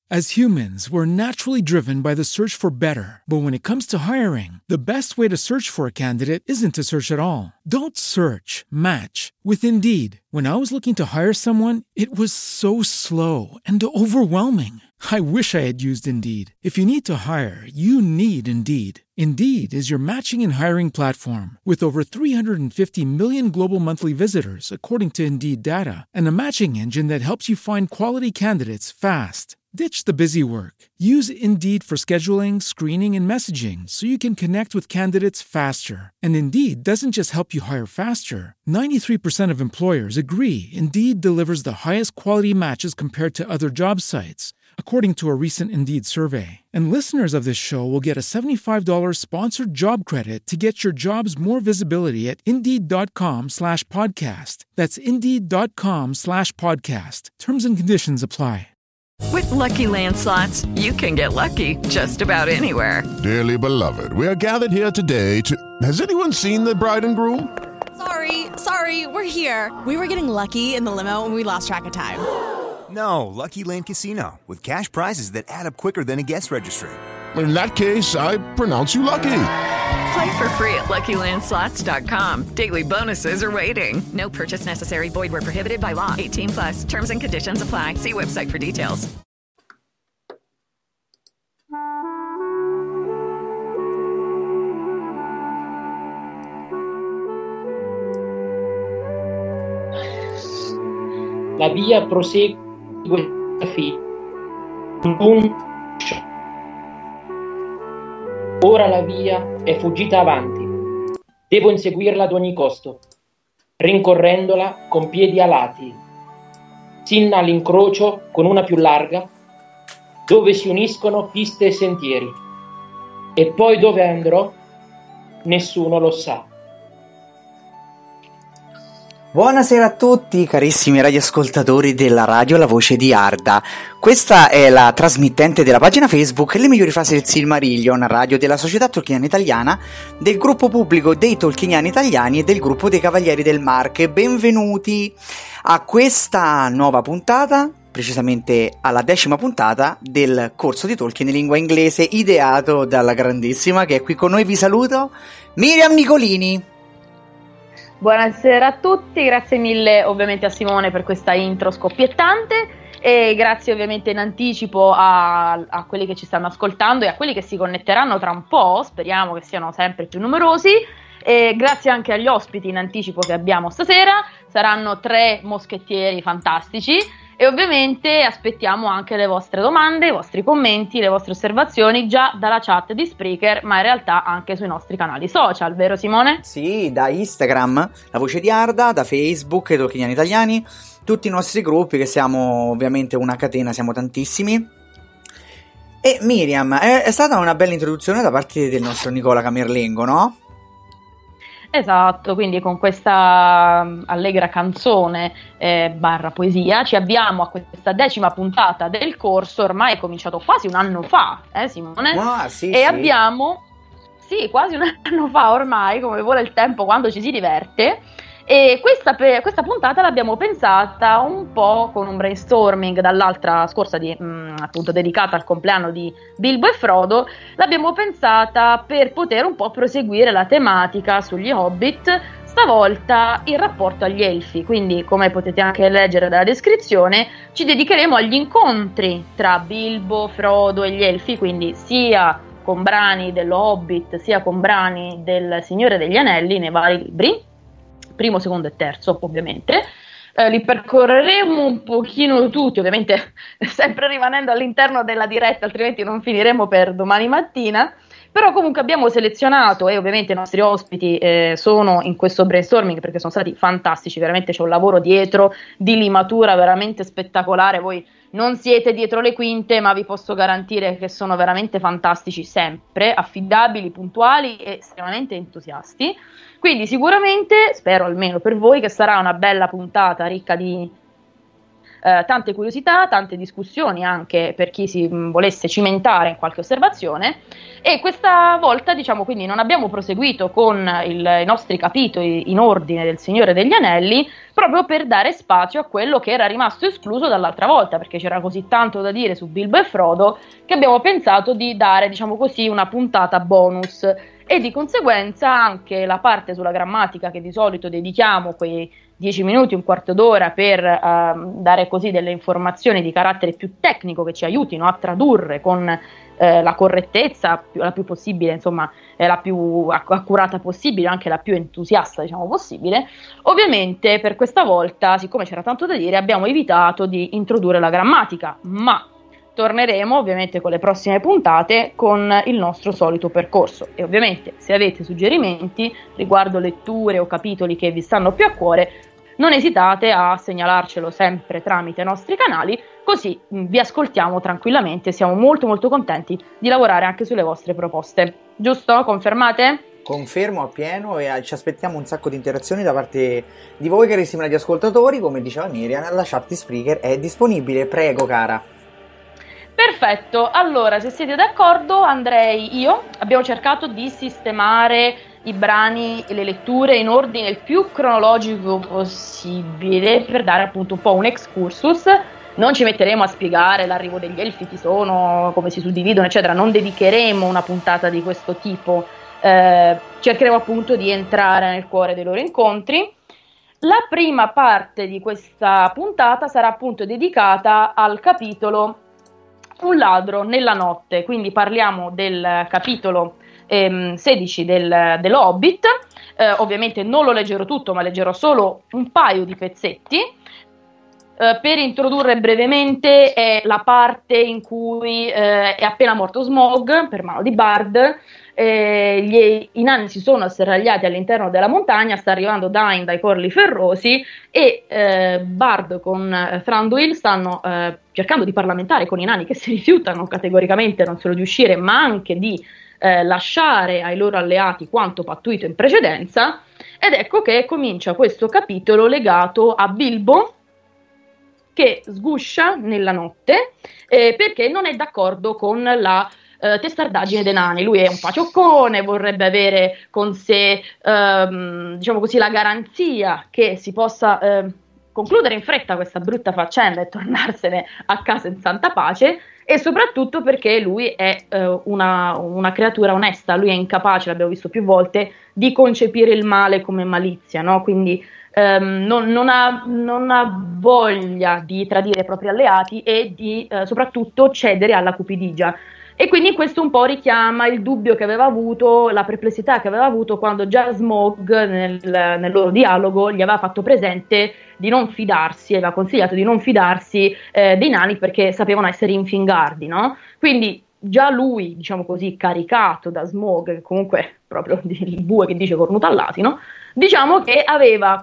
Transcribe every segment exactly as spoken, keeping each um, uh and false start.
As humans, we're naturally driven by the search for better. But when it comes to hiring, the best way to search for a candidate isn't to search at all. Don't search, match with Indeed. When I was looking to hire someone, it was so slow and overwhelming. I wish I had used Indeed. If you need to hire, you need Indeed. Indeed is your matching and hiring platform with over three hundred fifty million global monthly visitors, according to Indeed data, and a matching engine that helps you find quality candidates fast. Ditch the busy work. Use Indeed for scheduling, screening, and messaging so you can connect with candidates faster. And Indeed doesn't just help you hire faster. ninety-three percent of employers agree Indeed delivers the highest quality matches compared to other job sites, according to a recent Indeed survey. And listeners of this show will get a seventy-five dollars sponsored job credit to get your jobs more visibility at Indeed.com slash podcast. That's Indeed.com slash podcast. Terms and conditions apply. With Lucky Land Slots, you can get lucky just about anywhere. Dearly beloved, we are gathered here today to... Has anyone seen the bride and groom? Sorry, sorry, we're here. We were getting lucky in the limo and we lost track of time. No, Lucky Land Casino, with cash prizes that add up quicker than a guest registry. In that case, I pronounce you lucky. Play for free at Lucky Land Slots dot com. Daily bonuses are waiting. No purchase necessary. Void where prohibited by law. eighteen plus. Terms and conditions apply. See website for details. La via prosegue ora la via è fuggita avanti. Devo inseguirla ad ogni costo, rincorrendola con piedi alati, sino all'incrocio con una più larga, dove si uniscono piste e sentieri. E poi dove andrò? Nessuno lo sa. Buonasera a tutti carissimi radioascoltatori della radio La Voce di Arda. Questa è la trasmittente della pagina Facebook Le migliori frasi del Silmarillion, radio della Società Tolkieniana Italiana, del gruppo pubblico dei Tolkieniani Italiani e del gruppo dei Cavalieri del Marche. Benvenuti a questa nuova puntata, precisamente alla decima puntata del corso di Tolkien in lingua inglese ideato dalla grandissima che è qui con noi. Vi saluto, Miriam Nicolini. Buonasera a tutti, grazie mille ovviamente a Simone per questa intro scoppiettante e grazie ovviamente in anticipo a, a quelli che ci stanno ascoltando e a quelli che si connetteranno tra un po', speriamo che siano sempre più numerosi, e grazie anche agli ospiti in anticipo che abbiamo stasera. Saranno tre moschettieri fantastici e ovviamente aspettiamo anche le vostre domande, i vostri commenti, le vostre osservazioni già dalla chat di Spreaker, ma in realtà anche sui nostri canali social, vero Simone? Sì, da Instagram, La Voce di Arda, da Facebook, i Tolkieniani Italiani, tutti i nostri gruppi che siamo ovviamente una catena, siamo tantissimi. E Miriam, è, è stata una bella introduzione da parte del nostro Nicola Camerlengo, no? Esatto, quindi con questa allegra canzone eh, barra poesia ci avviamo a questa decima puntata del corso. Ormai è cominciato quasi un anno fa, eh Simone? Ah, sì, e sì. abbiamo, sì, quasi un anno fa ormai, come vuole il tempo quando ci si diverte. E questa, pe- questa puntata l'abbiamo pensata un po' con un brainstorming dall'altra scorsa di, mh, appunto dedicata al compleanno di Bilbo e Frodo. L'abbiamo pensata per poter un po' proseguire la tematica sugli Hobbit, stavolta in rapporto agli Elfi. Quindi, come potete anche leggere dalla descrizione, ci dedicheremo agli incontri tra Bilbo, Frodo e gli Elfi, quindi sia con brani dello Hobbit sia con brani del Signore degli Anelli nei vari libri, primo, secondo e terzo ovviamente. Eh, li percorreremo un pochino tutti, ovviamente sempre rimanendo all'interno della diretta, altrimenti non finiremo per domani mattina. Però comunque abbiamo selezionato, e ovviamente i nostri ospiti eh, sono in questo brainstorming perché sono stati fantastici, veramente c'è un lavoro dietro di limatura veramente spettacolare. Voi non siete dietro le quinte, ma vi posso garantire che sono veramente fantastici, sempre affidabili, puntuali e estremamente entusiasti. Quindi sicuramente, spero almeno per voi, che sarà una bella puntata ricca di eh, tante curiosità, tante discussioni anche per chi si mh, volesse cimentare in qualche osservazione. E questa volta, diciamo, quindi non abbiamo proseguito con il, i nostri capitoli in ordine del Signore degli Anelli, proprio per dare spazio a quello che era rimasto escluso dall'altra volta, perché c'era così tanto da dire su Bilbo e Frodo che abbiamo pensato di dare, diciamo così, una puntata bonus, e di conseguenza anche la parte sulla grammatica, che di solito dedichiamo quei dieci minuti, un quarto d'ora per uh, dare così delle informazioni di carattere più tecnico che ci aiutino a tradurre con eh, la correttezza più, la più possibile, insomma, eh, la più acc- accurata possibile, anche la più entusiasta, diciamo, possibile. Ovviamente per questa volta, siccome c'era tanto da dire, abbiamo evitato di introdurre la grammatica, ma torneremo ovviamente con le prossime puntate con il nostro solito percorso, e ovviamente se avete suggerimenti riguardo letture o capitoli che vi stanno più a cuore, non esitate a segnalarcelo sempre tramite i nostri canali, così vi ascoltiamo tranquillamente. Siamo molto molto contenti di lavorare anche sulle vostre proposte. Giusto? Confermate? Confermo appieno, e ci aspettiamo un sacco di interazioni da parte di voi carissimi radioascoltatori. Come diceva Miriam, la chat di Spreaker è disponibile, prego cara. Perfetto, allora se siete d'accordo andrei io, abbiamo cercato di sistemare i brani e le letture in ordine il più cronologico possibile per dare appunto un po' un excursus. Non ci metteremo a spiegare l'arrivo degli elfi, chi sono, come si suddividono eccetera, non dedicheremo una puntata di questo tipo, eh, cercheremo appunto di entrare nel cuore dei loro incontri. La prima parte di questa puntata sarà appunto dedicata al capitolo Un ladro nella notte, quindi parliamo del capitolo ehm, sedici del, dello Hobbit. Eh, ovviamente non lo leggerò tutto, ma leggerò solo un paio di pezzetti. Eh, per introdurre brevemente, è la parte in cui eh, è appena morto Smaug per mano di Bard. Eh, gli, i nani si sono asserragliati all'interno della montagna, sta arrivando Dain dai Corli Ferrosi, e eh, Bard con eh, Thranduil stanno eh, cercando di parlamentare con i nani, che si rifiutano categoricamente non solo di uscire, ma anche di eh, lasciare ai loro alleati quanto pattuito in precedenza. Ed ecco che comincia questo capitolo legato a Bilbo, che sguscia nella notte eh, perché non è d'accordo con la Uh, testardaggine dei nani. Lui è un pacioccone, vorrebbe avere con sé um, diciamo così la garanzia che si possa uh, concludere in fretta questa brutta faccenda e tornarsene a casa in santa pace, e soprattutto perché lui è uh, una, una creatura onesta, lui è incapace, l'abbiamo visto più volte, di concepire il male come malizia, no? Quindi um, non, non, ha, non ha voglia di tradire i propri alleati e di uh, soprattutto cedere alla cupidigia. E quindi questo un po' richiama il dubbio che aveva avuto, la perplessità che aveva avuto quando già Smaug nel, nel loro dialogo gli aveva fatto presente di non fidarsi, aveva consigliato di non fidarsi eh, dei nani perché sapevano essere infingardi, no? Quindi già lui, diciamo così, caricato da Smaug, che comunque proprio il bue che dice cornuto all'asino, diciamo che aveva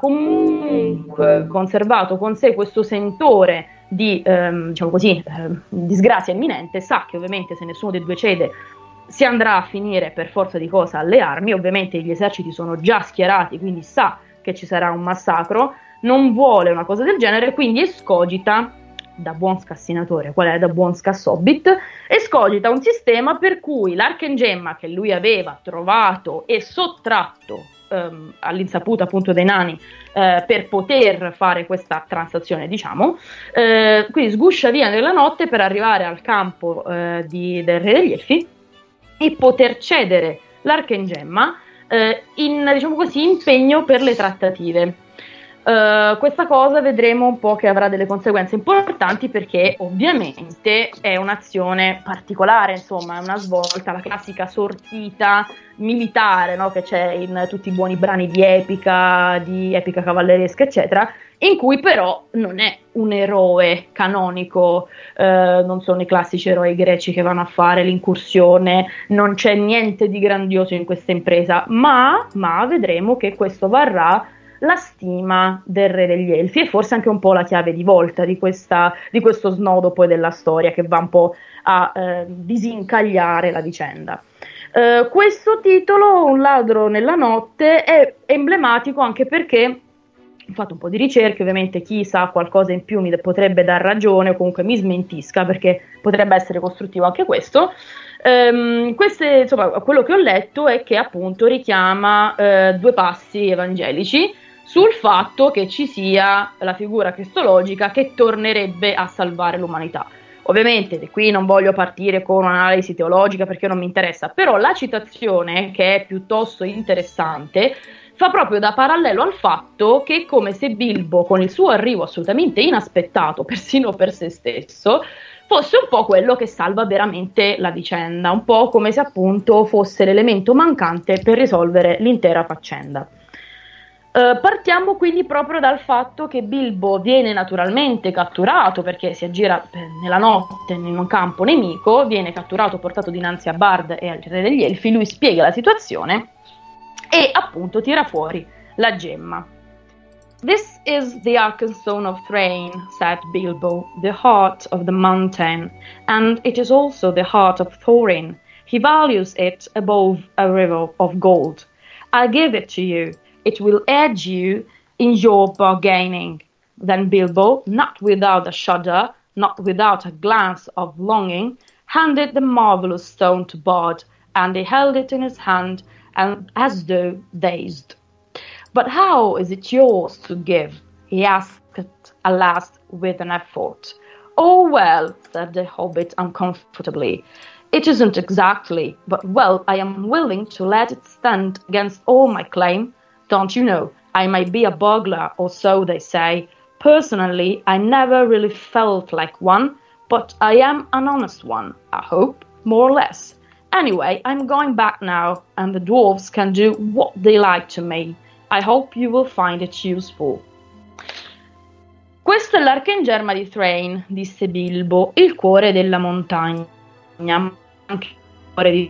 comunque conservato con sé questo sentore di ehm, diciamo così ehm, disgrazia imminente. Sa che ovviamente se nessuno dei due cede si andrà a finire per forza di cosa alle armi, ovviamente gli eserciti sono già schierati, quindi sa che ci sarà un massacro, non vuole una cosa del genere, quindi escogita, da buon scassinatore, qual è da buon scassobbit, escogita un sistema per cui l'Arcangemma che lui aveva trovato e sottratto ehm, all'insaputa appunto dei nani eh, per poter fare questa transazione, diciamo, eh, quindi sguscia via nella notte per arrivare al campo eh, di, del Re degli Elfi e poter cedere l'Arcangemma eh, in, diciamo così, impegno per le trattative. Uh, questa cosa vedremo un po' che avrà delle conseguenze importanti, perché ovviamente è un'azione particolare, insomma è una svolta, la classica sortita militare, no? Che c'è in tutti i buoni brani di epica, di epica cavalleresca eccetera, in cui però non è un eroe canonico, uh, non sono i classici eroi greci che vanno a fare l'incursione, non c'è niente di grandioso in questa impresa, ma, ma vedremo che questo varrà la stima del Re degli Elfi, e forse anche un po' la chiave di volta di, questa, di questo snodo poi della storia che va un po' a eh, disincagliare la vicenda. Eh, questo titolo, Un ladro nella notte, è emblematico anche perché ho fatto un po' di ricerche, ovviamente chi sa qualcosa in più mi potrebbe dar ragione o comunque mi smentisca, perché potrebbe essere costruttivo anche questo. Um, queste, insomma, quello che ho letto è che appunto richiama uh, due passi evangelici sul fatto che ci sia la figura cristologica che tornerebbe a salvare l'umanità. Ovviamente di qui non voglio partire con un'analisi teologica perché non mi interessa, però la citazione, che è piuttosto interessante, fa proprio da parallelo al fatto che è come se Bilbo, con il suo arrivo assolutamente inaspettato, persino per se stesso, fosse un po' quello che salva veramente la vicenda, un po' come se appunto fosse l'elemento mancante per risolvere l'intera faccenda. Uh, partiamo quindi proprio dal fatto che Bilbo viene naturalmente catturato, perché si aggira eh, nella notte in un campo nemico, viene catturato, portato dinanzi a Bard e al re degli Elfi, lui spiega la situazione e appunto tira fuori la gemma. "This is the Arkenstone of Thrain," said Bilbo, "the heart of the mountain, and it is also the heart of Thorin. He values it above a river of gold. I give it to you. It will aid you in your bargaining." Then Bilbo, not without a shudder, not without a glance of longing, handed the marvelous stone to Bard, and he held it in his hand and as though dazed. "But how is it yours to give?" he asked at last with an effort. "Oh, well," said the hobbit uncomfortably, "it isn't exactly, but well, I am willing to let it stand against all my claim. Don't you know, I might be a burglar, or so they say. Personally, I never really felt like one, but I am an honest one, I hope, more or less. Anyway, I'm going back now, and the dwarves can do what they like to me. I hope you will find it useful." "Questo è l'arcangemma di Thrain", disse Bilbo, "il cuore della montagna, anche il cuore di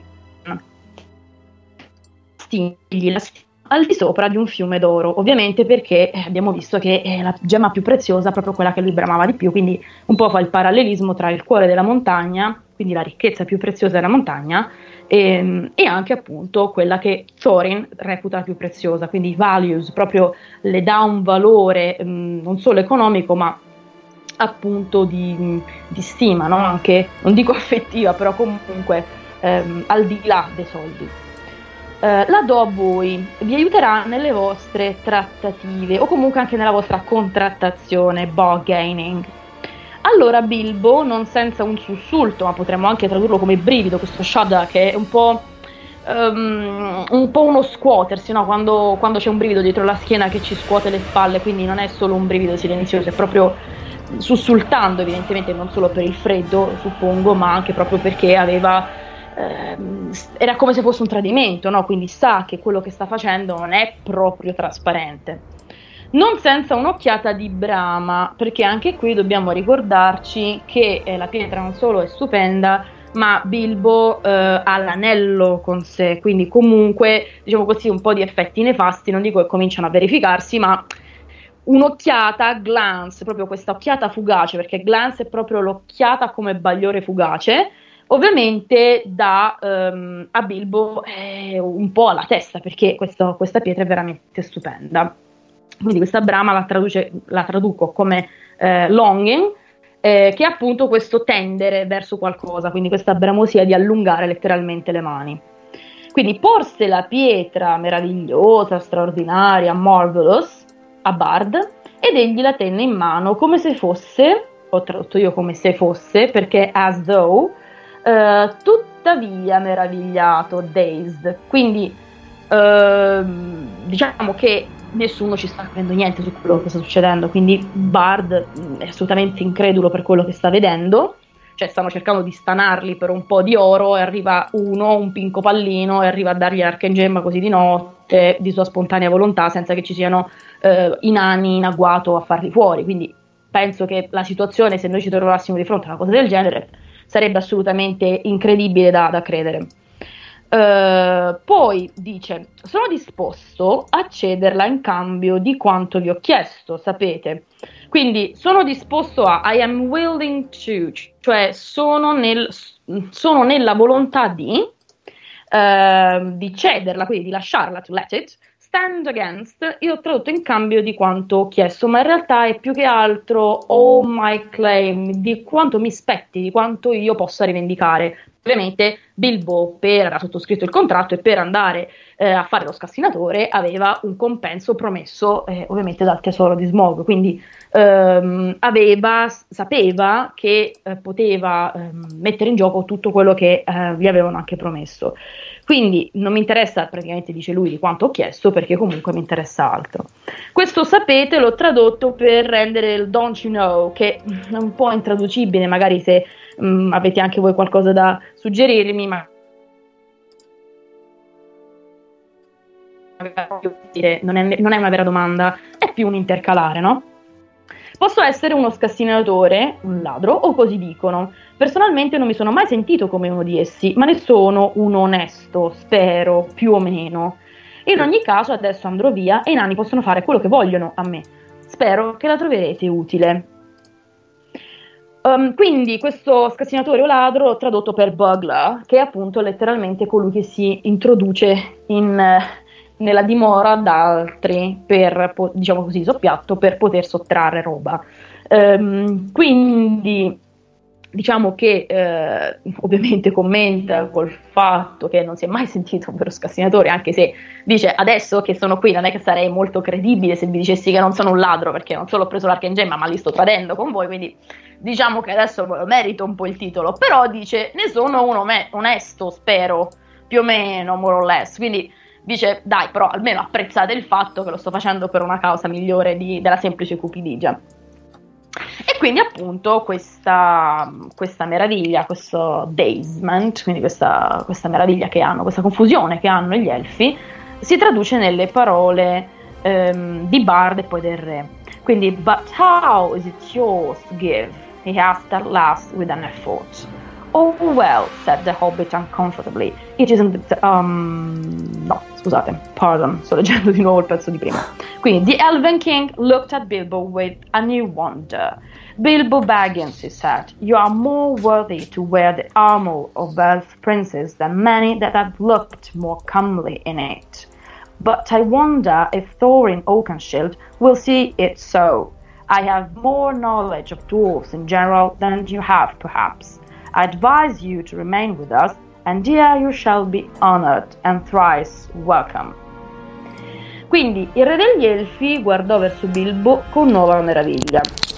stigli la stigli al di sopra di un fiume d'oro", ovviamente perché abbiamo visto che è la gemma più preziosa, proprio quella che lui bramava di più, quindi un po' fa il parallelismo tra il cuore della montagna, quindi la ricchezza più preziosa della montagna, e, e anche appunto quella che Thorin reputa più preziosa, quindi values, proprio le dà un valore mh, non solo economico ma appunto di, di stima, no? Anche, non dico affettiva, però comunque ehm, al di là dei soldi. Uh, la do a voi, vi aiuterà nelle vostre trattative o comunque anche nella vostra contrattazione, bargaining. Allora Bilbo, non senza un sussulto, ma potremmo anche tradurlo come brivido, questo shudder che è un po', um, un po' uno scuotersi, no? Quando, quando c'è un brivido dietro la schiena che ci scuote le spalle, quindi non è solo un brivido silenzioso, è proprio sussultando, evidentemente non solo per il freddo, suppongo, ma anche proprio perché aveva... Uh, era come se fosse un tradimento, no? Quindi sa che quello che sta facendo non è proprio trasparente. Non senza un'occhiata di brama, perché anche qui dobbiamo ricordarci che eh, la pietra non solo è stupenda, ma Bilbo eh, ha l'anello con sé, quindi comunque, diciamo così, un po' di effetti nefasti, non dico che cominciano a verificarsi, ma un'occhiata, glance, proprio questa occhiata fugace, perché glance è proprio l'occhiata come bagliore fugace, ovviamente dà um, a Bilbo eh, un po' alla testa, perché questo, questa pietra è veramente stupenda. Quindi questa brama la, traduce, la traduco come eh, longing, eh, che è appunto questo tendere verso qualcosa, quindi questa bramosia di allungare letteralmente le mani. Quindi porse la pietra meravigliosa, straordinaria, marvelous, a Bard, ed egli la tenne in mano come se fosse, ho tradotto io come se fosse, perché as though, Uh, tuttavia meravigliato, dazed, quindi uh, diciamo che nessuno ci sta capendo niente su quello che sta succedendo, quindi Bard è assolutamente incredulo per quello che sta vedendo, cioè stanno cercando di stanarli per un po' di oro e arriva uno, un pinco pallino, e arriva a dargli l'arcangemma così di notte, di sua spontanea volontà, senza che ci siano uh, i nani in agguato a farli fuori, quindi penso che la situazione, se noi ci trovassimo di fronte a una cosa del genere, sarebbe assolutamente incredibile da, da credere. Uh, poi dice: sono disposto a cederla in cambio di quanto vi ho chiesto, sapete. Quindi sono disposto a, I am willing to, cioè sono, nel, sono nella volontà di, uh, di cederla, quindi di lasciarla, to let it stand against, io ho tradotto in cambio di quanto ho chiesto, ma in realtà è più che altro all my claim, di quanto mi spetti, di quanto io possa rivendicare. Ovviamente Bilbo, per aver sottoscritto il contratto e per andare eh, a fare lo scassinatore, aveva un compenso promesso eh, ovviamente dal tesoro di Smaug, quindi ehm, aveva, sapeva che eh, poteva ehm, mettere in gioco tutto quello che eh, gli avevano anche promesso. Quindi non mi interessa, praticamente dice lui, di quanto ho chiesto, perché comunque mi interessa altro. Questo sapete l'ho tradotto per rendere il don't you know, che è un po' intraducibile, magari se mh, avete anche voi qualcosa da suggerirmi, ma non è, non è una vera domanda, è più un intercalare, no? Posso essere uno scassinatore, un ladro, o così dicono. Personalmente non mi sono mai sentito come uno di essi, ma ne sono uno onesto, spero, più o meno. In ogni caso adesso andrò via e i nani possono fare quello che vogliono a me. Spero che la troverete utile. Um, quindi questo scassinatore o ladro tradotto per Bugler, che è appunto letteralmente colui che si introduce in... nella dimora d'altri per, diciamo così, soppiatto, per poter sottrarre roba. Um, quindi diciamo che eh, ovviamente commenta col fatto che non si è mai sentito un vero scassinatore, anche se dice adesso che sono qui non è che sarei molto credibile se vi dicessi che non sono un ladro, perché non solo ho preso l'arca in gemma ma li sto tradendo con voi, quindi diciamo che adesso merito un po' il titolo, però dice ne sono uno me- onesto, spero, più o meno, more or less, quindi dice dai, però almeno apprezzate il fatto che lo sto facendo per una causa migliore di, della semplice cupidigia. E quindi appunto questa, questa meraviglia, questo dazement, quindi questa, questa meraviglia che hanno, questa confusione che hanno gli elfi, si traduce nelle parole ehm, di Bard e poi del re. Quindi, but how is it yours to give? He asked at last with an effort. Oh well, said the Hobbit uncomfortably. It isn't the, um no, scusate, pardon, sto leggendo di nuovo il pezzo di prima. Quindi, the Elven King looked at Bilbo with a new wonder. Bilbo Baggins, he said, you are more worthy to wear the armor of elf princes than many that have looked more comely in it. But I wonder if Thorin Oakenshield will see it so. I have more knowledge of dwarves in general than you have, perhaps. I advise you to remain with us, and here you shall be honored and thrice welcome. Quindi il re degli elfi guardò verso Bilbo con nuova meraviglia.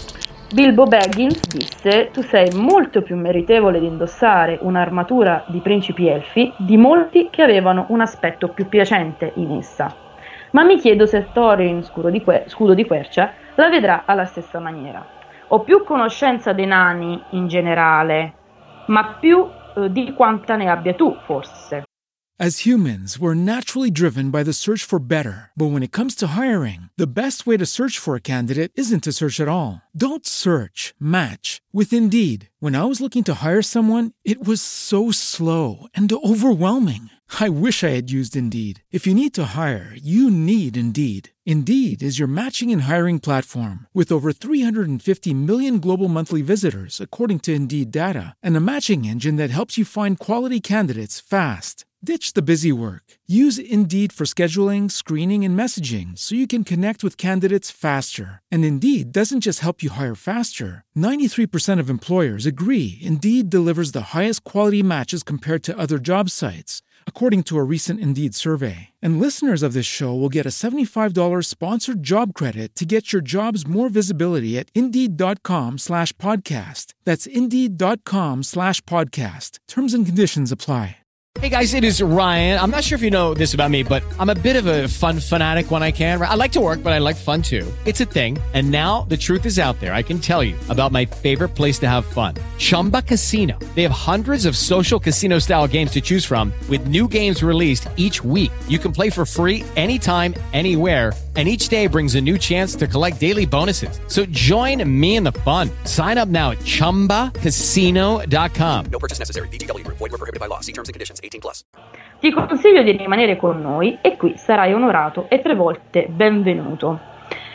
Bilbo Baggins disse: tu sei molto più meritevole di indossare un'armatura di principi elfi di molti che avevano un aspetto più piacente in essa. Ma mi chiedo se Thorin, scudo di, que- scudo di quercia, la vedrà alla stessa maniera. Ho più conoscenza dei nani in generale, ma più eh, di quanta ne abbia tu, forse. As humans, we're naturally driven by the search for better. But when it comes to hiring, the best way to search for a candidate isn't to search at all. Don't search, match with Indeed. When I was looking to hire someone, it was so slow and overwhelming. I wish I had used Indeed. If you need to hire, you need Indeed. Indeed is your matching and hiring platform with over three hundred fifty million global monthly visitors, according to Indeed data, and a matching engine that helps you find quality candidates fast. Ditch the busy work. Use Indeed for scheduling, screening, and messaging so you can connect with candidates faster. And Indeed doesn't just help you hire faster. ninety-three percent of employers agree Indeed delivers the highest quality matches compared to other job sites, according to a recent Indeed survey. And listeners of this show will get a seventy-five dollars sponsored job credit to get your jobs more visibility at Indeed.com slash podcast. That's Indeed.com slash podcast. Terms and conditions apply. Hey guys, it is Ryan. I'm not sure if you know this about me, but I'm a bit of a fun fanatic when I can. I like to work, but I like fun too. It's a thing. And now the truth is out there. I can tell you about my favorite place to have fun. Chumba Casino. They have hundreds of social casino style games to choose from with new games released each week. You can play for free anytime, anywhere. And each day brings a new chance to collect daily bonuses. So join me in the fun. Sign up now at chumba casino dot com. No purchase necessary. V G W Group. Void where prohibited by law. See terms and conditions. eighteen plus. Ti consiglio di rimanere con noi e qui sarai onorato e tre volte benvenuto.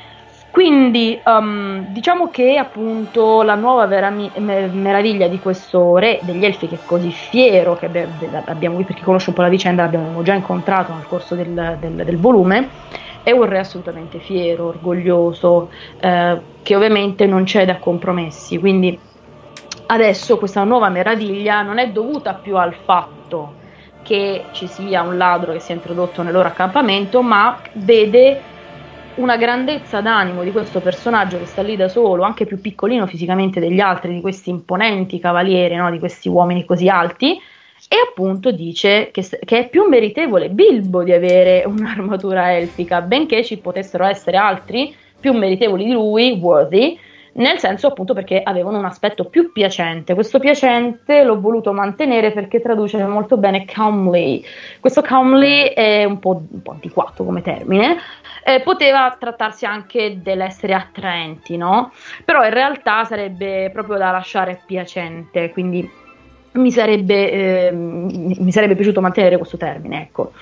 Quindi um, diciamo che appunto la nuova vera mi- me- meraviglia di questo re degli elfi, che è così fiero, che abbiamo, abbiamo per chi conosce un po' la vicenda l'abbiamo già incontrato nel corso del, del, del volume, è un re assolutamente fiero, orgoglioso, eh, che ovviamente non cede a compromessi. Quindi adesso questa nuova meraviglia non è dovuta più al fatto che ci sia un ladro che si è introdotto nel loro accampamento, ma vede una grandezza d'animo di questo personaggio che sta lì da solo, anche più piccolino fisicamente degli altri, di questi imponenti cavalieri, no? Di questi uomini così alti, e appunto dice che, che è più meritevole Bilbo di avere un'armatura elfica, benché ci potessero essere altri più meritevoli di lui, worthy, nel senso appunto perché avevano un aspetto più piacente. Questo piacente l'ho voluto mantenere perché traduce molto bene comely. Questo comely è un po', un po' antiquato come termine, eh, poteva trattarsi anche dell'essere attraenti, no? Però in realtà sarebbe proprio da lasciare piacente, quindi mi sarebbe, eh, mi sarebbe piaciuto mantenere questo termine, ecco.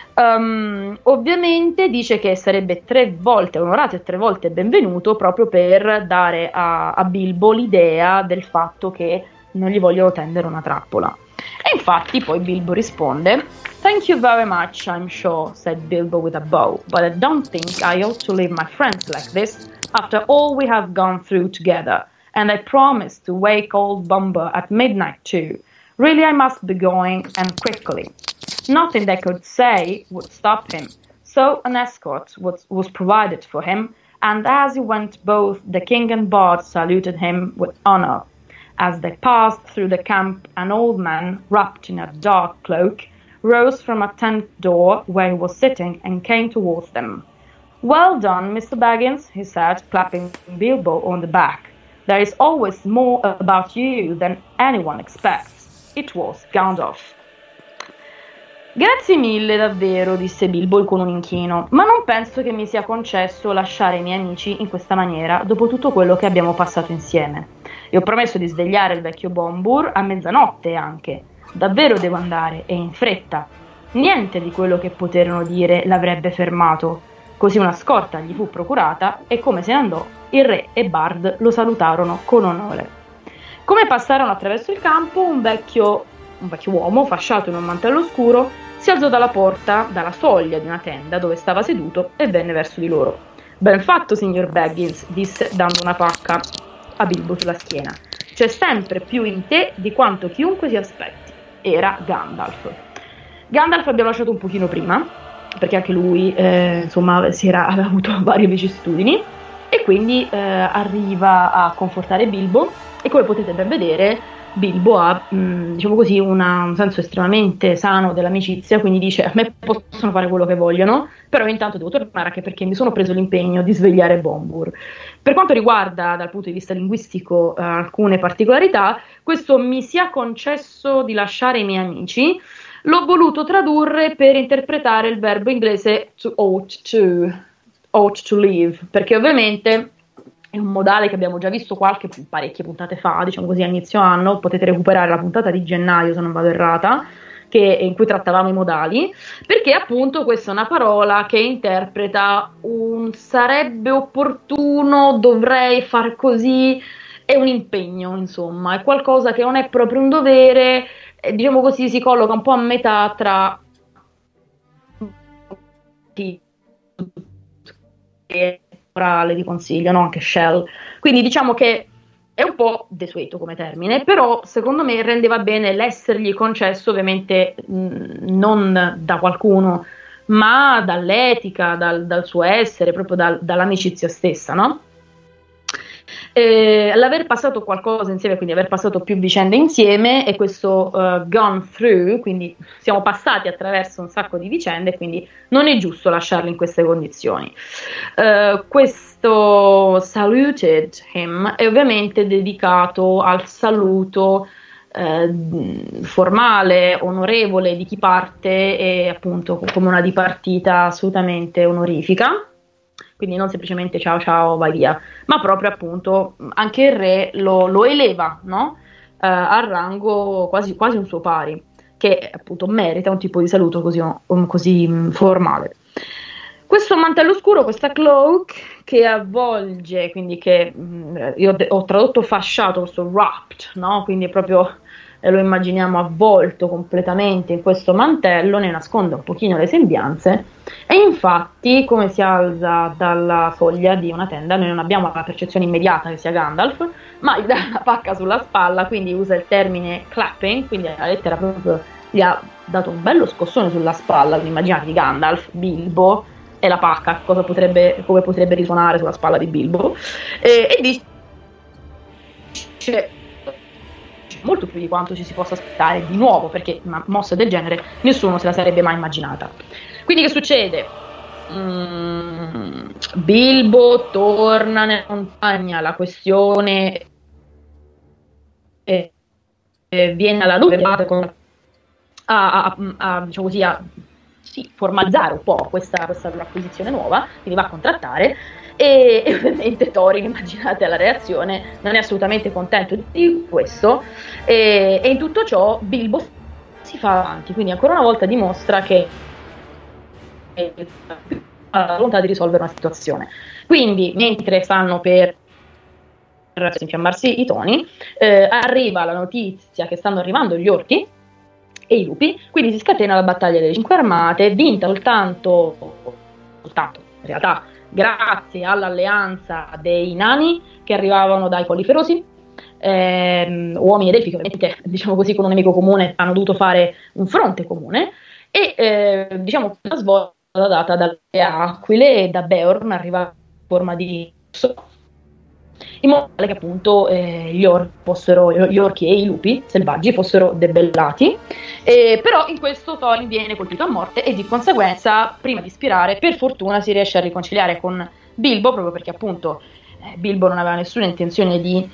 Um, ovviamente dice che sarebbe tre volte onorato e tre volte benvenuto, proprio per dare a, a Bilbo l'idea del fatto che non gli vogliono tendere una trappola. E infatti poi Bilbo risponde: "Thank you very much, I'm sure," said Bilbo with a bow, "but I don't think I ought to leave my friends like this after all we have gone through together, and I promised to wake old Bumber at midnight too. Really, I must be going, and quickly." Nothing they could say would stop him, so an escort was, was provided for him, and as he went both the king and bard saluted him with honor. As they passed through the camp, an old man, wrapped in a dark cloak, rose from a tent door where he was sitting and came towards them. "Well done, Mister Baggins," he said, clapping Bilbo on the back. "There is always more about you than anyone expects." It was Gandalf. "Grazie mille davvero", disse Bilbo con un inchino, "ma non penso che mi sia concesso lasciare i miei amici in questa maniera dopo tutto quello che abbiamo passato insieme. E ho promesso di svegliare il vecchio Bombur a mezzanotte anche. Davvero devo andare, e in fretta." Niente di quello che poterono dire l'avrebbe fermato. Così una scorta gli fu procurata e come se ne andò, il re e Bard lo salutarono con onore. Come passarono attraverso il campo, un vecchio, un vecchio uomo fasciato in un mantello scuro si alzò dalla porta, dalla soglia di una tenda dove stava seduto, e venne verso di loro. "Ben fatto, signor Baggins", disse dando una pacca a Bilbo sulla schiena. "C'è sempre più in te di quanto chiunque si aspetti." Era Gandalf. Gandalf abbiamo lasciato un pochino prima, perché anche lui eh, insomma si era, aveva avuto varie vicissitudini, e quindi eh, arriva a confortare Bilbo, e come potete ben vedere Bilbo ha, mh, diciamo così, una, un senso estremamente sano dell'amicizia, quindi dice: "A me possono fare quello che vogliono, però intanto devo tornare, anche perché mi sono preso l'impegno di svegliare Bombur." Per quanto riguarda dal punto di vista linguistico eh, alcune particolarità, questo "mi sia concesso di lasciare i miei amici" l'ho voluto tradurre per interpretare il verbo inglese to ought to, ought to leave, perché ovviamente è un modale che abbiamo già visto qualche parecchie puntate fa, diciamo così, a inizio anno. Potete recuperare la puntata di gennaio, se non vado errata, che, in cui trattavamo i modali, perché appunto questa è una parola che interpreta un sarebbe opportuno, dovrei far così, è un impegno, insomma, è qualcosa che non è proprio un dovere, eh, diciamo così, si colloca un po' a metà tra morale di consiglio, no? Anche Shell. Quindi diciamo che è un po' desueto come termine, però secondo me rendeva bene l'essergli concesso, ovviamente mh, non da qualcuno, ma dall'etica, dal, dal suo essere, proprio dal, dall'amicizia stessa, no? Eh, l'aver passato qualcosa insieme, quindi aver passato più vicende insieme, e questo uh, gone through, quindi siamo passati attraverso un sacco di vicende, quindi non è giusto lasciarlo in queste condizioni. Uh, questo saluted him è ovviamente dedicato al saluto uh, formale, onorevole di chi parte, e appunto come una dipartita assolutamente onorifica. Quindi non semplicemente ciao ciao vai via, ma proprio appunto anche il re lo, lo eleva, no? uh, al rango quasi, quasi un suo pari, che appunto merita un tipo di saluto così, um, così um, formale. Questo mantello scuro, questa cloak che avvolge, quindi che mh, io ho tradotto fasciato, questo wrapped, no? Quindi proprio eh, lo immaginiamo avvolto completamente in questo mantello, ne nasconde un pochino le sembianze e infatti come si alza dalla soglia di una tenda, noi non abbiamo la percezione immediata che sia Gandalf, ma gli dà una pacca sulla spalla, quindi usa il termine clapping, quindi la lettera proprio gli ha dato un bello scossone sulla spalla, quindi immaginate Gandalf, Bilbo e la pacca, cosa potrebbe, come potrebbe risuonare sulla spalla di Bilbo, e, e dice molto più di quanto ci si possa aspettare di nuovo, perché una mossa del genere nessuno se la sarebbe mai immaginata. Quindi che succede? Mm, Bilbo torna nella montagna, la questione eh, eh, viene alla luce con, a, a, a, diciamo così, a sì, formalizzare un po' questa, questa acquisizione nuova, quindi va a contrattare e, e ovviamente Thorin, immaginate la reazione, non è assolutamente contento di questo e, e in tutto ciò Bilbo si fa avanti, quindi ancora una volta dimostra che ha la volontà di risolvere una situazione. Quindi mentre stanno per infiammarsi i toni, eh, arriva la notizia che stanno arrivando gli orchi e i lupi, quindi si scatena la battaglia delle cinque armate, vinta soltanto, soltanto in realtà grazie all'alleanza dei nani che arrivavano dai Colli Feroci, ehm, uomini ed elfi che ovviamente, diciamo così, con un nemico comune hanno dovuto fare un fronte comune e eh, diciamo la svolta data dalle aquile e da Beorn arriva in forma di in modo tale che appunto eh, gli, or- fossero, gli orchi e i lupi selvaggi fossero debellati, eh, però in questo Thorin viene colpito a morte e di conseguenza prima di spirare per fortuna si riesce a riconciliare con Bilbo, proprio perché appunto eh, Bilbo non aveva nessuna intenzione di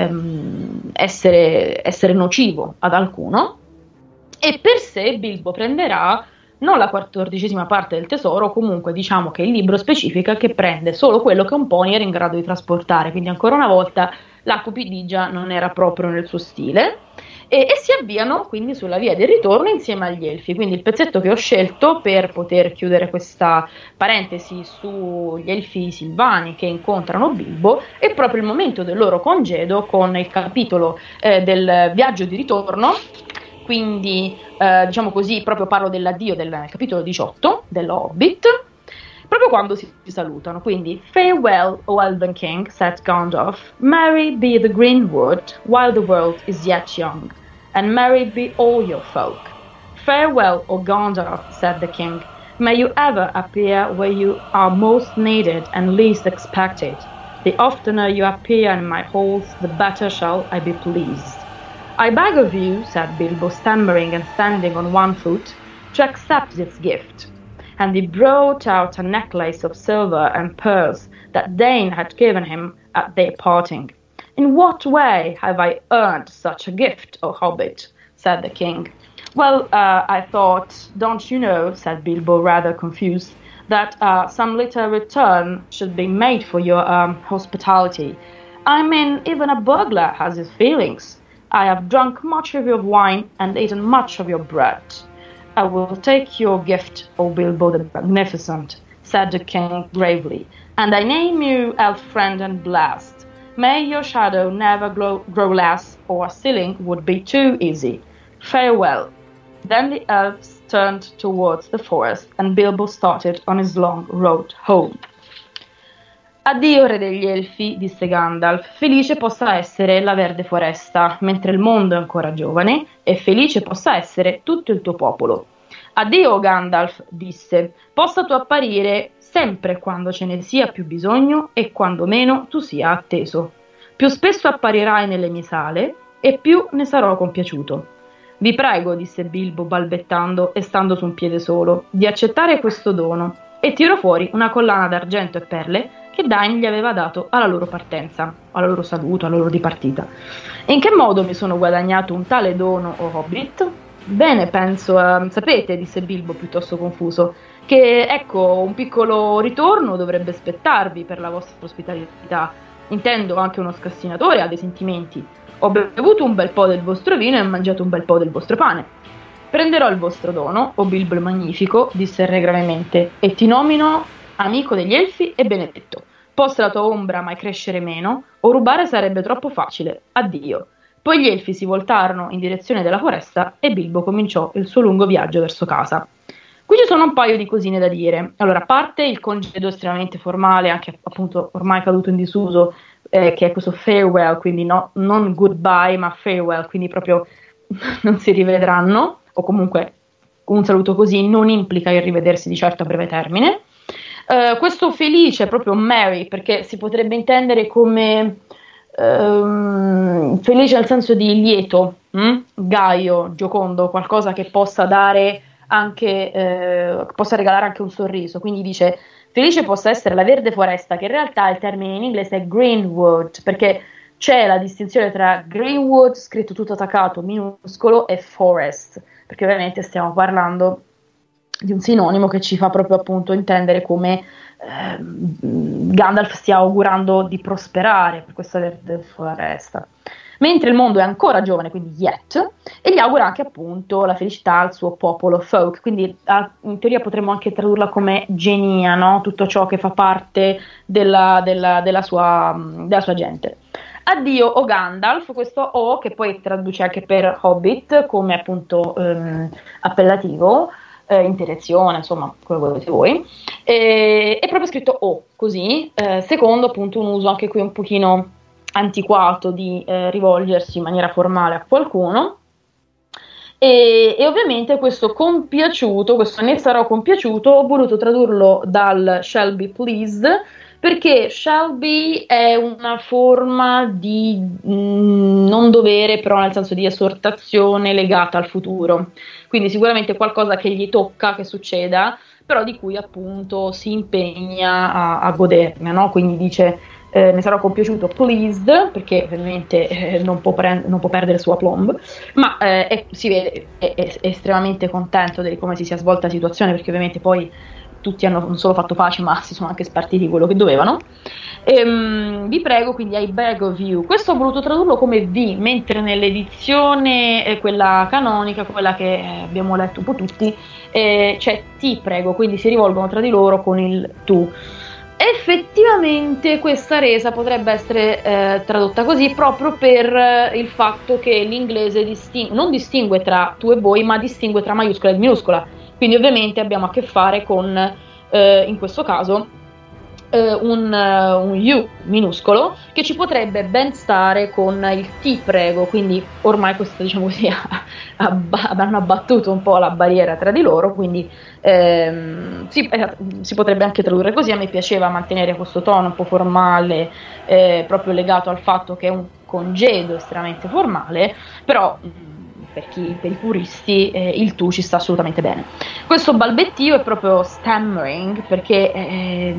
ehm, essere, essere nocivo ad alcuno e per sé Bilbo prenderà non la quattordicesima parte del tesoro, comunque diciamo che il libro specifica che prende solo quello che un pony era in grado di trasportare, quindi ancora una volta la cupidigia non era proprio nel suo stile, e, e si avviano quindi sulla via del ritorno insieme agli elfi, quindi il pezzetto che ho scelto per poter chiudere questa parentesi sugli elfi silvani che incontrano Bilbo è proprio il momento del loro congedo con il capitolo eh, del viaggio di ritorno. Quindi, eh, diciamo così, proprio parlo dell'addio del capitolo diciotto, dello Hobbit, proprio quando si, si salutano. Quindi, farewell, O Elven King, said Gandalf, merry be the greenwood, while the world is yet young, and merry be all your folk. Farewell, O Gandalf, said the king, may you ever appear where you are most needed and least expected. The oftener you appear in my halls, the better shall I be pleased. I beg of you, said Bilbo, stammering and standing on one foot, to accept this gift. And he brought out a necklace of silver and pearls that Dane had given him at their parting. In what way have I earned such a gift, O Hobbit? Said the king. Well, uh, I thought, don't you know, said Bilbo, rather confused, that uh, some little return should be made for your um, hospitality. I mean, even a burglar has his feelings. I have drunk much of your wine and eaten much of your bread. I will take your gift, O Bilbo the Magnificent, said the king gravely, and I name you elf friend and blessed. May your shadow never grow, grow less, or a ceiling would be too easy. Farewell. Then the elves turned towards the forest, and Bilbo started on his long road home. Addio, re degli elfi, disse Gandalf, felice possa essere la verde foresta, mentre il mondo è ancora giovane, e felice possa essere tutto il tuo popolo. Addio, Gandalf, disse, possa tu apparire sempre quando ce ne sia più bisogno e quando meno tu sia atteso. Più spesso apparirai nelle mie sale, e più ne sarò compiaciuto. Vi prego, disse Bilbo balbettando e stando su un piede solo, di accettare questo dono, e tirò fuori una collana d'argento e perle che Dain gli aveva dato alla loro partenza, alla loro saluto, alla loro dipartita. E in che modo mi sono guadagnato un tale dono, o Hobbit? Bene, penso, uh, sapete, disse Bilbo piuttosto confuso, che ecco, un piccolo ritorno dovrebbe aspettarvi per la vostra ospitalità. Intendo anche uno scassinatore ha dei sentimenti. Ho bevuto un bel po' del vostro vino e mangiato un bel po' del vostro pane. Prenderò il vostro dono, o Bilbo il Magnifico, disse il re gravemente, e ti nomino amico degli elfi e benedetto. Possa la tua ombra mai crescere meno, o rubare sarebbe troppo facile. Addio. Poi gli elfi si voltarono in direzione della foresta e Bilbo cominciò il suo lungo viaggio verso casa. Qui ci sono un paio di cosine da dire. Allora, a parte il congedo estremamente formale, anche appunto ormai caduto in disuso, eh, che è questo farewell, quindi no, non goodbye ma farewell, quindi proprio non si rivedranno, o comunque un saluto così non implica il rivedersi di certo a breve termine. Uh, questo felice è proprio merry, perché si potrebbe intendere come um, felice nel senso di lieto, hm? gaio, giocondo, qualcosa che possa dare anche eh, possa regalare anche un sorriso. Quindi dice felice possa essere la verde foresta, che in realtà il termine in inglese è greenwood, perché c'è la distinzione tra greenwood, scritto tutto attaccato, minuscolo, e forest, perché ovviamente stiamo parlando di un sinonimo che ci fa proprio appunto intendere come eh, Gandalf stia augurando di prosperare per questa verde foresta. Mentre il mondo è ancora giovane, quindi yet, e gli augura anche appunto la felicità al suo popolo folk, quindi a, in teoria potremmo anche tradurla come genia, no? Tutto ciò che fa parte della, della, della, sua, della sua gente. Addio o Gandalf, questo O che poi traduce anche per Hobbit come appunto ehm, appellativo, eh, interazione, insomma, quello che volete voi, e, è proprio scritto O, così, eh, secondo appunto un uso anche qui un pochino antiquato di eh, rivolgersi in maniera formale a qualcuno. E, e ovviamente questo compiaciuto, questo ne sarò compiaciuto, ho voluto tradurlo dal shall be pleased, perché shall be è una forma di mh, non dovere, però nel senso di esortazione legata al futuro, quindi sicuramente qualcosa che gli tocca che succeda, però di cui appunto si impegna a, a goderne, no? Quindi dice eh, ne sarò compiaciuto pleased, perché ovviamente eh, non, può pre- non può perdere il suo aplomb, ma eh, è, si vede è, è, è estremamente contento di come si sia svolta la situazione, perché ovviamente poi tutti hanno non solo fatto pace ma si sono anche spartiti quello che dovevano. Ehm, vi prego, quindi I beg of you, questo ho voluto tradurlo come vi, mentre nell'edizione eh, quella canonica, quella che eh, abbiamo letto un po' tutti, eh, c'è ti prego, quindi si rivolgono tra di loro con il tu. Effettivamente questa resa potrebbe essere eh, tradotta così proprio per eh, il fatto che l'inglese disting- non distingue tra tu e voi, ma distingue tra maiuscola e minuscola. Quindi ovviamente abbiamo a che fare con, eh, in questo caso, eh, un, uh, un you minuscolo, che ci potrebbe ben stare con il ti prego, quindi ormai questo, diciamo così, abba- hanno abbattuto un po' la barriera tra di loro, quindi ehm, si, eh, si potrebbe anche tradurre così. A me piaceva mantenere questo tono un po' formale, eh, proprio legato al fatto che è un congedo estremamente formale, però per, chi, per i puristi eh, il tu ci sta assolutamente bene. Questo balbettio è proprio stammering, perché è,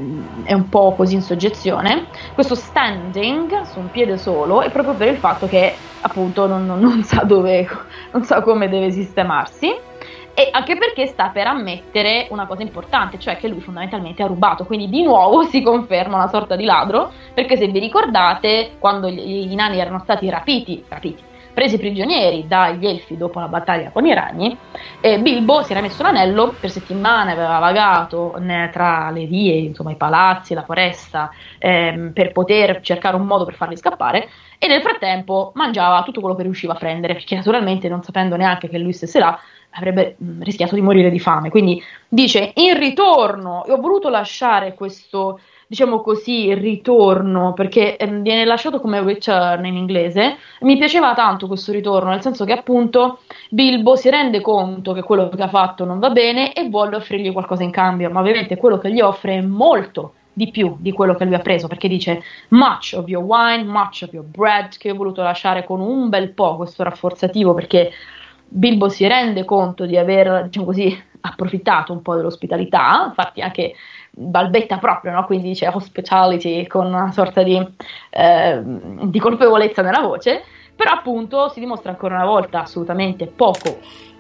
è un po' così in soggezione. Questo standing su un piede solo è proprio per il fatto che appunto non, non, non sa dove, non sa come deve sistemarsi, e anche perché sta per ammettere una cosa importante, cioè che lui fondamentalmente ha rubato, quindi di nuovo si conferma una sorta di ladro, perché se vi ricordate, quando gli, gli nani erano stati rapiti, rapiti presi prigionieri dagli elfi dopo la battaglia con i ragni, eh, Bilbo si era messo l'anello, per settimane aveva vagato ne, tra le vie, insomma i palazzi, la foresta, ehm, per poter cercare un modo per farli scappare, e nel frattempo mangiava tutto quello che riusciva a prendere, perché naturalmente, non sapendo neanche che lui stesse là, avrebbe mh, rischiato di morire di fame. Quindi dice: in ritorno, e ho voluto lasciare questo, diciamo così, ritorno, perché eh, viene lasciato come return in inglese. Mi piaceva tanto questo ritorno, nel senso che appunto Bilbo si rende conto che quello che ha fatto non va bene e vuole offrirgli qualcosa in cambio, ma ovviamente quello che gli offre è molto di più di quello che lui ha preso, perché dice much of your wine, much of your bread, che ho voluto lasciare con un bel po' questo rafforzativo, perché Bilbo si rende conto di aver, diciamo così, approfittato un po' dell'ospitalità, infatti anche balbetta proprio, no? Quindi dice hospitality con una sorta di, eh, di colpevolezza nella voce, però appunto si dimostra ancora una volta assolutamente poco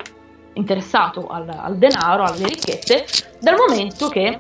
interessato al, al denaro, alle ricchezze, dal momento che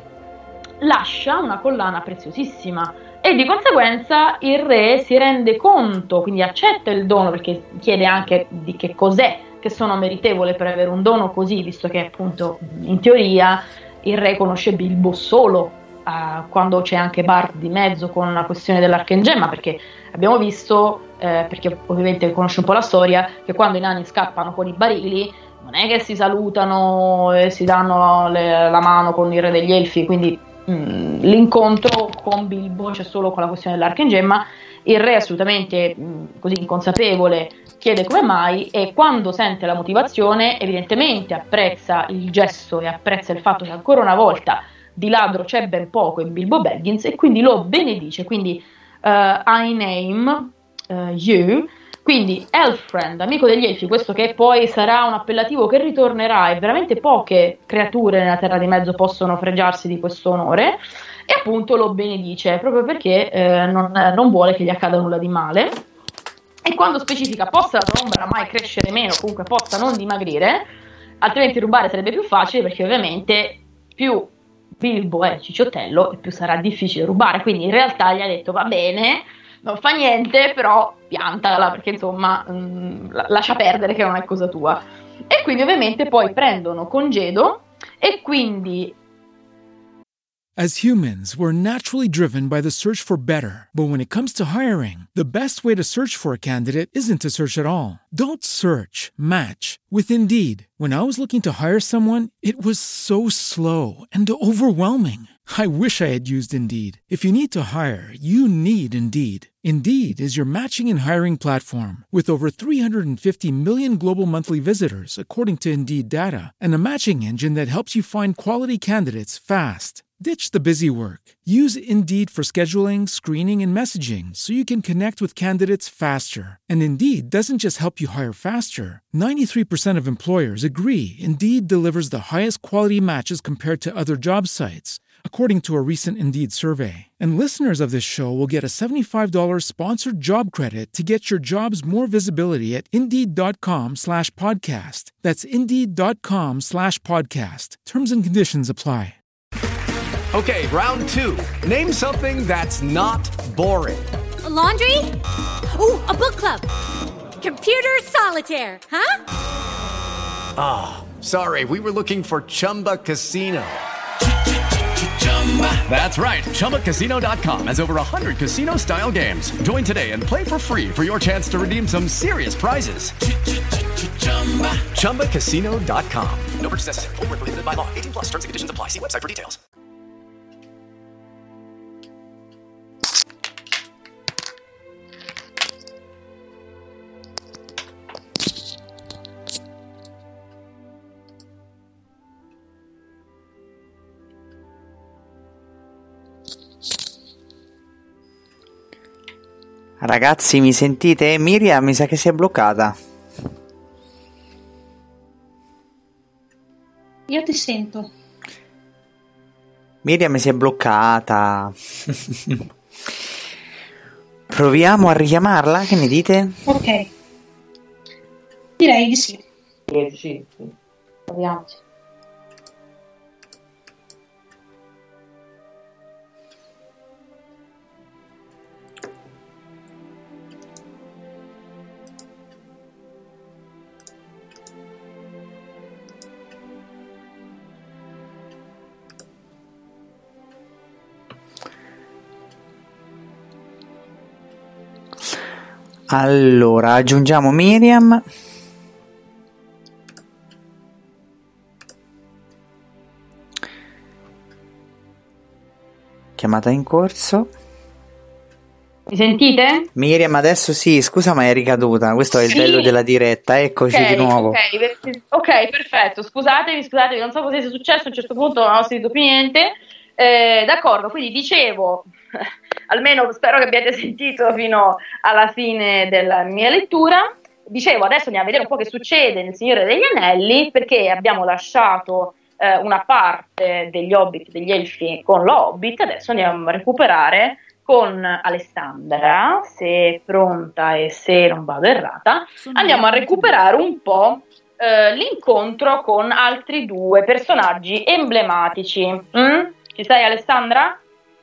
lascia una collana preziosissima, e di conseguenza il re si rende conto, quindi accetta il dono, perché chiede anche di che cos'è che sono meritevole per avere un dono così, visto che appunto in teoria il re conosce Bilbo solo uh, quando c'è anche Bard di mezzo con la questione dell'arcangemma, perché abbiamo visto, eh, perché ovviamente conosce un po' la storia, che quando i nani scappano con i barili non è che si salutano e si danno le, la mano con il re degli elfi, quindi mh, l'incontro con Bilbo c'è solo con la questione dell'arcangemma. Il re assolutamente mh, così inconsapevole chiede come mai, e quando sente la motivazione evidentemente apprezza il gesto e apprezza il fatto che ancora una volta di ladro c'è ben poco in Bilbo Baggins, e quindi lo benedice, quindi uh, I name uh, you, quindi Elfriend, amico degli elfi, questo che poi sarà un appellativo che ritornerà, e veramente poche creature nella Terra di Mezzo possono fregiarsi di questo onore, e appunto lo benedice proprio perché eh, non, non vuole che gli accada nulla di male. E quando specifica possa la tua ombra mai crescere meno, comunque possa non dimagrire, altrimenti rubare sarebbe più facile, perché ovviamente più Bilbo è cicciottello e più sarà difficile rubare, quindi in realtà gli ha detto va bene, non fa niente, però piantala, perché insomma mh, lascia perdere che non è cosa tua. E quindi ovviamente poi prendono congedo, e quindi As humans, we're naturally driven by the search for better. But when it comes to hiring, the best way to search for a candidate isn't to search at all. Don't search, match with Indeed. When I was looking to hire someone, it was so slow and overwhelming. I wish I had used Indeed. If you need to hire, you need Indeed. Indeed is your matching and hiring platform with over three hundred fifty million global monthly visitors, according to Indeed data, and a matching engine that helps you find quality candidates fast. Ditch the busy work. Use Indeed for scheduling, screening, and messaging so you can connect with candidates faster. And Indeed doesn't just help you hire faster. ninety-three percent of employers agree Indeed delivers the highest quality matches compared to other job sites, according to a recent Indeed survey. And listeners of this show will get a seventy-five dollars sponsored job credit to get your jobs more visibility at Indeed.com slash podcast. That's Indeed.com slash podcast. Terms and conditions apply. Okay, round two. Name something that's not boring. A laundry? Ooh, a book club. Computer solitaire, huh? Ah, oh, sorry, we were looking for Chumba Casino. That's right, Chumba Casino dot com has over one hundred casino-style games. Join today and play for free for your chance to redeem some serious prizes. Chumba Casino dot com. No purchase necessary. Void where prohibited by law. eighteen plus terms and conditions apply. See website for details. Ragazzi, mi sentite? Miriam mi sa che si è bloccata. Io ti sento. Miriam si è bloccata. Proviamo a richiamarla, che ne dite? Ok. Direi di sì. Direi di sì, sì. Proviamoci. Allora, aggiungiamo Miriam. Chiamata in corso. Mi sentite? Miriam, adesso sì, scusa ma è ricaduta, questo è il Sì. bello della diretta, eccoci Ok, di nuovo. ok, ok, perfetto, scusatevi, scusatevi, non so cosa sia successo, a un certo punto non ho sentito più niente. Eh, d'accordo, quindi dicevo, almeno spero che abbiate sentito fino alla fine della mia lettura. Dicevo, adesso andiamo a vedere un po' che succede nel Signore degli Anelli, perché abbiamo lasciato eh, una parte degli Hobbit, degli Elfi con l'Hobbit, adesso andiamo a recuperare con Alessandra, se è pronta e se non vado errata, andiamo a recuperare un po' eh, l'incontro con altri due personaggi emblematici. Mm? Ci sei, Alessandra?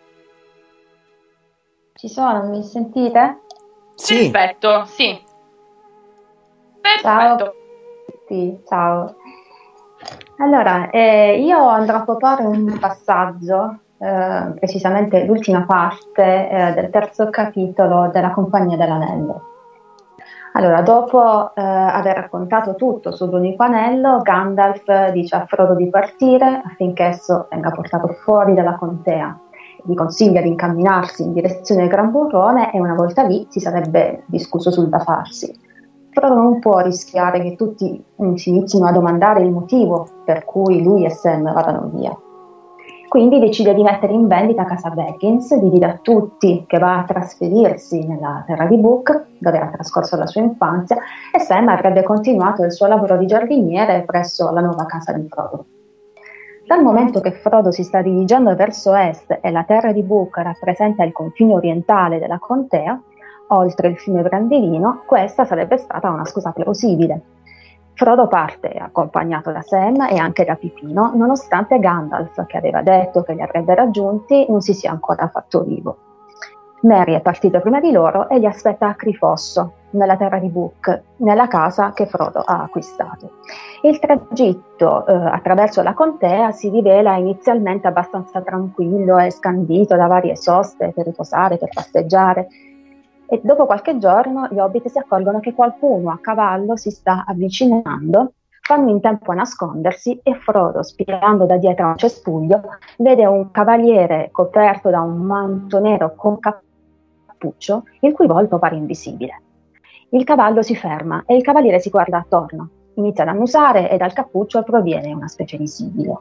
Ci sono, mi sentite? Sì. Perfetto, sì. Ciao. Perfetto. Sì, ciao. Allora, eh, io andrò a proporre un passaggio, eh, precisamente l'ultima parte eh, del terzo capitolo della Compagnia dell'Anello. Allora, dopo eh, aver raccontato tutto sull'unico anello, Gandalf dice a Frodo di partire affinché esso venga portato fuori dalla contea. Gli consiglia di incamminarsi in direzione del Gran Burrone e una volta lì si sarebbe discusso sul da farsi. Frodo non può rischiare che tutti si inizino a domandare il motivo per cui lui e Sam vadano via. Quindi decide di mettere in vendita casa Baggins, di dire a tutti che va a trasferirsi nella terra di Book, dove ha trascorso la sua infanzia, e Sam avrebbe continuato il suo lavoro di giardiniere presso la nuova casa di Frodo. Dal momento che Frodo si sta dirigendo verso est e la terra di Book rappresenta il confine orientale della contea, oltre il fiume Brandivino, questa sarebbe stata una scusa plausibile. Frodo parte accompagnato da Sam e anche da Pipino, nonostante Gandalf, che aveva detto che li avrebbe raggiunti, non si sia ancora fatto vivo. Merry è partito prima di loro e li aspetta a Crifosso, nella terra di Book, nella casa che Frodo ha acquistato. Il tragitto eh, attraverso la contea si rivela inizialmente abbastanza tranquillo e scandito da varie soste per riposare, per passeggiare, e dopo qualche giorno gli Hobbit si accorgono che qualcuno a cavallo si sta avvicinando, fanno in tempo a nascondersi e Frodo, spiando da dietro a un cespuglio, vede un cavaliere coperto da un manto nero con cappuccio, il cui volto pare invisibile. Il cavallo si ferma e il cavaliere si guarda attorno, inizia ad annusare e dal cappuccio proviene una specie di sibilo.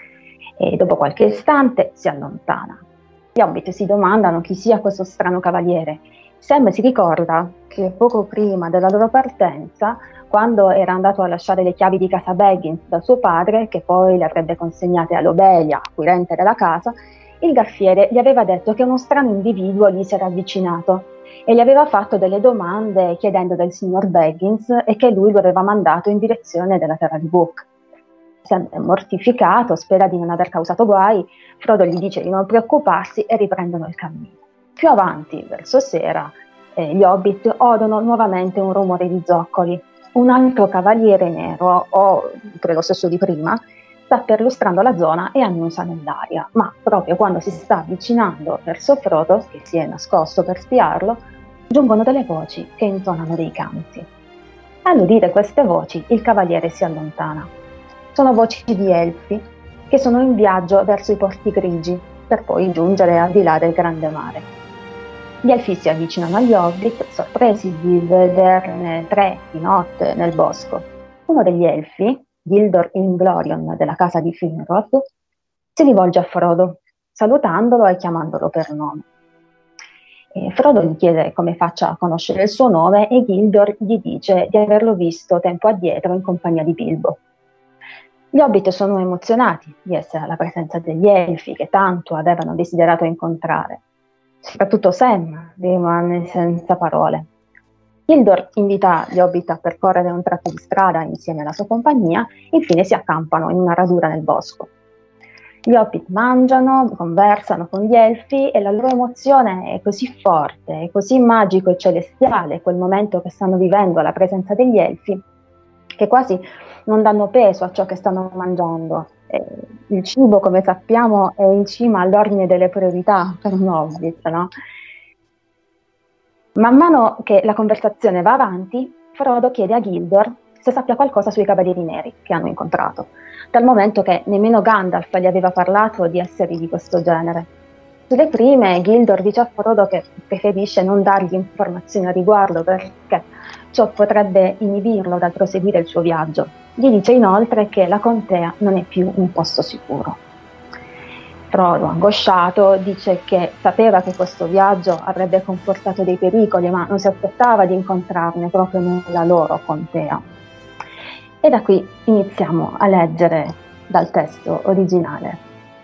E dopo qualche istante si allontana. Gli Hobbit si domandano chi sia questo strano cavaliere. Sam si ricorda che poco prima della loro partenza, quando era andato a lasciare le chiavi di casa Baggins da suo padre, che poi le avrebbe consegnate a Lobelia, acquirente della casa, il gaffiere gli aveva detto che uno strano individuo gli si era avvicinato e gli aveva fatto delle domande chiedendo del signor Baggins e che lui lo aveva mandato in direzione della terra di Book. Sam è mortificato, spera di non aver causato guai, Frodo gli dice di non preoccuparsi e riprendono il cammino. Più avanti, verso sera, eh, gli Hobbit odono nuovamente un rumore di zoccoli. Un altro cavaliere nero, o lo stesso di prima, sta perlustrando la zona e annusa nell'aria, ma proprio quando si sta avvicinando verso Frodo, che si è nascosto per spiarlo, giungono delle voci che intonano dei canti. All'udire queste voci, il cavaliere si allontana. Sono voci di elfi che sono in viaggio verso i porti grigi, per poi giungere al di là del grande mare. Gli elfi si avvicinano agli Hobbit, sorpresi di vederne tre di notte nel bosco. Uno degli elfi, Gildor Inglorion della casa di Finrod, si rivolge a Frodo, salutandolo e chiamandolo per nome. E Frodo gli chiede come faccia a conoscere il suo nome e Gildor gli dice di averlo visto tempo addietro in compagnia di Bilbo. Gli Hobbit sono emozionati di essere alla presenza degli elfi che tanto avevano desiderato incontrare. Soprattutto Sam rimane senza parole. Gildor invita gli Hobbit a percorrere un tratto di strada insieme alla sua compagnia, infine si accampano in una radura nel bosco. Gli Hobbit mangiano, conversano con gli elfi e la loro emozione è così forte, è così magico e celestiale quel momento che stanno vivendo alla presenza degli elfi, che quasi non danno peso a ciò che stanno mangiando. Eh, il cibo, come sappiamo, è in cima all'ordine delle priorità per un Hobbit, no? Man mano che la conversazione va avanti, Frodo chiede a Gildor se sappia qualcosa sui Cavalieri Neri che hanno incontrato, dal momento che nemmeno Gandalf gli aveva parlato di esseri di questo genere. Sulle prime, Gildor dice a Frodo che preferisce non dargli informazioni a riguardo perché ciò potrebbe inibirlo dal proseguire il suo viaggio. Gli dice inoltre che la contea non è più un posto sicuro. Frodo, angosciato, dice che sapeva che questo viaggio avrebbe comportato dei pericoli, ma non si aspettava di incontrarne proprio nella loro contea. E da qui iniziamo a leggere dal testo originale.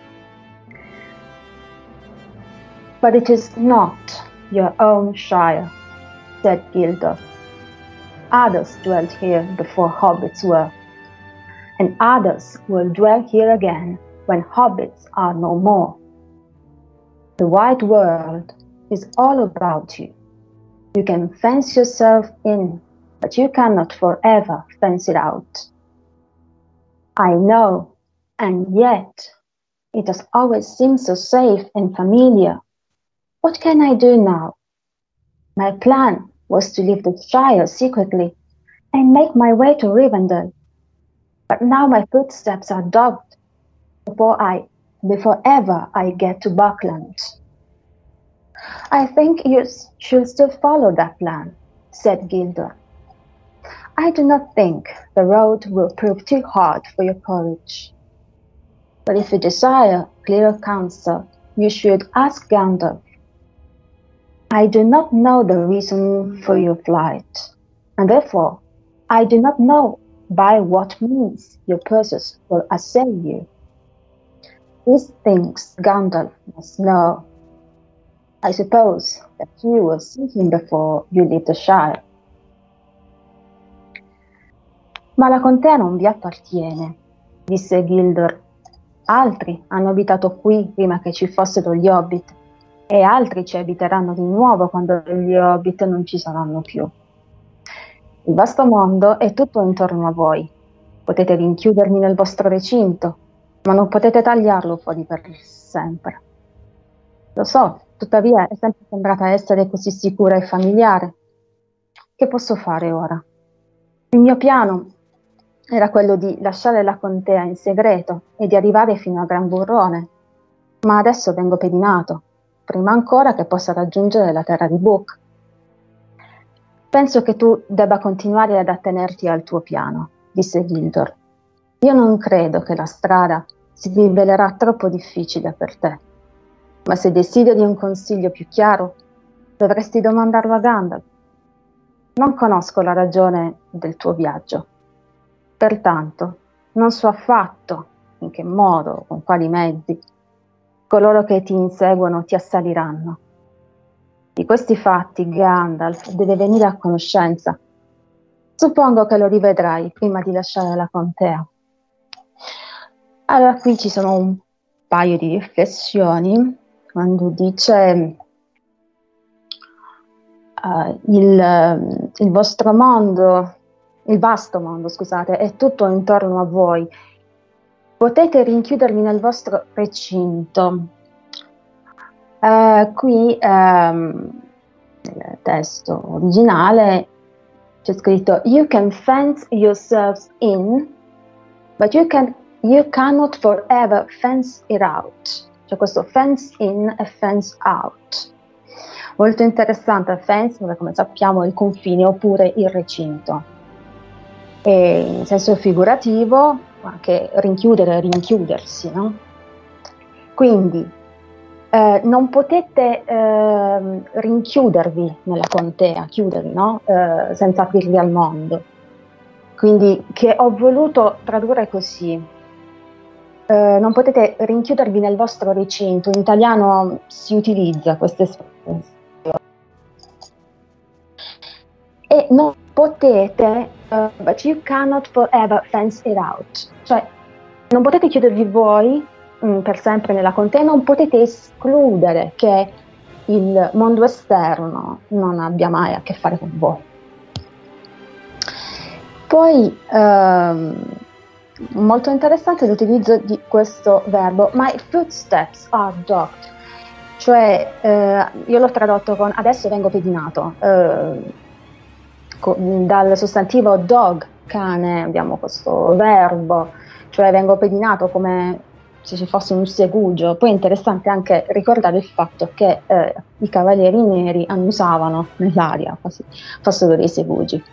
But it is not your own shire, said Gildor. Others dwelt here before hobbits were, and others will dwell here again when hobbits are no more. The wide world is all about you. You can fence yourself in, but you cannot forever fence it out. I know, and yet it has always seemed so safe and familiar. What can I do now? My plan was to leave the Shire secretly and make my way to Rivendell. But now my footsteps are dogged before I, before ever I get to Buckland. I think you should still follow that plan, said Gildor. I do not think the road will prove too hard for your courage. But if you desire clearer counsel, you should ask Gandalf. I do not know the reason for your flight, and therefore I do not know by what means your pursuers will assail you. These things Gandalf must know. I suppose that you will see him before you leave the Shire. Ma la contea non vi appartiene, disse Gildor. Altri hanno abitato qui prima che ci fossero gli Hobbit, e altri ci abiteranno di nuovo quando gli Hobbit non ci saranno più. Il vasto mondo è tutto intorno a voi. Potete rinchiudermi nel vostro recinto, ma non potete tagliarlo fuori per sempre. Lo so, tuttavia è sempre sembrata essere così sicura e familiare. Che posso fare ora? Il mio piano era quello di lasciare la contea in segreto e di arrivare fino a Gran Burrone, ma adesso vengo pedinato, prima ancora che possa raggiungere la terra di Book. Penso che tu debba continuare ad attenerti al tuo piano, disse Gildor. Io non credo che la strada si rivelerà troppo difficile per te, ma se desideri un consiglio più chiaro, dovresti domandarlo a Gandalf. Non conosco la ragione del tuo viaggio. Pertanto, non so affatto in che modo, con quali mezzi, coloro che ti inseguono ti assaliranno. Di questi fatti Gandalf deve venire a conoscenza. Suppongo che lo rivedrai prima di lasciare la contea. Allora, qui ci sono un paio di riflessioni, quando dice uh, il, il vostro mondo, il vasto mondo, scusate, è tutto intorno a voi. Potete rinchiudervi nel vostro recinto. Uh, qui um, nel testo originale c'è scritto You can fence yourselves in, but you, can, you cannot forever fence it out. Cioè questo fence in e fence out. Molto interessante, fence, come sappiamo, è il confine oppure il recinto. E in senso figurativo anche rinchiudere e rinchiudersi, no? Quindi eh, non potete eh, rinchiudervi nella contea, chiudervi, no? Eh, senza aprirvi al mondo. Quindi che ho voluto tradurre così. Eh, non potete rinchiudervi nel vostro recinto. In italiano si utilizza questa espressione. E non potete, uh, but you cannot forever fence it out. Cioè, non potete chiudervi voi mh, per sempre nella contea, non potete escludere che il mondo esterno non abbia mai a che fare con voi. Poi, um, molto interessante l'utilizzo di questo verbo, my footsteps are dogged. Cioè, uh, io l'ho tradotto con adesso vengo pedinato. Uh, Dal sostantivo dog, cane, abbiamo questo verbo, cioè vengo pedinato come se ci fosse un segugio. Poi è interessante anche ricordare il fatto che eh, i cavalieri neri annusavano nell'aria, quasi fossero dei segugi.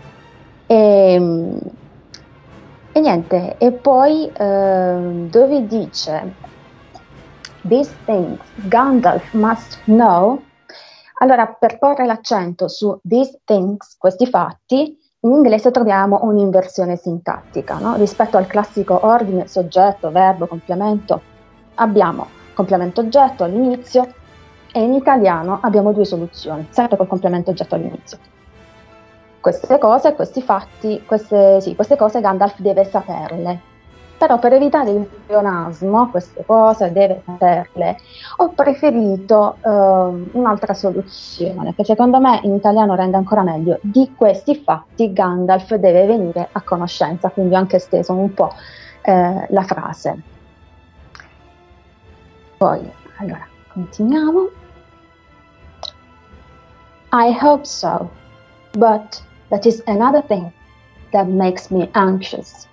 E, e niente, e poi eh, dove dice These things Gandalf must know. Allora, per porre l'accento su these things, questi fatti, in inglese troviamo un'inversione sintattica, no? Rispetto al classico ordine, soggetto, verbo, complemento, abbiamo complemento oggetto all'inizio e in italiano abbiamo due soluzioni, sempre col complemento oggetto all'inizio. Queste cose, questi fatti, queste, sì, queste cose Gandalf deve saperle. Però per evitare il pleonasmo, queste cose deve saperle, ho preferito uh, un'altra soluzione che secondo me in italiano rende ancora meglio. Di questi fatti Gandalf deve venire a conoscenza, quindi ho anche esteso un po' eh, la frase. Poi, allora, continuiamo. I hope so, but that is another thing that makes me anxious.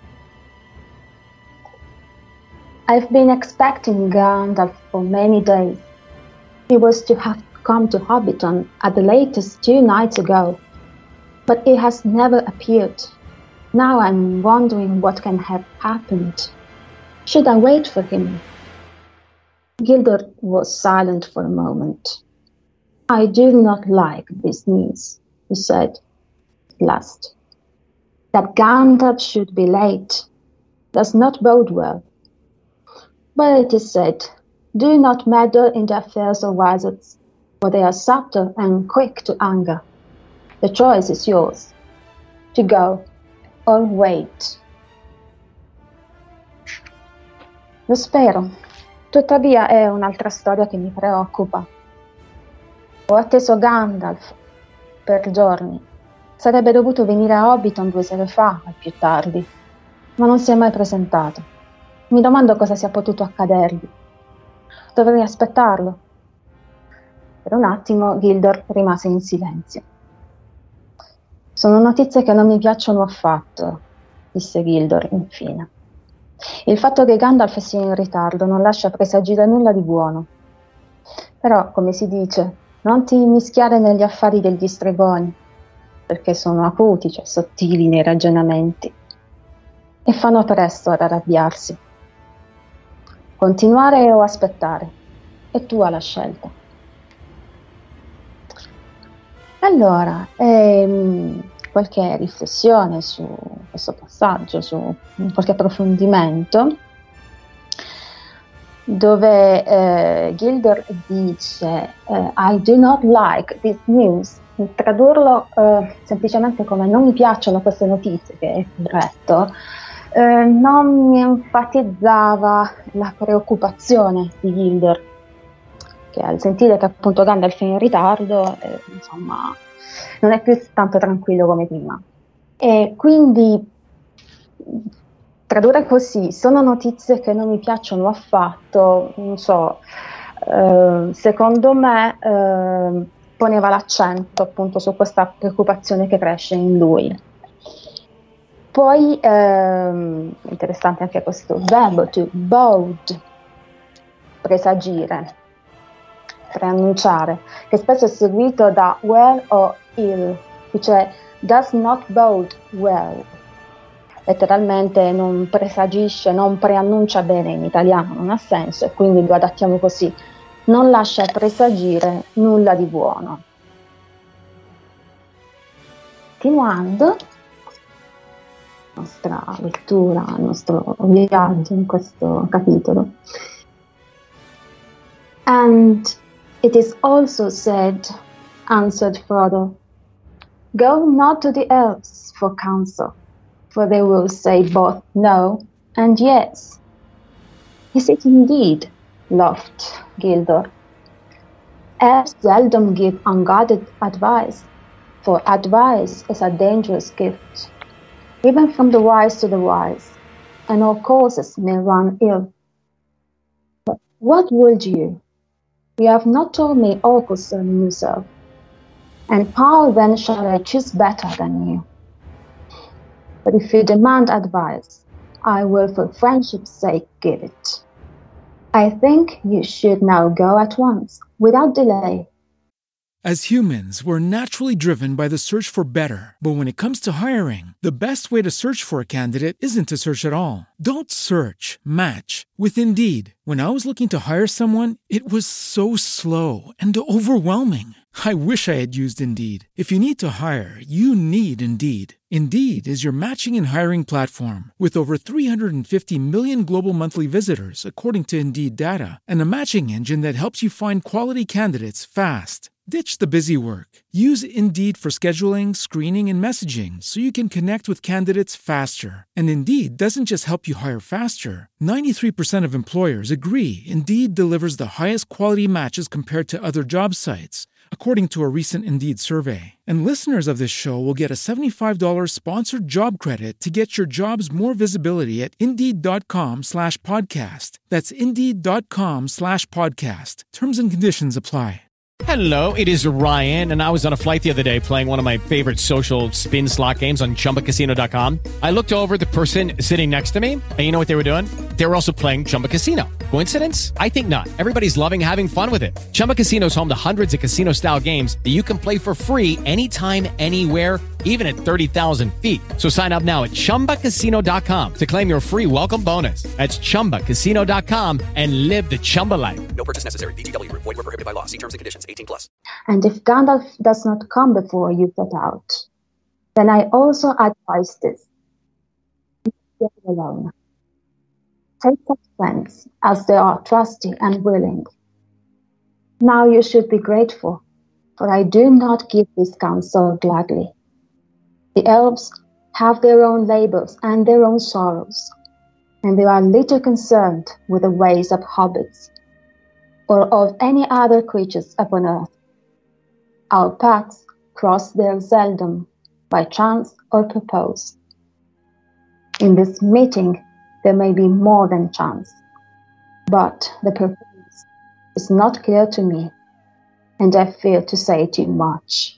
I've been expecting Gandalf for many days. He was to have come to Hobbiton at the latest two nights ago, but he has never appeared. Now I'm wondering what can have happened. Should I wait for him? Gildor was silent for a moment. I do not like this news, he said at last. That Gandalf should be late does not bode well. But it is said, do not meddle in the affairs of wizards, for they are subtle and quick to anger. The choice is yours, to go or wait. Lo spero, tuttavia è un'altra storia che mi preoccupa. Ho atteso Gandalf per giorni. Sarebbe dovuto venire a Hobbiton due sere fa, al più tardi, ma non si è mai presentato. Mi domando cosa sia potuto accadergli. Dovrei aspettarlo. Per un attimo Gildor rimase in silenzio. Sono notizie che non mi piacciono affatto, disse Gildor infine. Il fatto che Gandalf sia in ritardo non lascia presagire nulla di buono. Però, come si dice, non ti mischiare negli affari degli stregoni, perché sono acuti, cioè sottili nei ragionamenti, e fanno presto ad arrabbiarsi. Continuare o aspettare? È tua la scelta. Allora, ehm, qualche riflessione su questo passaggio, su qualche approfondimento, dove eh, Gildor dice eh, I do not like this news. Tradurlo eh, semplicemente come non mi piacciono queste notizie, che è corretto, eh, non mi enfatizzava la preoccupazione di Gildor, che al sentire che appunto Gandalf è in ritardo, eh, insomma, non è più tanto tranquillo come prima. E quindi tradurre così, sono notizie che non mi piacciono affatto, non so, eh, secondo me eh, poneva l'accento appunto su questa preoccupazione che cresce in lui. Poi ehm, interessante anche questo verbo, to bode, presagire, preannunciare, che spesso è seguito da well o ill, cioè does not bode well. Letteralmente non presagisce, non preannuncia bene in italiano, non ha senso, e quindi lo adattiamo così. Non lascia presagire nulla di buono. Continuando la nostra lettura, il nostro viaggio in questo capitolo. And it is also said, answered Frodo, go not to the elves for counsel, for they will say both no and yes. Is it indeed? Laughed Gildor. Elves seldom give unguarded advice, for advice is a dangerous gift, even from the wise to the wise, and all courses may run ill. But what would you? You have not told me all concerning yourself, and how then shall I choose better than you? But if you demand advice, I will for friendship's sake give it. I think you should now go at once, without delay. As humans, we're naturally driven by the search for better. But when it comes to hiring, the best way to search for a candidate isn't to search at all. Don't search, match with Indeed. When I was looking to hire someone, it was so slow and overwhelming. I wish I had used Indeed. If you need to hire, you need Indeed. Indeed is your matching and hiring platform with over three hundred fifty million global monthly visitors, according to Indeed data, and a matching engine that helps you find quality candidates fast. Ditch the busy work. Use Indeed for scheduling, screening, and messaging so you can connect with candidates faster. And Indeed doesn't just help you hire faster. ninety-three percent of employers agree Indeed delivers the highest quality matches compared to other job sites. according to a recent Indeed survey. And listeners of this show will get a seventy-five dollars sponsored job credit to get your jobs more visibility at Indeed.com slash podcast. That's Indeed.com slash podcast. Terms and conditions apply. Hello, it is Ryan, and I was on a flight the other day playing one of my favorite social spin slot games on Chumba Casino dot com. I looked over at the person sitting next to me, and you know what they were doing? They were also playing Chumba Casino. Coincidence? I think not. Everybody's loving having fun with it. Chumba Casino is home to hundreds of casino-style games that you can play for free anytime, anywhere, even at thirty thousand feet. So sign up now at Chumba Casino dot com to claim your free welcome bonus. That's Chumba Casino dot com and live the Chumba life. No purchase necessary. V G W. Void where prohibited by law. See terms and conditions. eighteen plus. And if Gandalf does not come before you set out, then I also advise this. Get alone. Take such friends as they are trusty and willing. Now you should be grateful, for I do not give this counsel gladly. The elves have their own labors and their own sorrows, and they are little concerned with the ways of hobbits, or of any other creatures upon earth. Our paths cross there seldom, by chance or purpose. In this meeting, there may be more than chance, but the purpose is not clear to me, and I fear to say too much.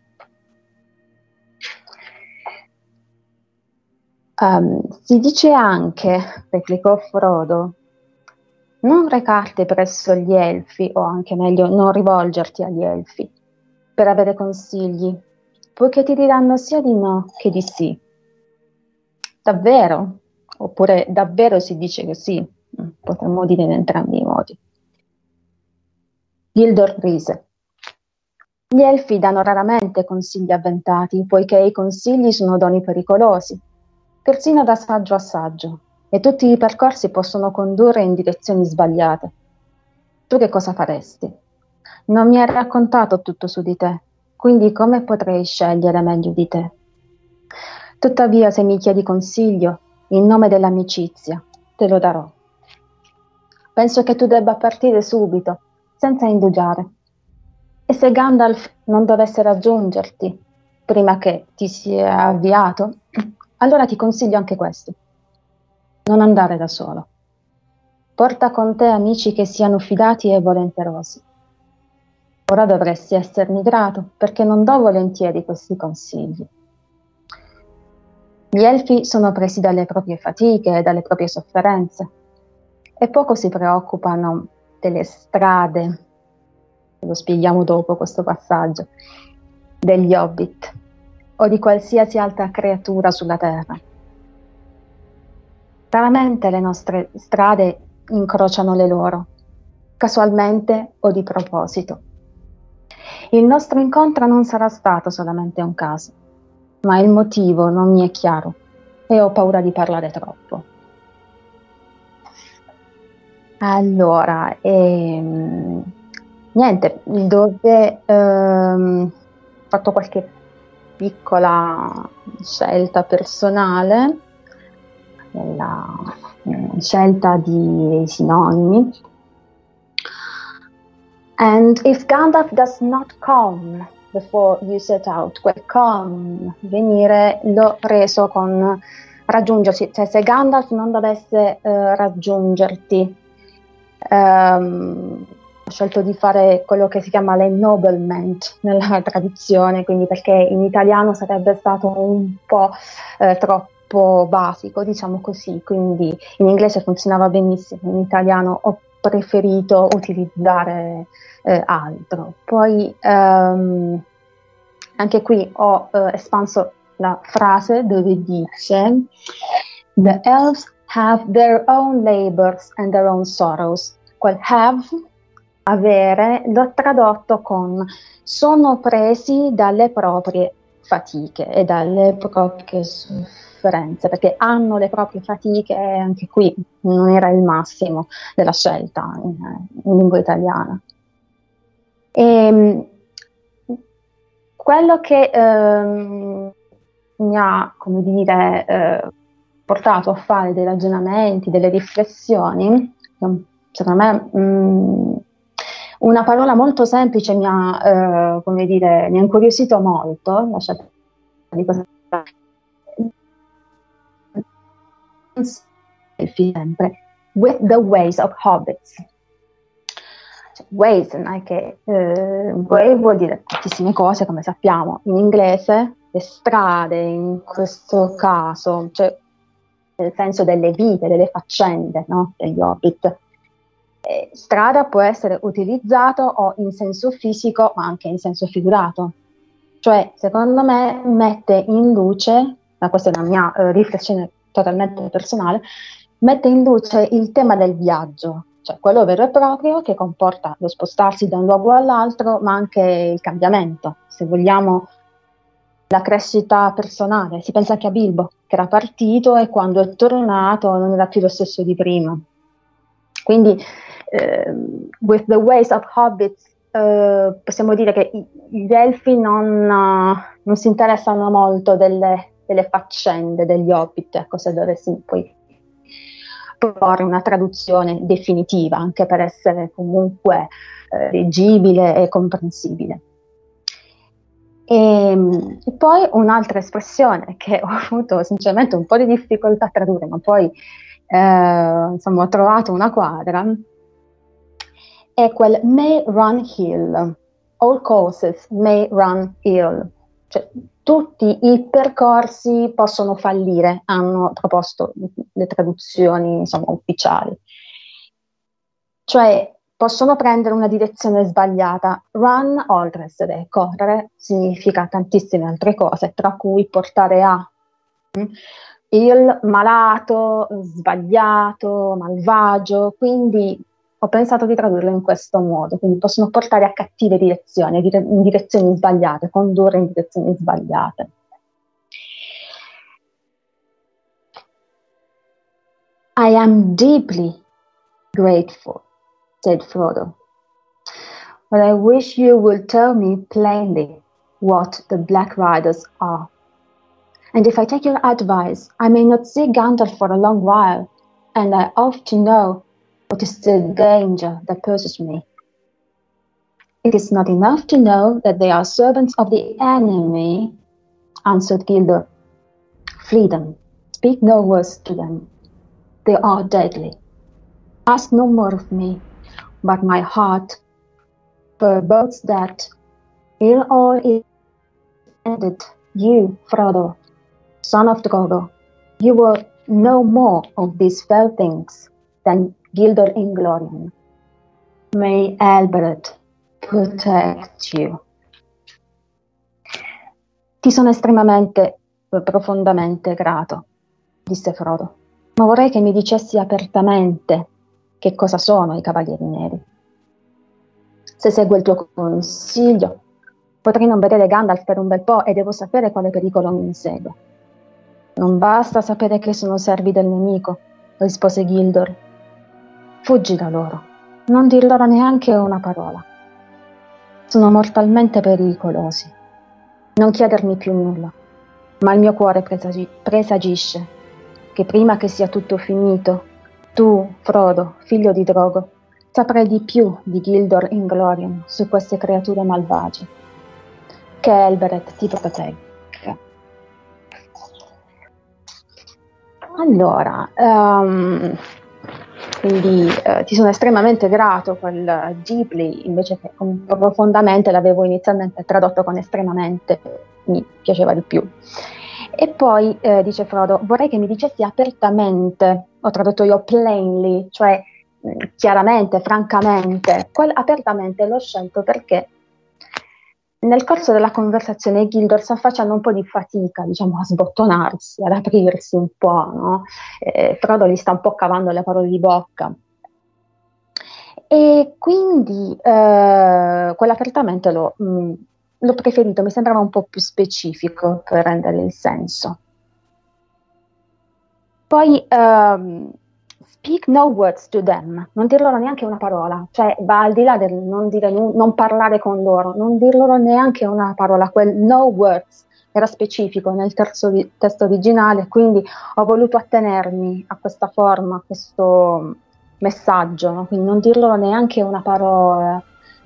Um, si dice anche, replicò Frodo, non recarti presso gli elfi, o anche meglio, non rivolgerti agli elfi, per avere consigli, poiché ti diranno sia di no che di sì. Davvero? Oppure davvero si dice così? Potremmo dire in entrambi i modi. Gildor rise. Gli elfi danno raramente consigli avventati, poiché i consigli sono doni pericolosi, persino da saggio a saggio, e tutti i percorsi possono condurre in direzioni sbagliate. Tu che cosa faresti? Non mi hai raccontato tutto su di te, quindi come potrei scegliere meglio di te? Tuttavia, se mi chiedi consiglio, in nome dell'amicizia, te lo darò. Penso che tu debba partire subito, senza indugiare. E se Gandalf non dovesse raggiungerti prima che ti sia avviato, allora ti consiglio anche questo. Non andare da solo. Porta con te amici che siano fidati e volenterosi. Ora dovresti essermi grato, perché non do volentieri questi consigli. Gli elfi sono presi dalle proprie fatiche e dalle proprie sofferenze e poco si preoccupano delle strade, lo spieghiamo dopo questo passaggio, degli hobbit o di qualsiasi altra creatura sulla terra. Raramente le nostre strade incrociano le loro, casualmente o di proposito. Il nostro incontro non sarà stato solamente un caso, ma il motivo non mi è chiaro e ho paura di parlare troppo. Allora, ehm, niente, dove ehm, ho fatto qualche piccola scelta personale, la eh, scelta di sinonimi. And if Gandalf does not come before you set out, quel come, venire, l'ho reso con raggiungersi, cioè se Gandalf non dovesse eh, raggiungerti, ehm, ho scelto di fare quello che si chiama l'ennoblement nella traduzione, quindi perché in italiano sarebbe stato un po' eh, troppo basico, diciamo così, quindi in inglese funzionava benissimo, in italiano ho preferito utilizzare eh, altro. Poi ehm, anche qui ho eh, espanso la frase dove dice The elves have their own labors and their own sorrows. Quel have, avere, l'ho tradotto con sono presi dalle proprie fatiche e dalle proprie sofferenze, perché hanno le proprie fatiche e anche qui non era il massimo della scelta in, in lingua italiana. E quello che ehm, mi ha, come dire, eh, portato a fare dei ragionamenti, delle riflessioni, secondo me mh, Una parola molto semplice mi ha, eh, come dire, mi ha incuriosito molto, lasciate di questa sempre, with the ways of hobbits. Cioè, ways non è che eh, way vuol dire tantissime cose, come sappiamo. In inglese le strade, in questo caso, cioè nel senso delle vite, delle faccende, no? Degli hobbit. Eh, strada può essere utilizzato o in senso fisico ma anche in senso figurato. Cioè, secondo me mette in luce, ma questa è una mia eh, riflessione totalmente personale, mette in luce il tema del viaggio, cioè quello vero e proprio che comporta lo spostarsi da un luogo all'altro, ma anche il cambiamento, se vogliamo la crescita personale. Si pensa anche a Bilbo, che era partito e quando è tornato non era più lo stesso di prima. Quindi, eh, with the ways of hobbits, eh, possiamo dire che i, gli elfi non, uh, non si interessano molto delle, delle faccende degli hobbit, ecco, se dovessi poi proporre una traduzione definitiva, anche per essere comunque eh, leggibile e comprensibile. E, e poi un'altra espressione che ho avuto sinceramente un po' di difficoltà a tradurre, ma poi eh, insomma ho trovato una quadra, è quel may run hill, all courses may run ill, cioè tutti i percorsi possono fallire, hanno proposto le traduzioni insomma ufficiali, cioè possono prendere una direzione sbagliata. Run, oltre a essere correre, significa tantissime altre cose, tra cui portare a il malato, sbagliato, malvagio, quindi ho pensato di tradurlo in questo modo, quindi possono portare a cattive direzioni, in direzioni sbagliate, condurre in direzioni sbagliate. I am deeply grateful, said Frodo, but I wish you would tell me plainly what the Black Riders are. And if I take your advice, I may not see Gandalf for a long while, and I ought to know what is the danger that pursues me. It is not enough to know that they are servants of the enemy, answered Gildor. Flee them, speak no words to them. They are deadly. Ask no more of me, but my heart forebodes that ere all is ended, you, Frodo, son of Drogo, you will know more of these fell things than Gildor Inglorion. May Elbereth protect you. Ti sono estremamente, profondamente grato, disse Frodo, ma vorrei che mi dicessi apertamente che cosa sono i Cavalieri Neri. Se seguo il tuo consiglio, potrei non vedere Gandalf per un bel po' e devo sapere quale pericolo mi insegue. Non basta sapere che sono servi del nemico, rispose Gildor. Fuggi da loro, non dir loro neanche una parola. Sono mortalmente pericolosi. Non chiedermi più nulla, ma il mio cuore presagi- presagisce che prima che sia tutto finito, tu, Frodo, figlio di Drogo, saprai di più di Gildor Inglorion su queste creature malvagie. Che Elbereth ti protegga. Allora, um, quindi uh, ti sono estremamente grato quel uh, deeply, invece che con profondamente l'avevo inizialmente tradotto con estremamente, mi piaceva di più. E poi eh, dice Frodo, vorrei che mi dicessi apertamente, ho tradotto io plainly, cioè mh, chiaramente, francamente. Quel apertamente l'ho scelto perché nel corso della conversazione Gildor sta facendo un po' di fatica, diciamo, a sbottonarsi, ad aprirsi un po', no? Eh, Frodo gli sta un po' cavando le parole di bocca. E quindi eh, quell'apertamente l'ho, mh, l'ho preferito, mi sembrava un po' più specifico per rendere il senso. Poi um, speak no words to them, non dir loro neanche una parola, cioè va al di là del non, dire, non parlare con loro, non dir loro neanche una parola, quel no words era specifico nel terzo di, testo originale, quindi ho voluto attenermi a questa forma, a questo messaggio, no? Quindi non dir loro neanche una parola,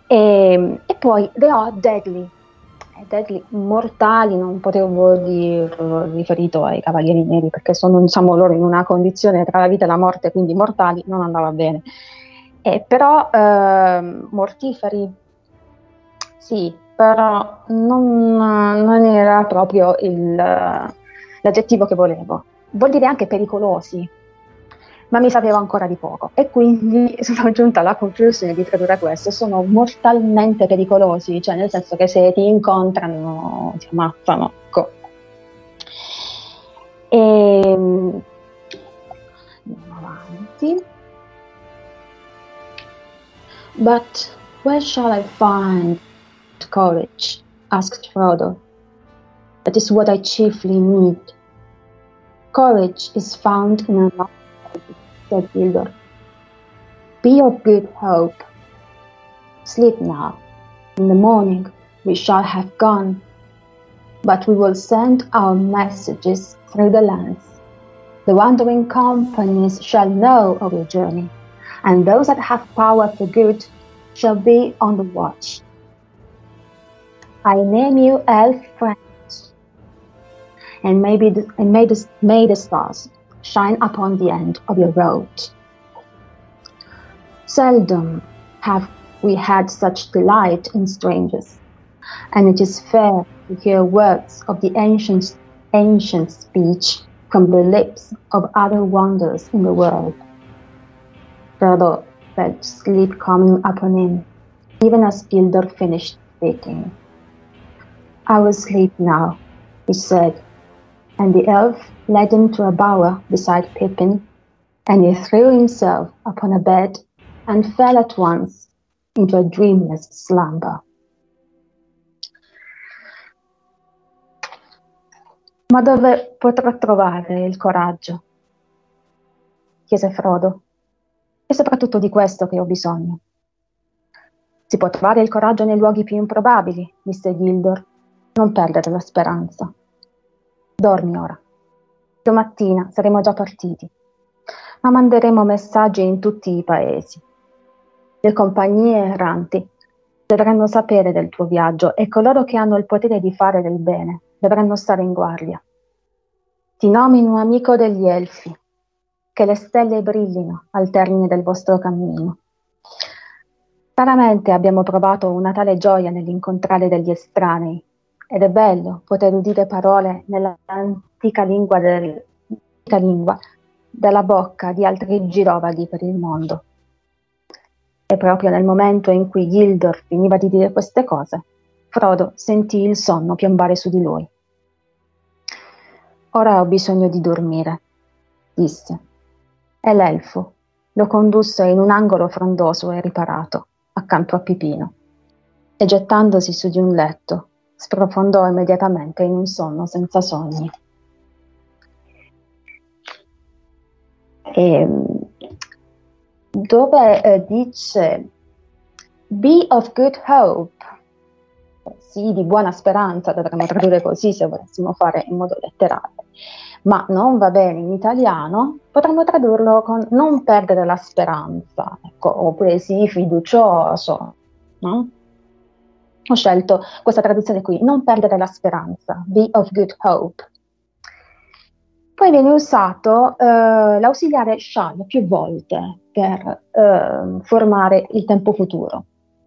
E, e poi they are deadly. Deadly, mortali, non potevo dir riferito ai Cavalieri Neri perché sono, diciamo, loro in una condizione tra la vita e la morte, quindi mortali non andava bene. Eh, però eh, mortiferi, sì, però non, non era proprio il, l'aggettivo che volevo. Vuol dire anche pericolosi, ma mi sapeva ancora di poco e quindi sono giunta alla conclusione di tradurre questo: sono mortalmente pericolosi, cioè nel senso che se ti incontrano ti ammazzano. Ecco. E andiamo avanti. But where shall I find courage? Asked Frodo. That is what I chiefly need. Courage is found in a life, said Gildor. Be of good hope. Sleep now. In the morning we shall have gone, but we will send our messages through the lands. The wandering companies shall know of your journey, and those that have power for good shall be on the watch. I name you elf friends, and maybe the, and may the, may the stars shine upon the end of your road. Seldom have we had such delight in strangers, and it is fair to hear words of the ancient, ancient speech from the lips of other wonders in the world. Frodo felt sleep coming upon him, even as Gildor finished speaking. I will sleep now, he said, and the elf led him to a bower beside Pippin, and he threw himself upon a bed and fell at once into a dreamless slumber. Ma dove potrò trovare il coraggio? Chiese Frodo. È soprattutto di questo che ho bisogno. Si può trovare il coraggio nei luoghi più improbabili, disse Gildor. Non perdere la speranza. Dormi ora. Domattina saremo già partiti, ma manderemo messaggi in tutti i paesi. Le compagnie erranti dovranno sapere del tuo viaggio e coloro che hanno il potere di fare del bene dovranno stare in guardia. Ti nomino amico degli elfi, che le stelle brillino al termine del vostro cammino. Raramente abbiamo provato una tale gioia nell'incontrare degli estranei, ed è bello poter udire parole nell'antica lingua, del, antica lingua dalla bocca di altri girovaghi per il mondo. E proprio nel momento in cui Gildor finiva di dire queste cose, Frodo sentì il sonno piombare su di lui. Ora ho bisogno di dormire, disse, e l'elfo lo condusse in un angolo frondoso e riparato, accanto a Pipino, e gettandosi su di un letto, sprofondò immediatamente in un sonno senza sogni. E, dove eh, dice be of good hope, sì, di buona speranza, dovremmo tradurre così se volessimo fare in modo letterale, ma non va bene in italiano, potremmo tradurlo con non perdere la speranza, ecco, oppure sì, fiducioso, no? Ho scelto questa traduzione qui, non perdere la speranza, be of good hope. Poi viene usato eh, l'ausiliare shall più volte per eh, formare il tempo futuro.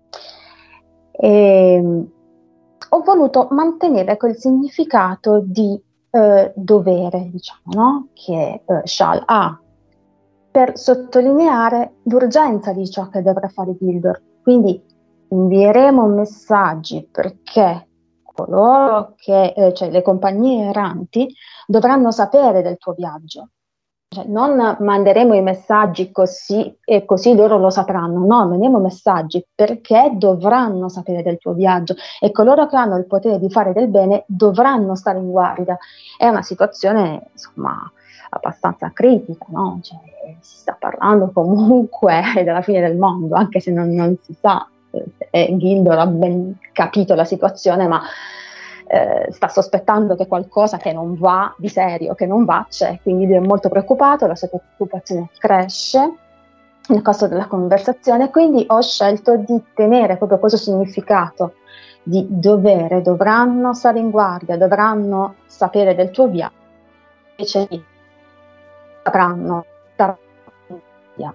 E ho voluto mantenere quel significato di eh, dovere, diciamo, no? Che eh, shall ha, per sottolineare l'urgenza di ciò che dovrà fare Gildor. Quindi invieremo messaggi perché coloro che, eh, cioè le compagnie erranti, dovranno sapere del tuo viaggio. Cioè, non manderemo i messaggi così e così loro lo sapranno, no, manderemo messaggi perché dovranno sapere del tuo viaggio e coloro che hanno il potere di fare del bene dovranno stare in guardia. È una situazione, insomma, abbastanza critica, no? Cioè, si sta parlando comunque della fine del mondo, anche se non, non si sa. Eh, Gildor ha ben capito la situazione, ma eh, sta sospettando che qualcosa che non va di serio, che non va c'è, quindi lui è molto preoccupato, la sua preoccupazione cresce nel corso della conversazione, quindi ho scelto di tenere proprio questo significato di dovere, dovranno stare in guardia, dovranno sapere del tuo viaggio, invece sapranno stare in guardia.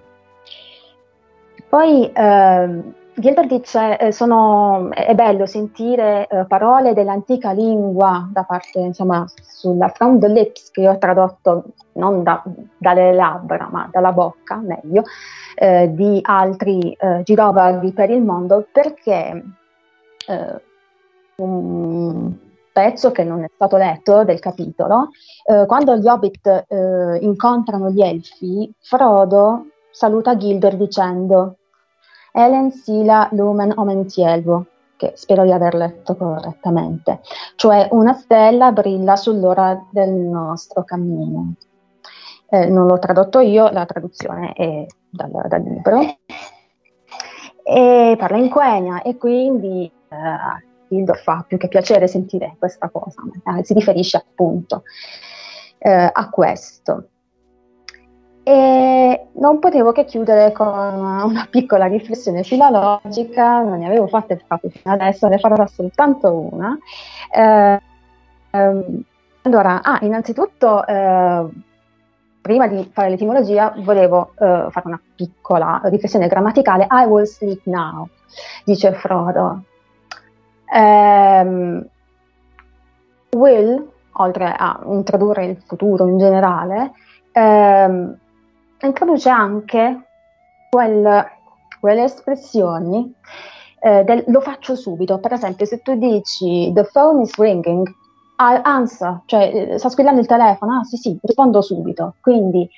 Poi eh, Gilbert dice eh, sono, è bello sentire eh, parole dell'antica lingua da parte, insomma, sulla from the lips, che io ho tradotto non da, dalle labbra ma dalla bocca, meglio, eh, di altri eh, girovaghi per il mondo, perché eh, un pezzo che non è stato letto del capitolo, eh, quando gli Hobbit eh, incontrano gli Elfi, Frodo saluta Gilder dicendo Elen Sila Lumen Omentielvo, che spero di aver letto correttamente, cioè una stella brilla sull'ora del nostro cammino. Eh, non l'ho tradotto io, la traduzione è dal, dal libro, e parla in Quenya, e quindi eh, Gilder fa più che piacere sentire questa cosa, eh, si riferisce appunto eh, a questo. E non potevo che chiudere con una piccola riflessione filologica, non ne avevo fatte proprio fino adesso, ne farò soltanto una. Eh, ehm, allora, ah, innanzitutto, eh, prima di fare l'etimologia, volevo eh, fare una piccola riflessione grammaticale. I will sleep now, dice Frodo. Um, will, oltre a introdurre il futuro in generale, um, introduce anche quel, quelle espressioni eh, del lo faccio subito. Per esempio, se tu dici the phone is ringing, I'll answer, cioè sta squillando il telefono, ah sì sì, rispondo subito. Quindi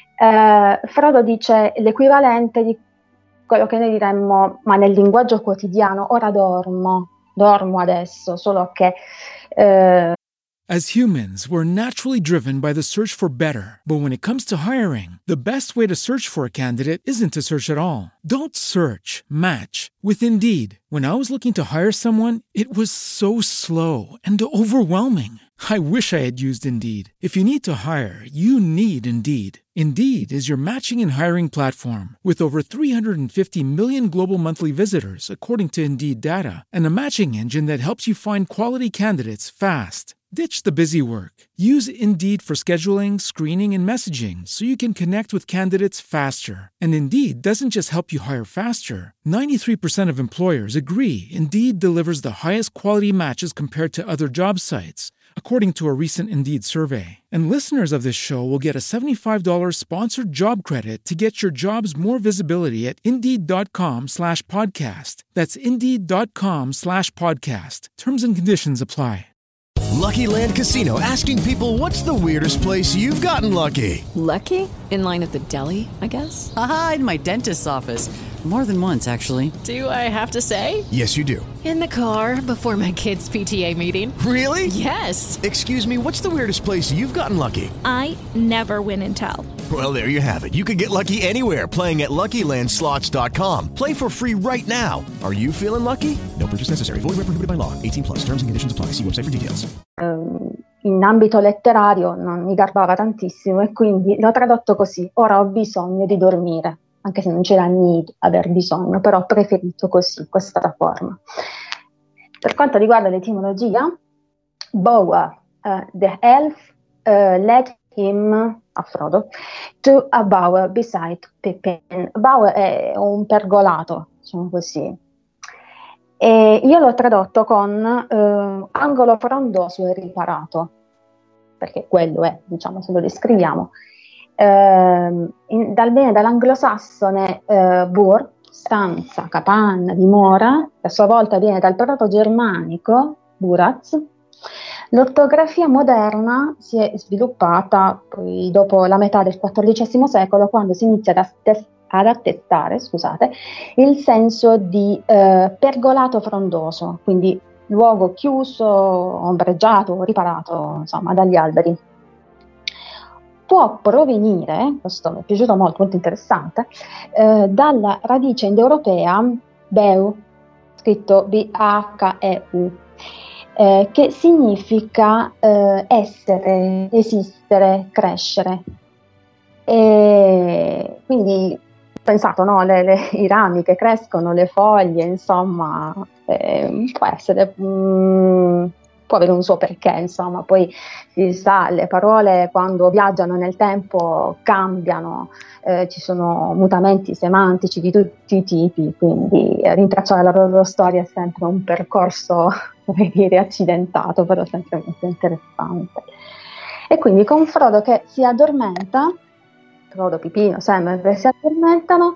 eh, Frodo dice l'equivalente di quello che noi diremmo, ma nel linguaggio quotidiano, ora dormo, dormo adesso, solo che eh, As humans, we're naturally driven by the search for better. But when it comes to hiring, the best way to search for a candidate isn't to search at all. Don't search, match with Indeed. When I was looking to hire someone, it was so slow and overwhelming. I wish I had used Indeed. If you need to hire, you need Indeed. Indeed is your matching and hiring platform with over three hundred fifty million global monthly visitors, according to Indeed data, and a matching engine that helps you find quality candidates fast. Ditch the busy work. Use Indeed for scheduling, screening, and messaging so you can connect with candidates faster. And Indeed doesn't just help you hire faster. ninety-three percent of employers agree Indeed delivers the highest quality matches compared to other job sites, according to a recent Indeed survey. And listeners of this show will get a seventy-five dollars sponsored job credit to get your jobs more visibility at Indeed.com slash podcast. That's Indeed.com slash podcast. Terms and conditions apply. Lucky Land Casino, asking people, what's the weirdest place you've gotten lucky? Lucky? In line at the deli, I guess? Aha, in my dentist's office. More than once, actually. Do I have to say? Yes, you do. In the car before my kids' P T A meeting. Really? Yes. Excuse me, what's the weirdest place you've gotten lucky? I never win and tell. Well, there you have it. You can get lucky anywhere, playing at Lucky Land Slots dot com. Play for free right now. Are you feeling lucky? No purchase necessary. Void where prohibited by law. eighteen plus. Terms and conditions apply. See website for details. Um, in ambito letterario non mi garbava tantissimo e quindi l'ho tradotto così. Ora ho bisogno di dormire. Anche se non c'era need, aver bisogno, però ho preferito così, questa forma. Per quanto riguarda l'etimologia, Bower, uh, the elf, uh, led him, a Frodo, to a bower beside Pippin. Bower è un pergolato, diciamo così. E io l'ho tradotto con uh, angolo frondoso e riparato, perché quello è, diciamo, se lo descriviamo. Uh, in, dal bene dall'anglosassone uh, bur, stanza, capanna, dimora, a sua volta viene dal proto-germanico buraz. L'ortografia moderna si è sviluppata poi dopo la metà del quattordicesimo secolo, quando si inizia ad, attest- ad attestare scusate, il senso di uh, pergolato frondoso, quindi luogo chiuso, ombreggiato, riparato, insomma, dagli alberi. Può provenire, questo mi è piaciuto molto, molto interessante, eh, dalla radice indoeuropea beu, scritto B H E U, eh, che significa eh, essere, esistere, crescere. E quindi pensato, no? le, le, i rami che crescono, le foglie, insomma, eh, può essere, mh, può avere un suo perché, insomma, poi si sa, le parole quando viaggiano nel tempo cambiano, eh, ci sono mutamenti semantici di tutti i tipi, quindi eh, rintracciare la loro storia è sempre un percorso, come dire, accidentato, però sempre molto interessante. E quindi con Frodo che si addormenta, Frodo, Pipino, Sam che si addormentano,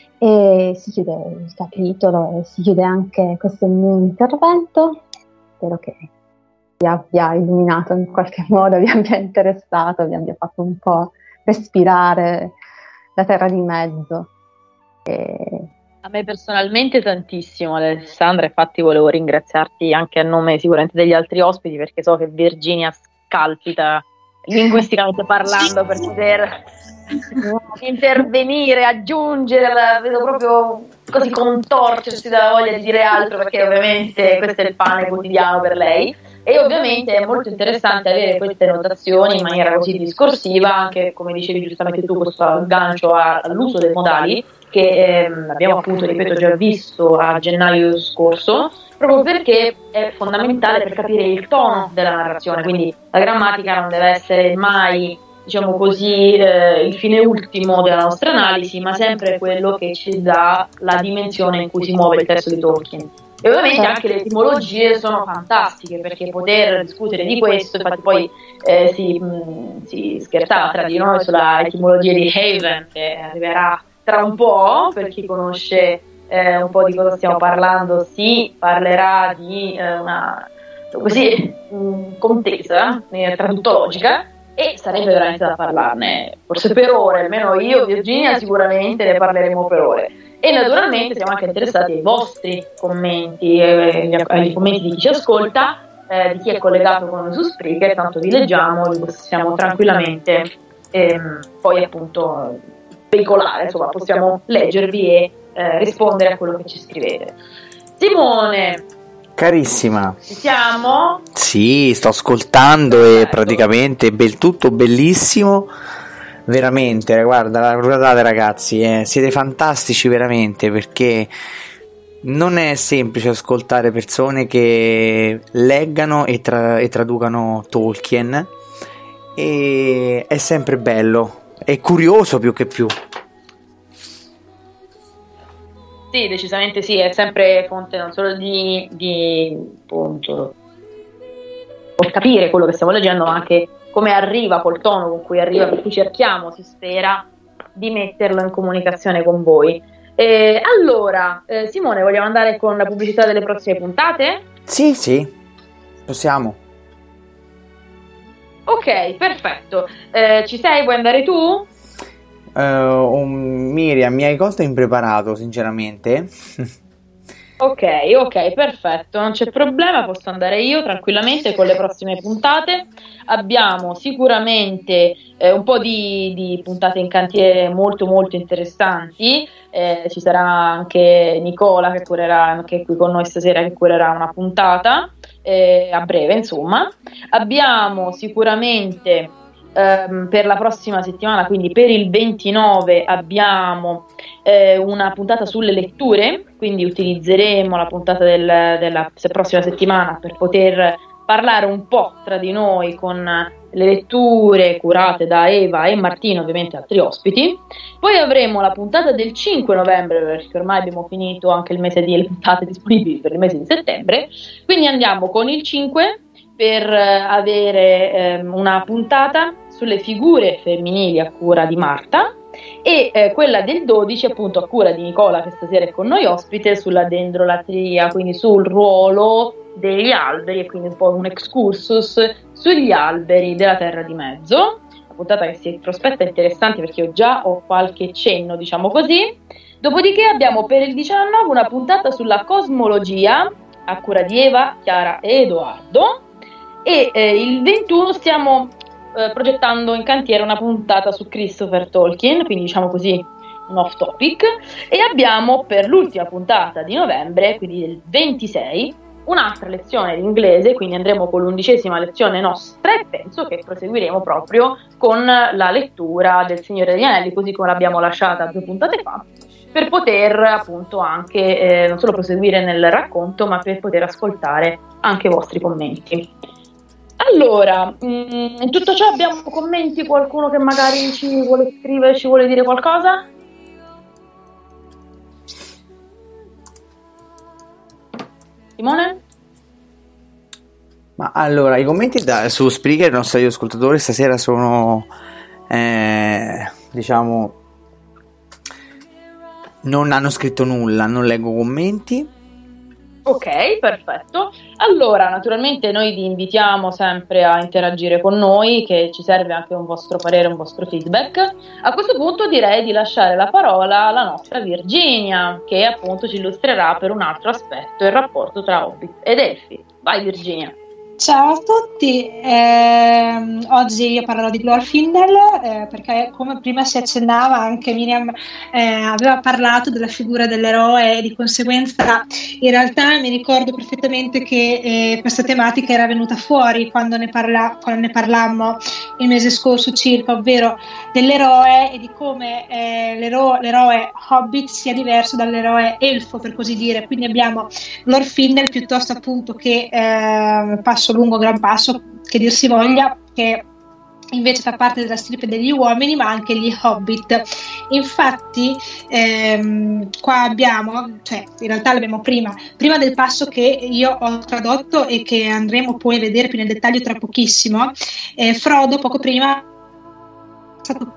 e si chiude il capitolo e si chiude anche questo mio intervento. Spero che vi abbia illuminato in qualche modo, vi abbia interessato, vi abbia fatto un po' respirare la terra di mezzo. E... A me personalmente tantissimo, Alessandra, infatti volevo ringraziarti anche a nome sicuramente degli altri ospiti, perché so che Virginia scalpita linguisticamente parlando per poter intervenire, aggiungere, la vedo proprio così contorcersi dalla voglia di dire altro, perché ovviamente questo è il pane quotidiano per lei. E ovviamente è molto interessante avere queste notazioni in maniera così discorsiva, anche come dicevi giustamente tu, questo aggancio all'uso dei modali che ehm, abbiamo appunto, ripeto, già visto a gennaio scorso, proprio perché è fondamentale per capire il tono della narrazione. Quindi la grammatica non deve essere mai, diciamo così, eh, il fine ultimo della nostra analisi, ma sempre quello che ci dà la dimensione in cui si muove il testo di Tolkien. E ovviamente anche le etimologie sono fantastiche, perché poter discutere di questo, infatti poi eh, si, mh, si scherzava tra di noi sulla etimologia di Haven, che arriverà tra un po', per chi conosce eh, un po' di cosa stiamo parlando. Si parlerà di eh, una così mh, contesa eh, traduttologica, e sarebbe veramente da parlarne forse per ore, almeno io, Virginia, sicuramente ne parleremo per ore. E naturalmente siamo anche interessati ai vostri commenti, eh, ai commenti di chi ci ascolta, eh, di chi è collegato con noi su Spreaker, tanto vi leggiamo, li possiamo tranquillamente ehm, poi appunto veicolare, insomma possiamo leggervi e eh, rispondere a quello che ci scrivete. Simone, carissima, ci siamo? Sì, sto ascoltando. Certo. E praticamente bel, tutto bellissimo. Veramente, guarda, guardate ragazzi, eh, siete fantastici veramente, perché non è semplice ascoltare persone che leggano e, tra- e traducano Tolkien, e è sempre bello, è curioso più che più. Sì, decisamente sì, è sempre fonte non solo di, di appunto, capire quello che stiamo leggendo, ma anche come arriva, col tono con cui arriva, per cui cerchiamo, si spera, di metterlo in comunicazione con voi. Eh, allora, eh, Simone, vogliamo andare con la pubblicità delle prossime puntate? Sì, sì, possiamo. Ok, perfetto. Eh, ci sei? Vuoi andare tu? Uh, un, Miriam, mi hai colto impreparato, sinceramente. Ok, ok, perfetto, non c'è problema, posso andare io tranquillamente con le prossime puntate. Abbiamo sicuramente eh, un po' di, di puntate in cantiere molto molto interessanti, eh, ci sarà anche Nicola che curerà, che è qui con noi stasera, che curerà una puntata eh, a breve, insomma. Abbiamo sicuramente ehm, per la prossima settimana, quindi per il ventinove, abbiamo eh, una puntata sulle letture, quindi utilizzeremo la puntata del, della prossima settimana per poter parlare un po' tra di noi con le letture curate da Eva e Martino, ovviamente altri ospiti. Poi avremo la puntata del cinque novembre, perché ormai abbiamo finito anche il mese di puntate disponibili per il mese di settembre, quindi andiamo con il cinque per avere ehm, una puntata sulle figure femminili a cura di Marta, e eh, quella del dodici appunto a cura di Nicola, che stasera è con noi ospite, sulla dendrolatria, quindi sul ruolo degli alberi, e quindi un po' un excursus sugli alberi della Terra di Mezzo. Una puntata che si prospetta interessante, perché io già ho qualche cenno, diciamo così. Dopodiché abbiamo per il diciannove una puntata sulla cosmologia a cura di Eva, Chiara e Edoardo, e eh, il ventuno stiamo eh, progettando in cantiere una puntata su Christopher Tolkien, quindi diciamo così un off topic. E abbiamo per l'ultima puntata di novembre, quindi il ventisei, un'altra lezione di inglese, quindi andremo con l'undicesima lezione nostra e penso che proseguiremo proprio con la lettura del Signore degli Anelli, così come l'abbiamo lasciata due puntate fa, per poter appunto anche eh, non solo proseguire nel racconto, ma per poter ascoltare anche i vostri commenti. Allora, mh, in tutto ciò abbiamo commenti? Qualcuno che magari ci vuole scrivere, ci vuole dire qualcosa? Simone? Ma allora, i commenti da, su Spreaker, i nostri ascoltatori stasera sono, eh, diciamo, non hanno scritto nulla, non leggo commenti. Ok, perfetto. Allora, naturalmente noi vi invitiamo sempre a interagire con noi, che ci serve anche un vostro parere, un vostro feedback. A questo punto direi di lasciare la parola alla nostra Virginia, che appunto ci illustrerà per un altro aspetto il rapporto tra Hobbit ed Elfi. Vai Virginia. Ciao a tutti, eh, oggi io parlerò di Glorfindel eh, perché come prima si accennava anche Miriam eh, aveva parlato della figura dell'eroe e di conseguenza in realtà mi ricordo perfettamente che eh, questa tematica era venuta fuori quando ne, parla- quando ne parlammo il mese scorso circa, ovvero dell'eroe e di come eh, l'ero- l'eroe Hobbit sia diverso dall'eroe elfo, per così dire. Quindi abbiamo Glorfindel piuttosto appunto che eh, passo lungo gran passo, che dir si voglia, che invece fa parte della stirpe degli uomini, ma anche gli Hobbit. Infatti ehm, qua abbiamo, cioè in realtà l'abbiamo prima prima del passo che io ho tradotto e che andremo poi a vedere più nel dettaglio tra pochissimo. eh, Frodo poco prima è stato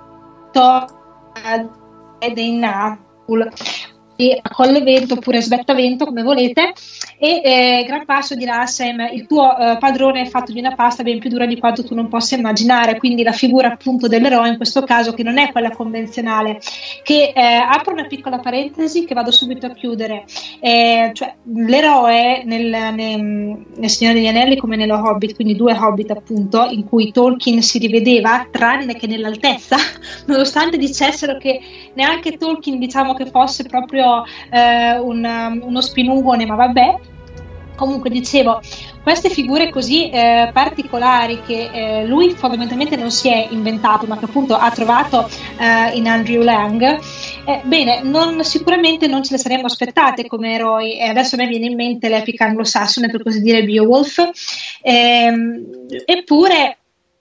ed è in Nazgûl a Collevento oppure Svettavento, come volete, e eh, gran passo dirà a Sam: il tuo eh, padrone è fatto di una pasta ben più dura di quanto tu non possa immaginare. Quindi la figura appunto dell'eroe in questo caso, che non è quella convenzionale, che eh, apro una piccola parentesi che vado subito a chiudere, eh, cioè l'eroe nel, nel, nel Signore degli Anelli come nello Hobbit, quindi due Hobbit appunto in cui Tolkien si rivedeva, tranne che nell'altezza, nonostante dicessero che neanche Tolkien diciamo che fosse proprio Eh, un, uno spinungone, ma vabbè. Comunque dicevo, queste figure così eh, particolari che eh, lui fondamentalmente non si è inventato, ma che appunto ha trovato eh, in Andrew Lang, eh, bene, non, sicuramente non ce le saremmo aspettate come eroi. E adesso a me viene in mente l'epica anglosassone, per così dire, Beowulf, eh, eppure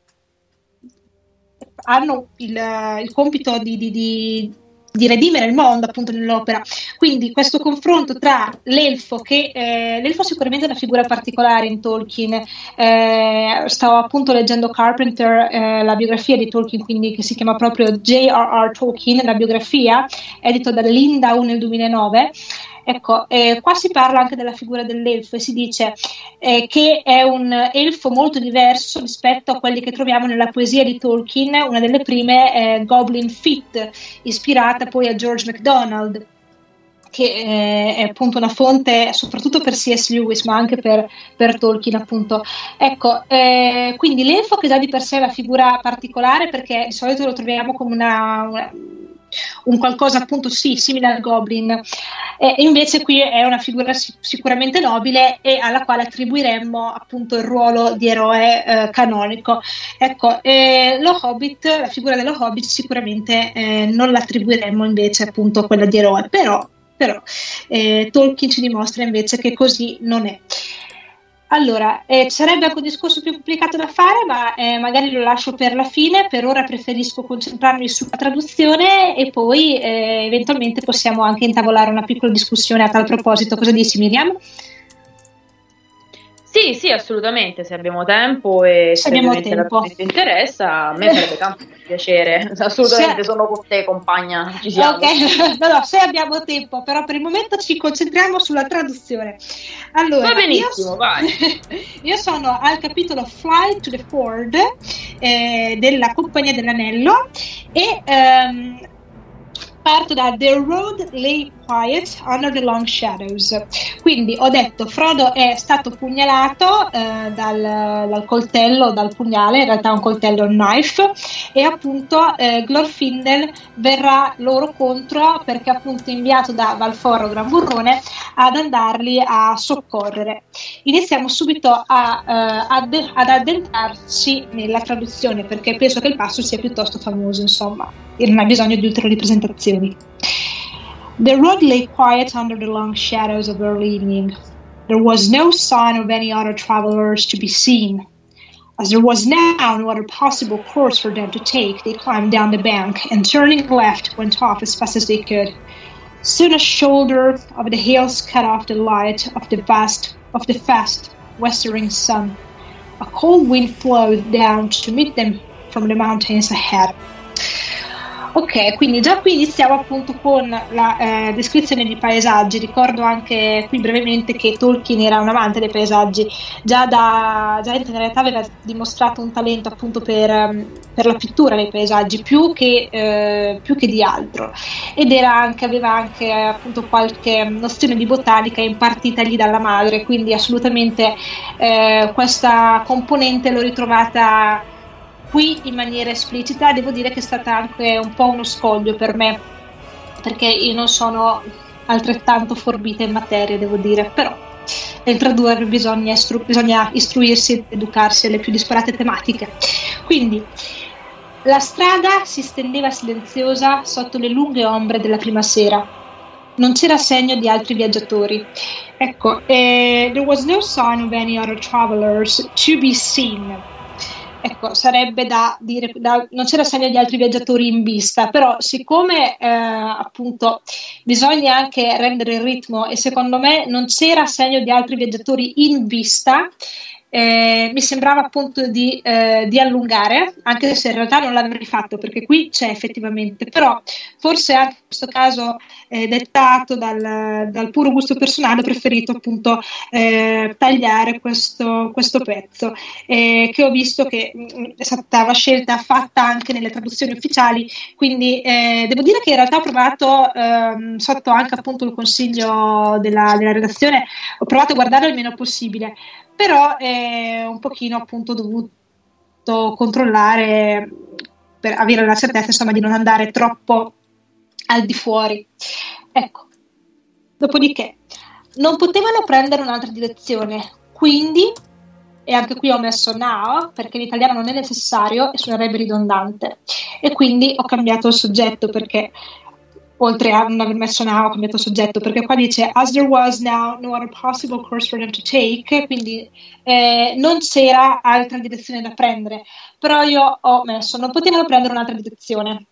hanno il, il compito di, di, di di redimere il mondo appunto nell'opera. Quindi questo confronto tra l'elfo, che eh, l'elfo sicuramente è una figura particolare in Tolkien. Eh, stavo appunto leggendo Carpenter, eh, la biografia di Tolkien, quindi che si chiama proprio J R R Tolkien, la biografia, edito da Lindau nel duemilanove. Ecco, eh, qua si parla anche della figura dell'elfo e si dice eh, che è un elfo molto diverso rispetto a quelli che troviamo nella poesia di Tolkien, una delle prime è Goblin Fit, ispirata poi a George MacDonald, che eh, è appunto una fonte soprattutto per C S Lewis, ma anche per, per Tolkien appunto. Ecco, eh, quindi l'elfo, che già di per sé è una figura particolare, perché di solito lo troviamo come una, una un qualcosa appunto sì simile al Goblin, e invece qui è una figura sic- sicuramente nobile e alla quale attribuiremmo appunto il ruolo di eroe eh, canonico. Ecco, eh, lo Hobbit, la figura dello Hobbit sicuramente eh, non l'attribuiremmo invece appunto a quella di eroe, però, però eh, Tolkien ci dimostra invece che così non è. Allora, eh, sarebbe anche un discorso più complicato da fare, ma eh, magari lo lascio per la fine. Per ora preferisco concentrarmi sulla traduzione e poi eh, eventualmente possiamo anche intavolare una piccola discussione a tal proposito. Cosa dici, Miriam? Sì, sì, assolutamente, se abbiamo tempo e se, se abbiamo tempo ti interessa, a me farebbe tanto piacere, assolutamente, se... sono con te, compagna, ci siamo. Ok, no, no, se abbiamo tempo, però per il momento ci concentriamo sulla traduzione. Allora, va benissimo, io, vai. Io sono al capitolo Fly to the Ford eh, della Compagnia dell'Anello e ehm, parto da The road lay quiet under the long shadows. Quindi ho detto Frodo è stato pugnalato eh, dal, dal coltello, dal pugnale, in realtà è un coltello, un knife, e appunto eh, Glorfindel verrà loro contro perché appunto inviato da Valforro Gran Burrone ad andarli a soccorrere. Iniziamo subito a, uh, ad, ad addentrarci nella traduzione perché penso che il passo sia piuttosto famoso, insomma, e non ha bisogno di ulteriori presentazioni. The road lay quiet under the long shadows of early evening. There was no sign of any other travelers to be seen. As there was now no other possible course for them to take, they climbed down the bank and turning left went off as fast as they could. Soon a shoulder of the hills cut off the light of the vast of the fast westering sun. A cold wind flowed down to meet them from the mountains ahead. Ok, quindi già qui iniziamo appunto con la eh, descrizione di paesaggi. Ricordo anche qui brevemente che Tolkien era un amante dei paesaggi, già da già in tenera età aveva dimostrato un talento appunto per, per la pittura dei paesaggi più che, eh, più che di altro, ed era anche, aveva anche appunto qualche nozione di botanica impartitagli dalla madre, quindi assolutamente eh, questa componente l'ho ritrovata qui in maniera esplicita. Devo dire che è stata anche un po' uno scoglio per me, perché io non sono altrettanto forbita in materia, devo dire, però nel tradurre bisogna, istru- bisogna istruirsi ed educarsi alle più disparate tematiche. Quindi la strada si stendeva silenziosa sotto le lunghe ombre della prima sera. Non c'era segno di altri viaggiatori. Ecco, eh, there was no sign of any other travelers to be seen. Ecco, sarebbe da dire, da, non c'era segno di altri viaggiatori in vista, però siccome eh, appunto bisogna anche rendere il ritmo e secondo me non c'era segno di altri viaggiatori in vista, eh, mi sembrava appunto di, eh, di allungare, anche se in realtà non l'avrei fatto perché qui c'è effettivamente, però forse anche in questo caso eh, dettato dal, dal puro gusto personale ho preferito appunto eh, tagliare questo, questo pezzo eh, che ho visto che mh, è stata una scelta fatta anche nelle traduzioni ufficiali, quindi eh, devo dire che in realtà ho provato ehm, sotto anche appunto il consiglio della, della redazione, ho provato a guardare il meno possibile, però è un pochino appunto dovuto controllare per avere la certezza insomma di non andare troppo al di fuori. Ecco, dopodiché non potevano prendere un'altra direzione, quindi, e anche qui ho messo now perché in italiano non è necessario e suonerebbe ridondante, e quindi ho cambiato il soggetto perché oltre a non aver messo now ho cambiato soggetto perché qua dice as there was now no other possible course for them to take, quindi eh, non c'era altra direzione da prendere, però io ho messo non potevano prendere un'altra direzione.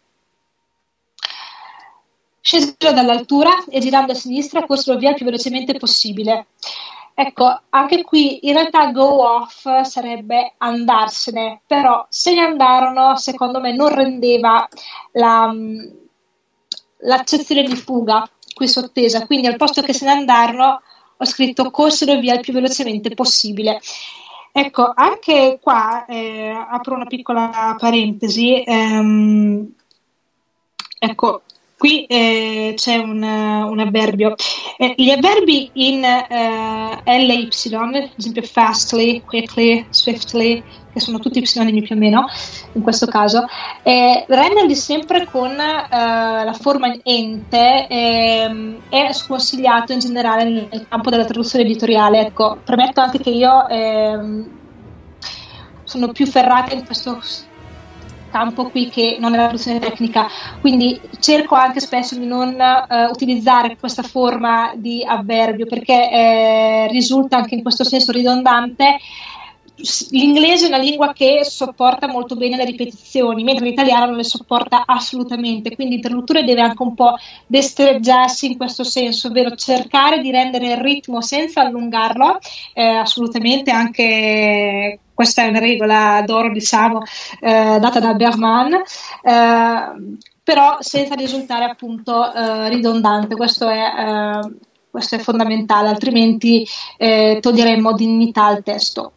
Scesero dall'altura e girando a sinistra corsero via il più velocemente possibile. Ecco, anche qui in realtà go off sarebbe andarsene, però se ne andarono secondo me non rendeva la l'accezione di fuga qui sottesa, quindi al posto che se ne andarono ho scritto corsero via il più velocemente possibile. Ecco, anche qua eh, apro una piccola parentesi, ehm, ecco, qui eh, c'è un, un avverbio. Eh, gli avverbi in eh, L Y, ad esempio fastly, quickly, swiftly, che sono tutti pseudonimi più o meno in questo caso, eh, renderli sempre con eh, la forma ente eh, è sconsigliato in generale nel campo della traduzione editoriale. Ecco, premetto anche che io eh, sono più ferrata in questo campo qui che non è la traduzione tecnica, quindi cerco anche spesso di non eh, utilizzare questa forma di avverbio perché eh, risulta anche in questo senso ridondante. L'inglese è una lingua che sopporta molto bene le ripetizioni, mentre l'italiano non le sopporta assolutamente, quindi l'interlocutore deve anche un po' destreggiarsi in questo senso, ovvero cercare di rendere il ritmo senza allungarlo, eh, assolutamente anche questa è una regola d'oro, diciamo, eh, data da Berman, eh, però senza risultare appunto eh, ridondante. Questo è, eh, questo è fondamentale, altrimenti eh, toglieremmo dignità al testo.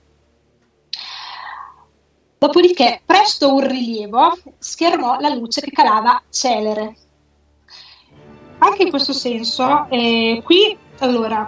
Dopodiché, presto un rilievo schermò la luce che calava celere. anche in questo senso, eh, qui allora,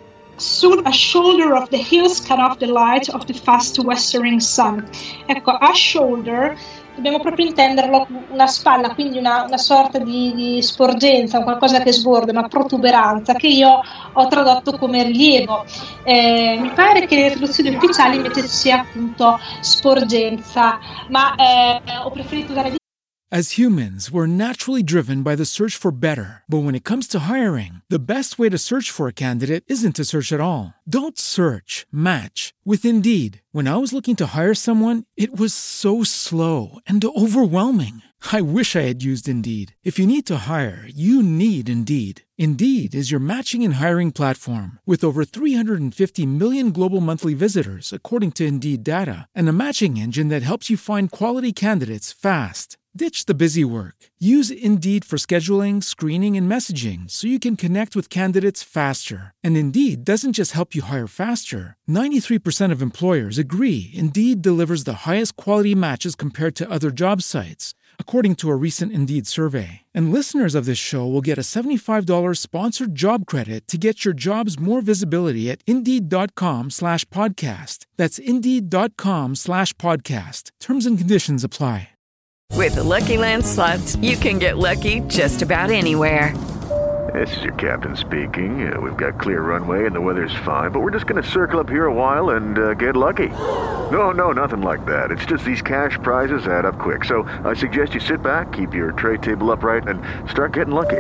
soon a shoulder of the hills cut off the light of the fast westering sun. Ecco, a shoulder dobbiamo proprio intenderlo una spalla, quindi una, una sorta di, di sporgenza, qualcosa che sborda, una protuberanza, che io ho tradotto come rilievo. Eh, mi pare che le traduzioni ufficiali invece sia appunto sporgenza, ma eh, ho preferito usare di As humans, we're naturally driven by the search for better. But when it comes to hiring, the best way to search for a candidate isn't to search at all. Don't search, match with Indeed. When I was looking to hire someone, it was so slow and overwhelming. I wish I had used Indeed. If you need to hire, you need Indeed. Indeed is your matching and hiring platform with over three hundred fifty million global monthly visitors, according to Indeed data, and a matching engine that helps you find quality candidates fast. Ditch the busy work. Use Indeed for scheduling, screening, and messaging so you can connect with candidates faster. And Indeed doesn't just help you hire faster. ninety-three percent of employers agree Indeed delivers the highest quality matches compared to other job sites, according to a recent Indeed survey. And listeners of this show will get a seventy-five dollars sponsored job credit to get your jobs more visibility at Indeed.com slash podcast. That's Indeed.com slash podcast. Terms and conditions apply. With the Lucky Land Slots, you can get lucky just about anywhere. This is your captain speaking. Uh, we've got clear runway and the weather's fine, but we're just going to circle up here a while and uh, get lucky. No, no, nothing like that. It's just these cash prizes add up quick. So I suggest you sit back, keep your tray table upright, and start getting lucky.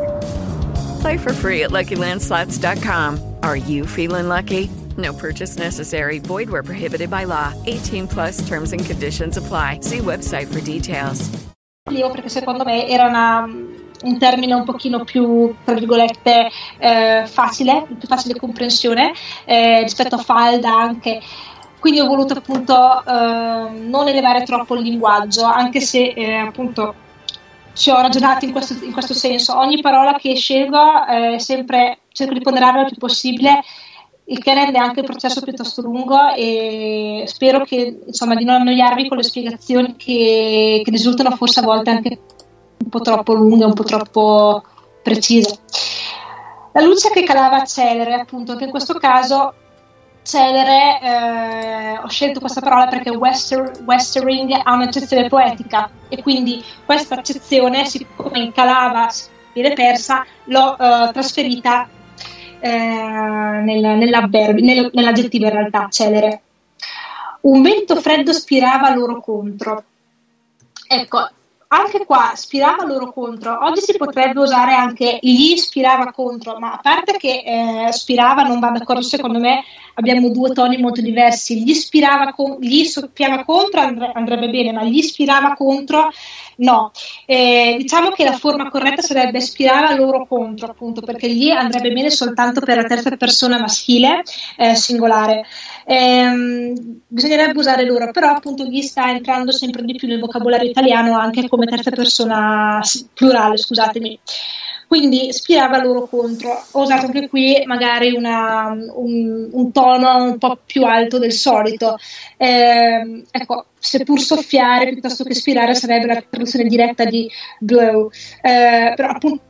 Play for free at Lucky Land Slots dot com. Are you feeling lucky? No purchase necessary. Void where prohibited by law. eighteen plus terms and conditions apply. See website for details. Perché secondo me era una, un termine un pochino più, tra virgolette, eh, facile, più facile comprensione eh, rispetto a falda anche. Quindi ho voluto appunto eh, non elevare troppo il linguaggio, anche se eh, appunto ci ho ragionato in questo, in questo senso. Ogni parola che scelgo eh, sempre cerco di ponderarla il più possibile, il che rende anche il processo piuttosto lungo, e spero che, insomma, di non annoiarvi con le spiegazioni che, che risultano forse a volte anche un po' troppo lunghe, un po' troppo precise. La luce che calava celere, appunto, anche in questo caso celere, eh, ho scelto questa parola perché wester, westering ha un'accezione poetica, e quindi questa accezione, siccome in calava si viene persa, l'ho eh, trasferita Eh, nel, nell'avverbio, nel, nell'aggettivo in realtà, celere. Un vento freddo spirava loro contro. Ecco, anche qua spirava loro contro. Oggi si potrebbe usare anche gli spirava contro, ma a parte che eh, spirava non va d'accordo, secondo me abbiamo due toni molto diversi. Gli spirava con, gli soffiava contro andre, andrebbe bene, ma gli spirava contro no. Eh, diciamo che la forma corretta sarebbe spirava loro contro, appunto, perché gli andrebbe bene soltanto per la terza persona maschile eh, singolare. Eh, bisognerebbe usare loro, però appunto gli sta entrando sempre di più nel vocabolario italiano anche come terza persona plurale, scusatemi. Quindi spirava loro contro. Ho usato anche qui magari una, un, un tono un po' più alto del solito. Eh, ecco, seppur soffiare piuttosto che spirare sarebbe la traduzione diretta di blow. Eh, però appunto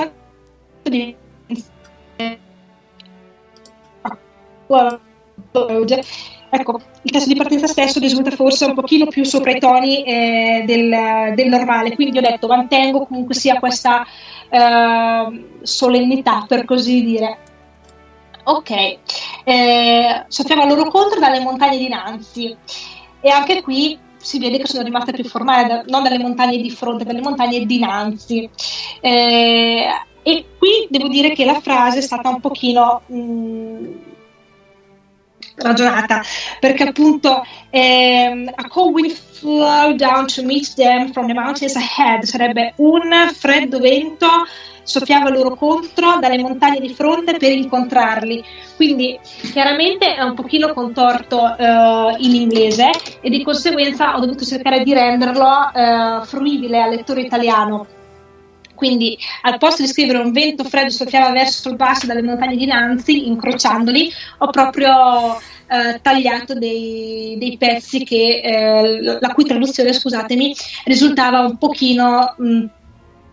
ecco, il testo di partenza stesso risulta forse un pochino più sopra i toni eh, del, del normale, quindi ho detto mantengo comunque sia questa eh, solennità, per così dire. Ok, eh, soffiava loro contro dalle montagne dinanzi, e anche qui si vede che sono rimasta più formale, da, non dalle montagne di fronte, dalle montagne dinanzi. Eh, e qui devo dire che la frase è stata un pochino mh, ragionata, perché appunto ehm, a cold wind flow down to meet them from the mountains ahead sarebbe un freddo vento soffiava loro contro dalle montagne di fronte per incontrarli, quindi chiaramente è un pochino contorto eh, in inglese, e di conseguenza ho dovuto cercare di renderlo eh, fruibile al lettore italiano. Quindi al posto di scrivere un vento freddo soffiava verso il basso dalle montagne dinanzi, incrociandoli, ho proprio eh, tagliato dei, dei pezzi che eh, la cui traduzione, scusatemi, risultava un pochino mh,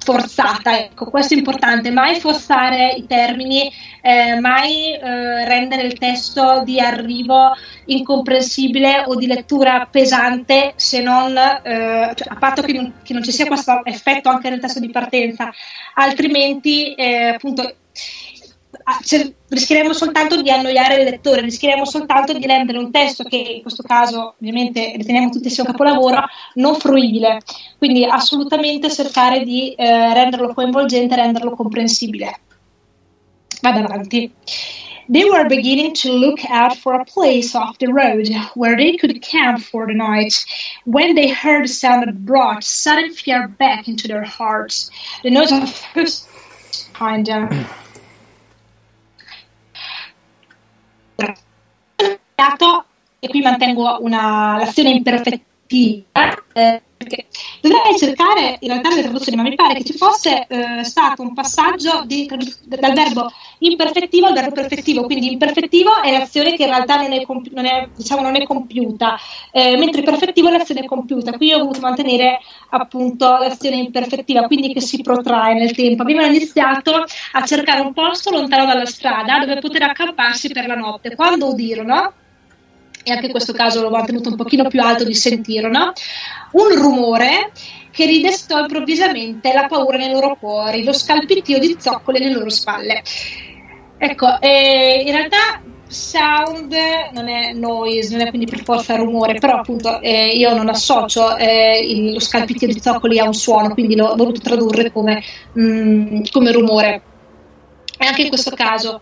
forzata, ecco, questo è importante, mai forzare i termini, eh, mai eh, rendere il testo di arrivo incomprensibile o di lettura pesante, se non eh, cioè, a patto che non, che non ci sia questo effetto anche nel testo di partenza, altrimenti eh, appunto cioè, rischieremo soltanto di annoiare il lettore, rischieremo soltanto di rendere un testo che in questo caso ovviamente riteniamo tutti sia un capolavoro non fruibile, quindi assolutamente cercare di eh, renderlo coinvolgente, renderlo comprensibile. Vado avanti. They were beginning to look out for a place off the road where they could camp for the night when they heard the sound that brought sudden fear back into their hearts. The noise of hoofs behind them. E qui mantengo una l'azione imperfettiva eh, perché dovrei cercare in realtà le traduzioni, ma mi pare che ci fosse eh, stato un passaggio di, dal verbo imperfettivo al verbo perfettivo, quindi imperfettivo è l'azione che in realtà non è, compi- non è, diciamo, non è compiuta, eh, mentre perfettivo è l'azione compiuta. Qui ho voluto mantenere appunto l'azione imperfettiva, quindi che si protrae nel tempo. Abbiamo iniziato a cercare un posto lontano dalla strada dove poter accamparsi per la notte, quando udirono, e anche in questo caso l'ho mantenuto un pochino più alto di sentirono, un rumore che ridestò improvvisamente la paura nei loro cuori, lo scalpittio di zoccole nelle loro spalle. Ecco, eh, in realtà sound non è noise, non è quindi per forza rumore, però appunto eh, io non associo eh, il, lo scalpittio di zoccoli a un suono, quindi l'ho voluto tradurre come, mh, come rumore. E anche in questo caso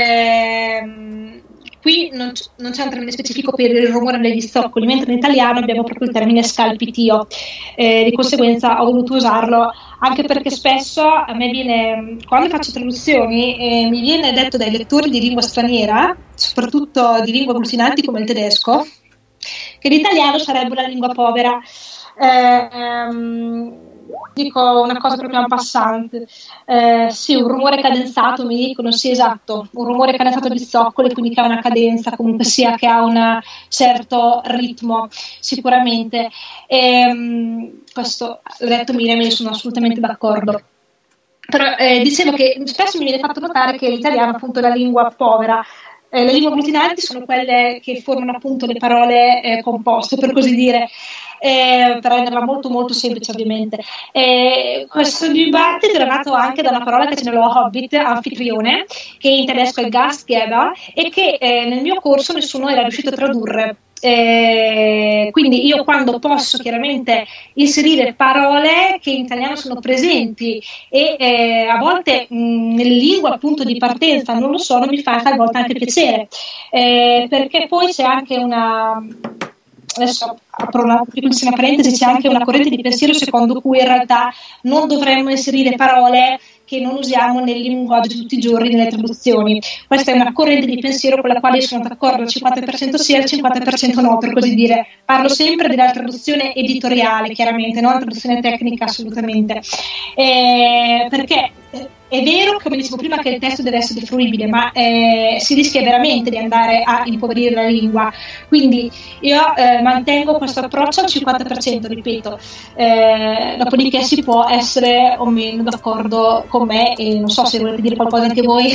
ehm, qui non, c- non c'è un termine specifico per il rumore degli zoccoli, mentre in italiano abbiamo proprio il termine scalpitio, eh, di conseguenza ho voluto usarlo anche perché spesso a me viene, quando faccio traduzioni, eh, mi viene detto dai lettori di lingua straniera, soprattutto di lingue agglutinanti come il tedesco, che l'italiano sarebbe una lingua povera. Eh, ehm, dico una cosa proprio en passant, eh, sì, un rumore cadenzato, mi dicono, sì, esatto, un rumore cadenzato di zoccoli, quindi che ha una cadenza, comunque sia che ha un certo ritmo, sicuramente. E, questo l'ho detto Miriam, io sono assolutamente d'accordo. Però eh, dicevo che spesso mi viene fatto notare che l'italiano appunto è la lingua povera. Eh, le lingue agglutinanti sono quelle che formano appunto le parole eh, composte, per così dire, eh, per renderla molto molto semplice ovviamente. Eh, questo dibattito è nato anche da una parola che c'è nello Hobbit, anfitrione, che in tedesco è Gastgeber, e che eh, nel mio corso nessuno era riuscito a tradurre. Eh, quindi io quando posso chiaramente inserire parole che in italiano sono presenti e eh, a volte mh, nelle lingue appunto di partenza non lo sono, mi fa talvolta anche piacere, eh, perché poi c'è anche una, adesso apro una piccolissima parentesi, c'è anche una corrente di pensiero secondo cui in realtà non dovremmo inserire parole che non usiamo nel linguaggio di tutti i giorni nelle traduzioni. Questa è una corrente di pensiero con la quale sono d'accordo al cinquanta per cento sì e al cinquanta per cento no, per così dire. Parlo sempre della traduzione editoriale, chiaramente, non la traduzione tecnica, assolutamente. Eh, perché è vero, come dicevo prima, che il testo deve essere fruibile, ma eh, si rischia veramente di andare a impoverire la lingua. Quindi io eh, mantengo questo approccio al cinquanta per cento, ripeto. Eh, dopodiché si può essere o meno d'accordo con me, e non so se volete dire qualcosa anche voi,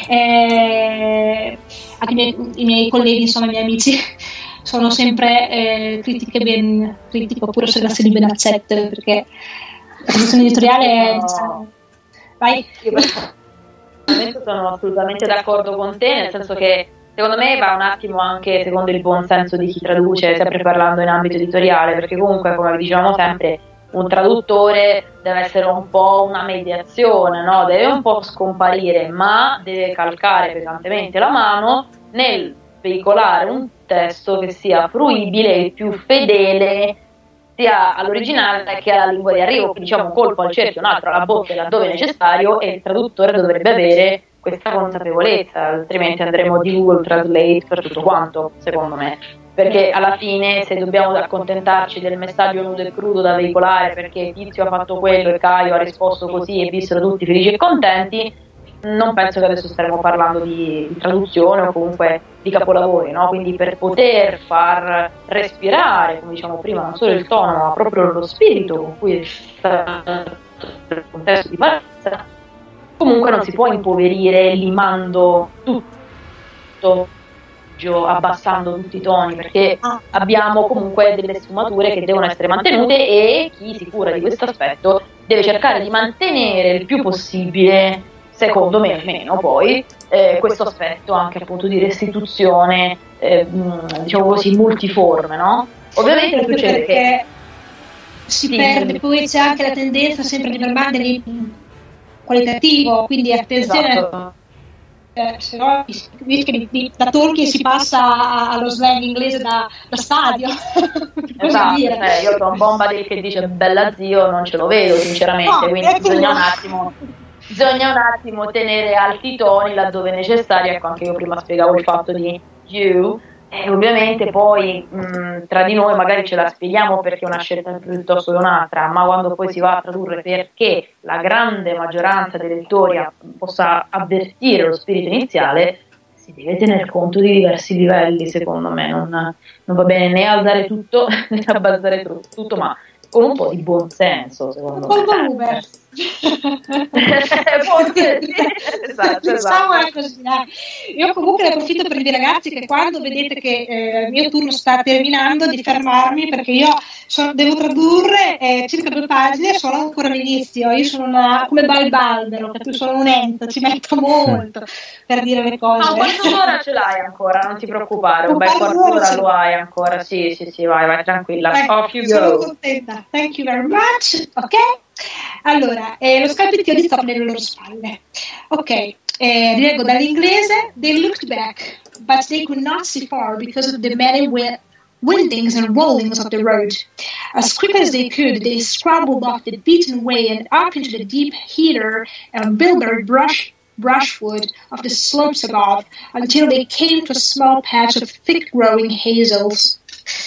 eh, anche i miei, i miei colleghi, insomma i miei amici, sono sempre eh, critiche ben critiche oppure osservazioni ben accette, perché la traduzione editoriale è, diciamo, vai. Io sono assolutamente d'accordo con te, nel senso che secondo me va un attimo anche secondo il buon senso di chi traduce, sempre parlando in ambito editoriale, perché comunque, come dicevamo sempre, un traduttore deve essere un po' una mediazione, no? Deve un po' scomparire, ma deve calcare pesantemente la mano nel veicolare un testo che sia fruibile e più fedele sia all'originale che alla lingua di arrivo, quindi diciamo un colpo al cerchio, un altro alla botte laddove necessario, e il traduttore dovrebbe avere questa consapevolezza, altrimenti andremo di Google Translate per tutto quanto, secondo me. Perché alla fine, se dobbiamo accontentarci del messaggio nudo e crudo da veicolare perché Tizio ha fatto quello e Caio ha risposto così e vissero tutti felici e contenti, non penso che adesso staremo parlando di, di traduzione o comunque di capolavori, no? Quindi per poter far respirare, come diciamo prima, non solo il tono ma proprio lo spirito con cui è stato il contesto di partenza, comunque non si può impoverire limando tutto, abbassando tutti i toni, perché abbiamo comunque delle sfumature che devono essere mantenute e chi si cura di questo aspetto deve cercare di mantenere il più possibile, secondo me almeno poi, eh, questo aspetto anche appunto di restituzione, eh, diciamo così, multiforme, no? Ovviamente succede che si sì, perde, sì. Poi c'è anche la tendenza sempre di permanere qualitativo, quindi attenzione. Esatto. Eh, se no di, di, da Tolkien si passa allo slang inglese da, da stadio. Esatto, eh, io Tom Bombadil che dice bella zio non ce lo vedo sinceramente, no, quindi bisogna un attimo bisogna un attimo tenere alti i toni laddove necessario. Ecco, anche io prima spiegavo il fatto di you, e ovviamente poi mh, tra di noi magari ce la spieghiamo perché è una scelta piuttosto che un'altra, ma quando poi si va a tradurre perché la grande maggioranza dei lettori possa avvertire lo spirito iniziale, si deve tener conto di diversi livelli. Secondo me non, non va bene né alzare tutto né abbassare tutto, ma con un po' di buon senso, secondo un po' me. Uber. Forse, sì. Esatto, diciamo esatto. è così, dai. Io comunque ne approfitto per dire, ragazzi, che quando vedete che eh, il mio turno sta terminando, di fermarmi, perché io sono, devo tradurre eh, circa due pagine, sono ancora all'inizio. Io sono una, come Balbaldero, per cui sono un ente, ci metto molto per dire le cose. No, qualcun'ora ce l'hai ancora, non ti preoccupare, un bel qualcun'ora lo hai ancora, sì, sì, sì, vai, vai, tranquilla. Eh, Off you sono go. contenta, thank you very much, ok? Allora, eh, lo scalpito di stop nelle loro spalle. Ok, eh, rileggo dall'inglese. They looked back, but they could not see far because of the many wi- windings and rollings of the road. As quick as they could, they scrambled off the beaten way and up into the deep heather and bilberry brush brushwood of the slopes above, until they came to a small patch of thick-growing hazels.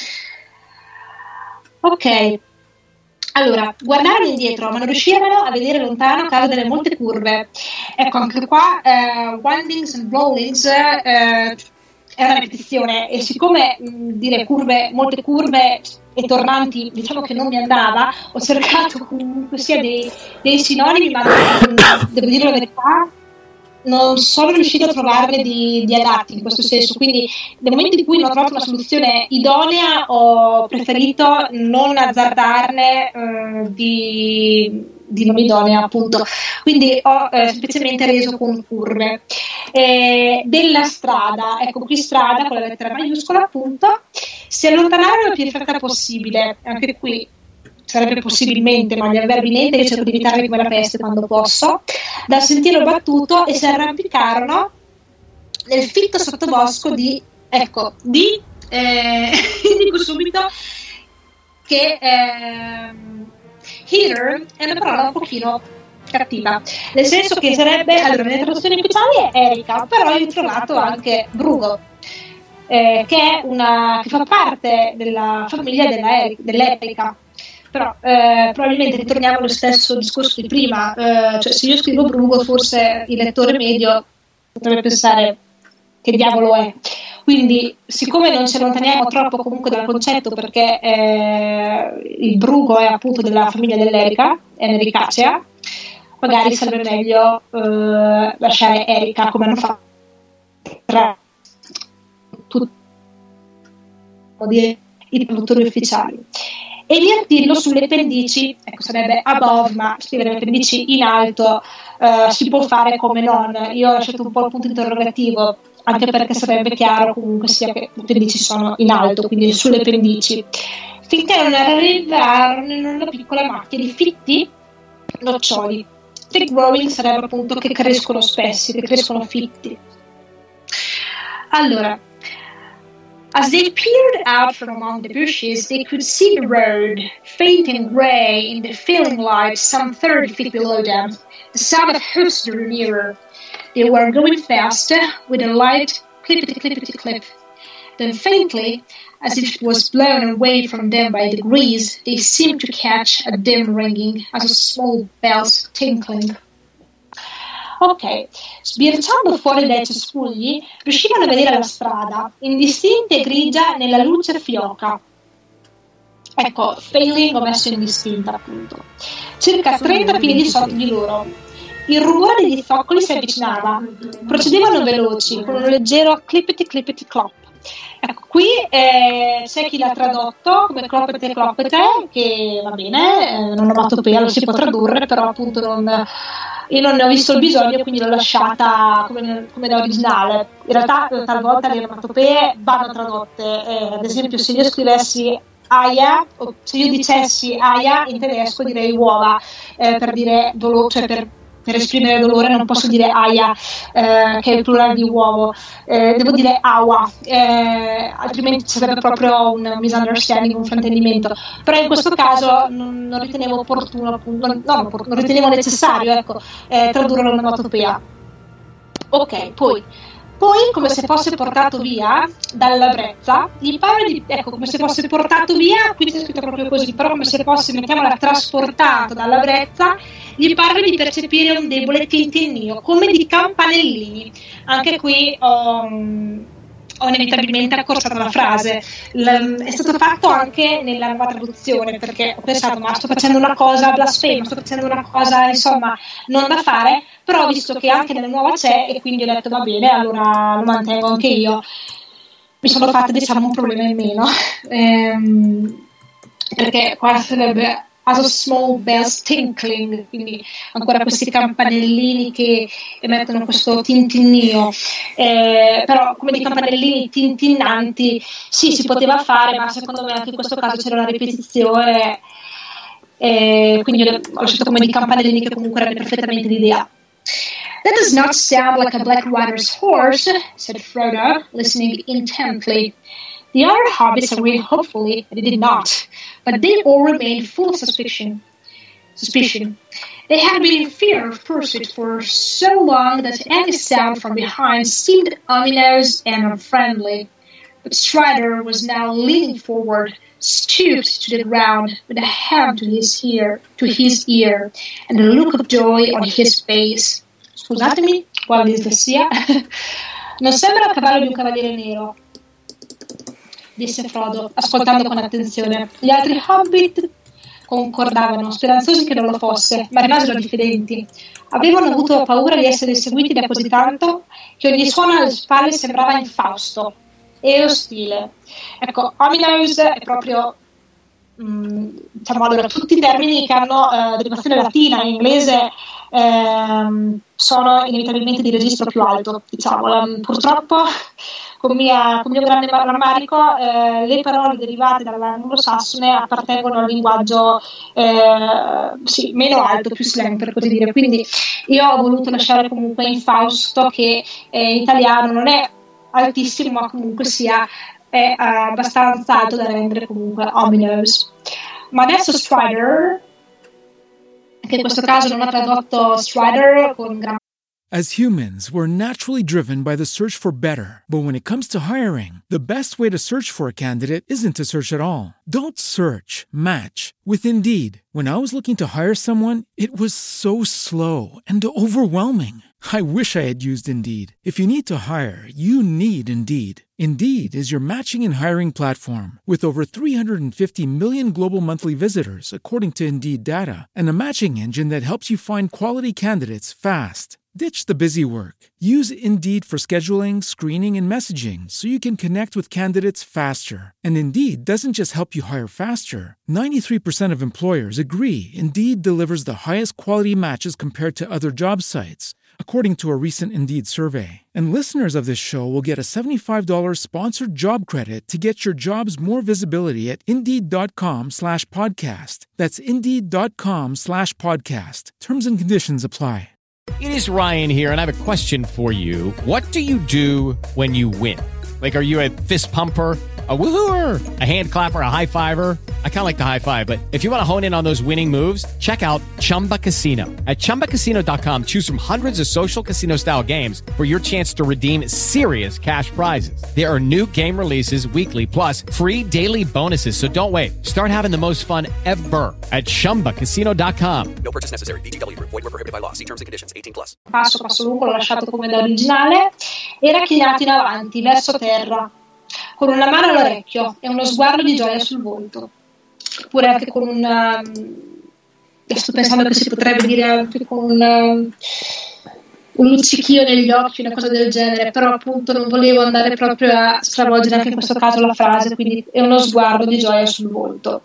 Ok. Allora, guardavano indietro, ma non riuscivano a vedere lontano a causa delle molte curve. Ecco, anche qua uh, windings and rollings uh, è una ripetizione, e siccome mh, dire curve, molte curve e tornanti, diciamo che non mi andava, ho cercato comunque sia dei, dei sinonimi, ma mh, devo dire la verità, non sono riuscita a trovarne di, di adatti in questo senso, quindi nel momento in cui non ho trovato una soluzione idonea ho preferito non azzardarne eh, di, di non idonea, appunto, quindi ho eh, semplicemente reso con curve. Eh, della strada, ecco qui strada con la lettera maiuscola, appunto, si allontanarono il più in fretta possibile, anche qui sarebbe possibilmente, ma gli avverbi niente, che cerco di evitarli come la peste quando posso, dal sentiero battuto, e si arrampicarono nel fitto sottobosco di, ecco, di, eh, dico subito che eh, heater è una parola un pochino cattiva, nel senso che sarebbe, allora nelle traduzioni ufficiali è Erika, però io ho trovato anche Brugo, eh, che è una, che fa parte della famiglia della Eri, dell'Erika. Però eh, probabilmente ritorniamo allo stesso discorso di prima, eh, cioè se io scrivo Brugo forse il lettore medio potrebbe pensare che diavolo è, quindi siccome non ci allontaniamo troppo comunque dal concetto, perché eh, il Brugo è appunto della famiglia dell'Erica, è un'ericacea, magari sarebbe meglio eh, lasciare Erika come hanno fatto tra tutti i traduttori ufficiali, e invertirlo sulle pendici, ecco sarebbe above, ma scrivere le pendici in alto uh, si può fare come non. Io ho lasciato un po' il punto interrogativo, anche perché sarebbe chiaro comunque sia che le pendici sono in alto, quindi sulle pendici, finché non arrivarono in una piccola macchia di fitti noccioli. Thick growing sarebbe appunto che crescono spessi, che crescono fitti. Allora, as they peered out from among the bushes, they could see the road, faint and grey in the failing light some thirty feet below them. The sound of hoofs drew nearer. They were going faster, with a light clippity-clippity-clip. Then faintly, as if it was blown away from them by degrees, they seemed to catch a dim ringing, as of small bells tinkling. Ok, sbirciando fuori dai cespugli, riuscivano a vedere la strada, indistinta e grigia nella luce fioca. Ecco, failing ho messo in distinta, appunto. Circa trenta piedi sotto di loro. Il rumore degli zoccoli si avvicinava. Procedevano veloci, con un leggero clippity clippity clop. Ecco, qui eh, c'è chi l'ha tradotto come cloppete cloppete, che va bene, eh, un'onomatopea lo si può tradurre, però appunto non, io non ne ho visto il bisogno, quindi l'ho lasciata come, come da originale. In realtà talvolta le onomatopee vanno tradotte, eh, ad esempio se io scrivessi aia, o se io dicessi aia in tedesco direi uova, eh, per dire dolore, cioè per per esprimere dolore non posso dire aia, eh, che è il plurale di uovo, eh, devo dire aua, eh, altrimenti ci sarebbe proprio un misunderstanding, un fraintendimento. Però in questo caso non, non ritenevo opportuno, appunto, no, non, non ritenevo necessario, ecco, eh, tradurre l'onomatopea. Ok, poi Poi, come se fosse portato via dalla brezza, gli pare di, ecco, come se fosse portato via, qui c'è scritto proprio così, però come se fosse, mettiamola, trasportato dalla brezza, gli pare di percepire un debole tintinnio, come di campanellini. Anche qui ho, ho inevitabilmente accorciato la frase. L- è stato fatto anche nella nuova traduzione, perché ho pensato, ma sto facendo una cosa blasfema, sto facendo una cosa, insomma, non da fare, però ho visto che anche nella nuova c'è e quindi ho detto va bene, allora lo mantengo anche io. Mi sono fatta, diciamo, un problema in meno, ehm, perché qua sarebbe as a small bells tinkling, quindi ancora questi campanellini che emettono questo tintinnio, eh, però come dei campanellini tintinnanti sì, si poteva fare, ma secondo me anche in questo caso c'era una ripetizione, eh, quindi ho lasciato come dei campanellini che comunque rende perfettamente l'idea. That does not sound like a Black Rider's horse, said Frodo, listening intently. The other hobbits agreed hopefully that it did not, but they all remained full of suspicion. Suspicion. They had been in fear of pursuit for so long that any sound from behind seemed ominous and unfriendly. But Strider was now leaning forward, stooped to the ground, with a hand to his ear, to his ear, and a look of joy on his face. Scusatemi, quale dislessia. Non sembra il cavallo di un cavaliere nero, disse Frodo, ascoltando con attenzione. Gli altri hobbit concordavano, speranzosi che non lo fosse, ma rimasero diffidenti. Avevano avuto paura di essere seguiti da così tanto che ogni suono alle spalle sembrava infausto e ostile. Ecco, ominous è proprio, mh, diciamo, allora, tutti i termini che hanno eh, derivazione latina, in inglese ehm, sono inevitabilmente di registro più alto, diciamo. Purtroppo con, mia, con mio grande rammarico eh, le parole derivate dall'anglosassone appartengono al linguaggio eh, sì, meno alto, più slang per così dire, quindi io ho voluto lasciare comunque infausto, che eh, in italiano non è altissimo, ma comunque sia è uh, abbastanza alto da rendere comunque ominous. Ma adesso Strider, che in questo caso non ha tradotto Strider con gran. As humans, we're naturally driven by the search for better. But when it comes to hiring, the best way to search for a candidate isn't to search at all. Don't search, match with Indeed. When I was looking to hire someone, it was so slow and overwhelming. I wish I had used Indeed. If you need to hire, you need Indeed. Indeed is your matching and hiring platform with over three hundred fifty million global monthly visitors, according to Indeed data, and a matching engine that helps you find quality candidates fast. Ditch the busy work. Use Indeed for scheduling, screening, and messaging so you can connect with candidates faster. And Indeed doesn't just help you hire faster. ninety-three percent of employers agree Indeed delivers the highest quality matches compared to other job sites, according to a recent Indeed survey. And listeners of this show will get a seventy-five dollars sponsored job credit to get your jobs more visibility at Indeed.com slash podcast. That's Indeed.com slash podcast. Terms and conditions apply. It is Ryan here, and I have a question for you. What do you do when you win? Like, are you a fist pumper, a woohooer, a hand clapper, a high fiver? I kind of like the high five, but if you want to hone in on those winning moves, check out Chumba Casino. At Chumba Casino dot com, choose from hundreds of social casino-style games for your chance to redeem serious cash prizes. There are new game releases weekly, plus free daily bonuses, so don't wait. Start having the most fun ever at Chumba Casino dot com. No purchase necessary. V G W. Void where prohibited by law. See terms and conditions. eighteen plus. Passo, passo lungo, l'ho lasciato come da originale. Era chinato in avanti, verso terra, con una mano all'orecchio e uno sguardo di gioia sul volto. oppure anche con un um, sto pensando che si potrebbe dire anche con un, um, un luccichio negli occhi, una cosa del genere, però appunto non volevo andare proprio a stravolgere anche in questo caso la frase, quindi è uno sguardo di gioia sul volto.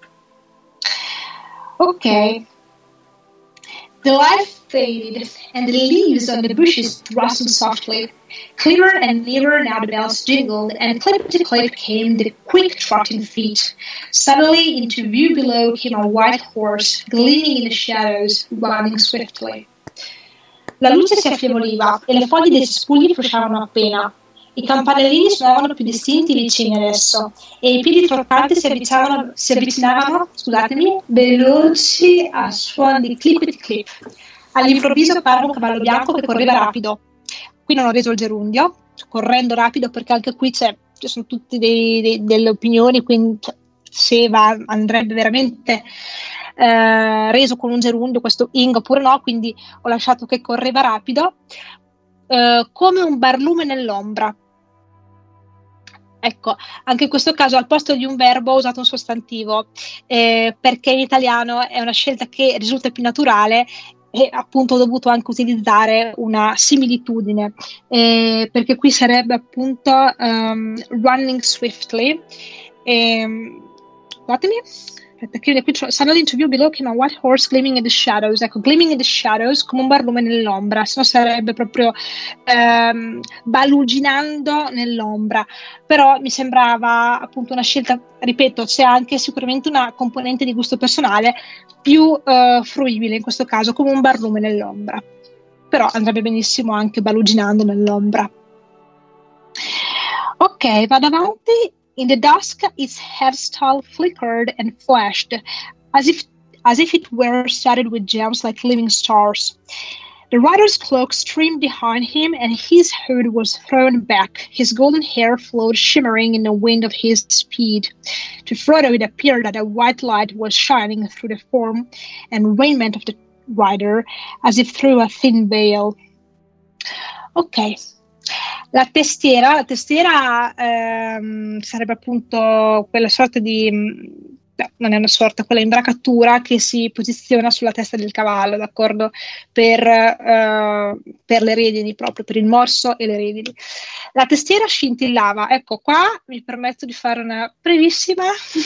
Ok. The light faded, and the leaves on the bushes rustled softly. Clearer and nearer now the bells jingled, and clip to clip came the quick trotting feet. Suddenly into view below came a white horse, gleaming in the shadows, running swiftly. La luce si affieoliva e le foglie dei cespugli frusciavano appena. I campanellini suonavano più distinti vicini adesso, e i piedi trottanti si avvicinavano, si avvicinavano scusatemi, veloci a suon di clippity clip. All'improvviso apparve un cavallo bianco che correva rapido. Qui non ho reso il gerundio, correndo rapido, perché anche qui c'è, ci sono tutte dei, dei, delle opinioni, quindi se va, andrebbe veramente eh, reso con un gerundio questo ing oppure no, quindi ho lasciato che correva rapido, eh, come un barlume nell'ombra. Ecco, anche in questo caso al posto di un verbo ho usato un sostantivo, eh, perché in italiano è una scelta che risulta più naturale, e appunto ho dovuto anche utilizzare una similitudine, eh, perché qui sarebbe appunto um, running swiftly. Ehm, guardatemi, aspetta, qui, qui suddenly into view below came a white horse gleaming in the shadows. Ecco, gleaming in the shadows come un barlume nell'ombra, se no sarebbe proprio ehm, baluginando nell'ombra, però mi sembrava appunto una scelta, ripeto, c'è anche sicuramente una componente di gusto personale più eh, fruibile in questo caso, come un barlume nell'ombra, però andrebbe benissimo anche baluginando nell'ombra. Ok, vado avanti. In the dusk, its hairstyle flickered and flashed, as if as if it were studded with gems like living stars. The rider's cloak streamed behind him, and his hood was thrown back. His golden hair flowed shimmering in the wind of his speed. To Frodo it appeared that a white light was shining through the form and raiment of the rider, as if through a thin veil. Ok. La testiera, la testiera ehm, sarebbe appunto quella sorta di, no, non è una sorta, quella imbracatura che si posiziona sulla testa del cavallo, d'accordo? Per, eh, per le redini, proprio per il morso e le redini. La testiera scintillava. Ecco, qua mi permetto di fare una brevissima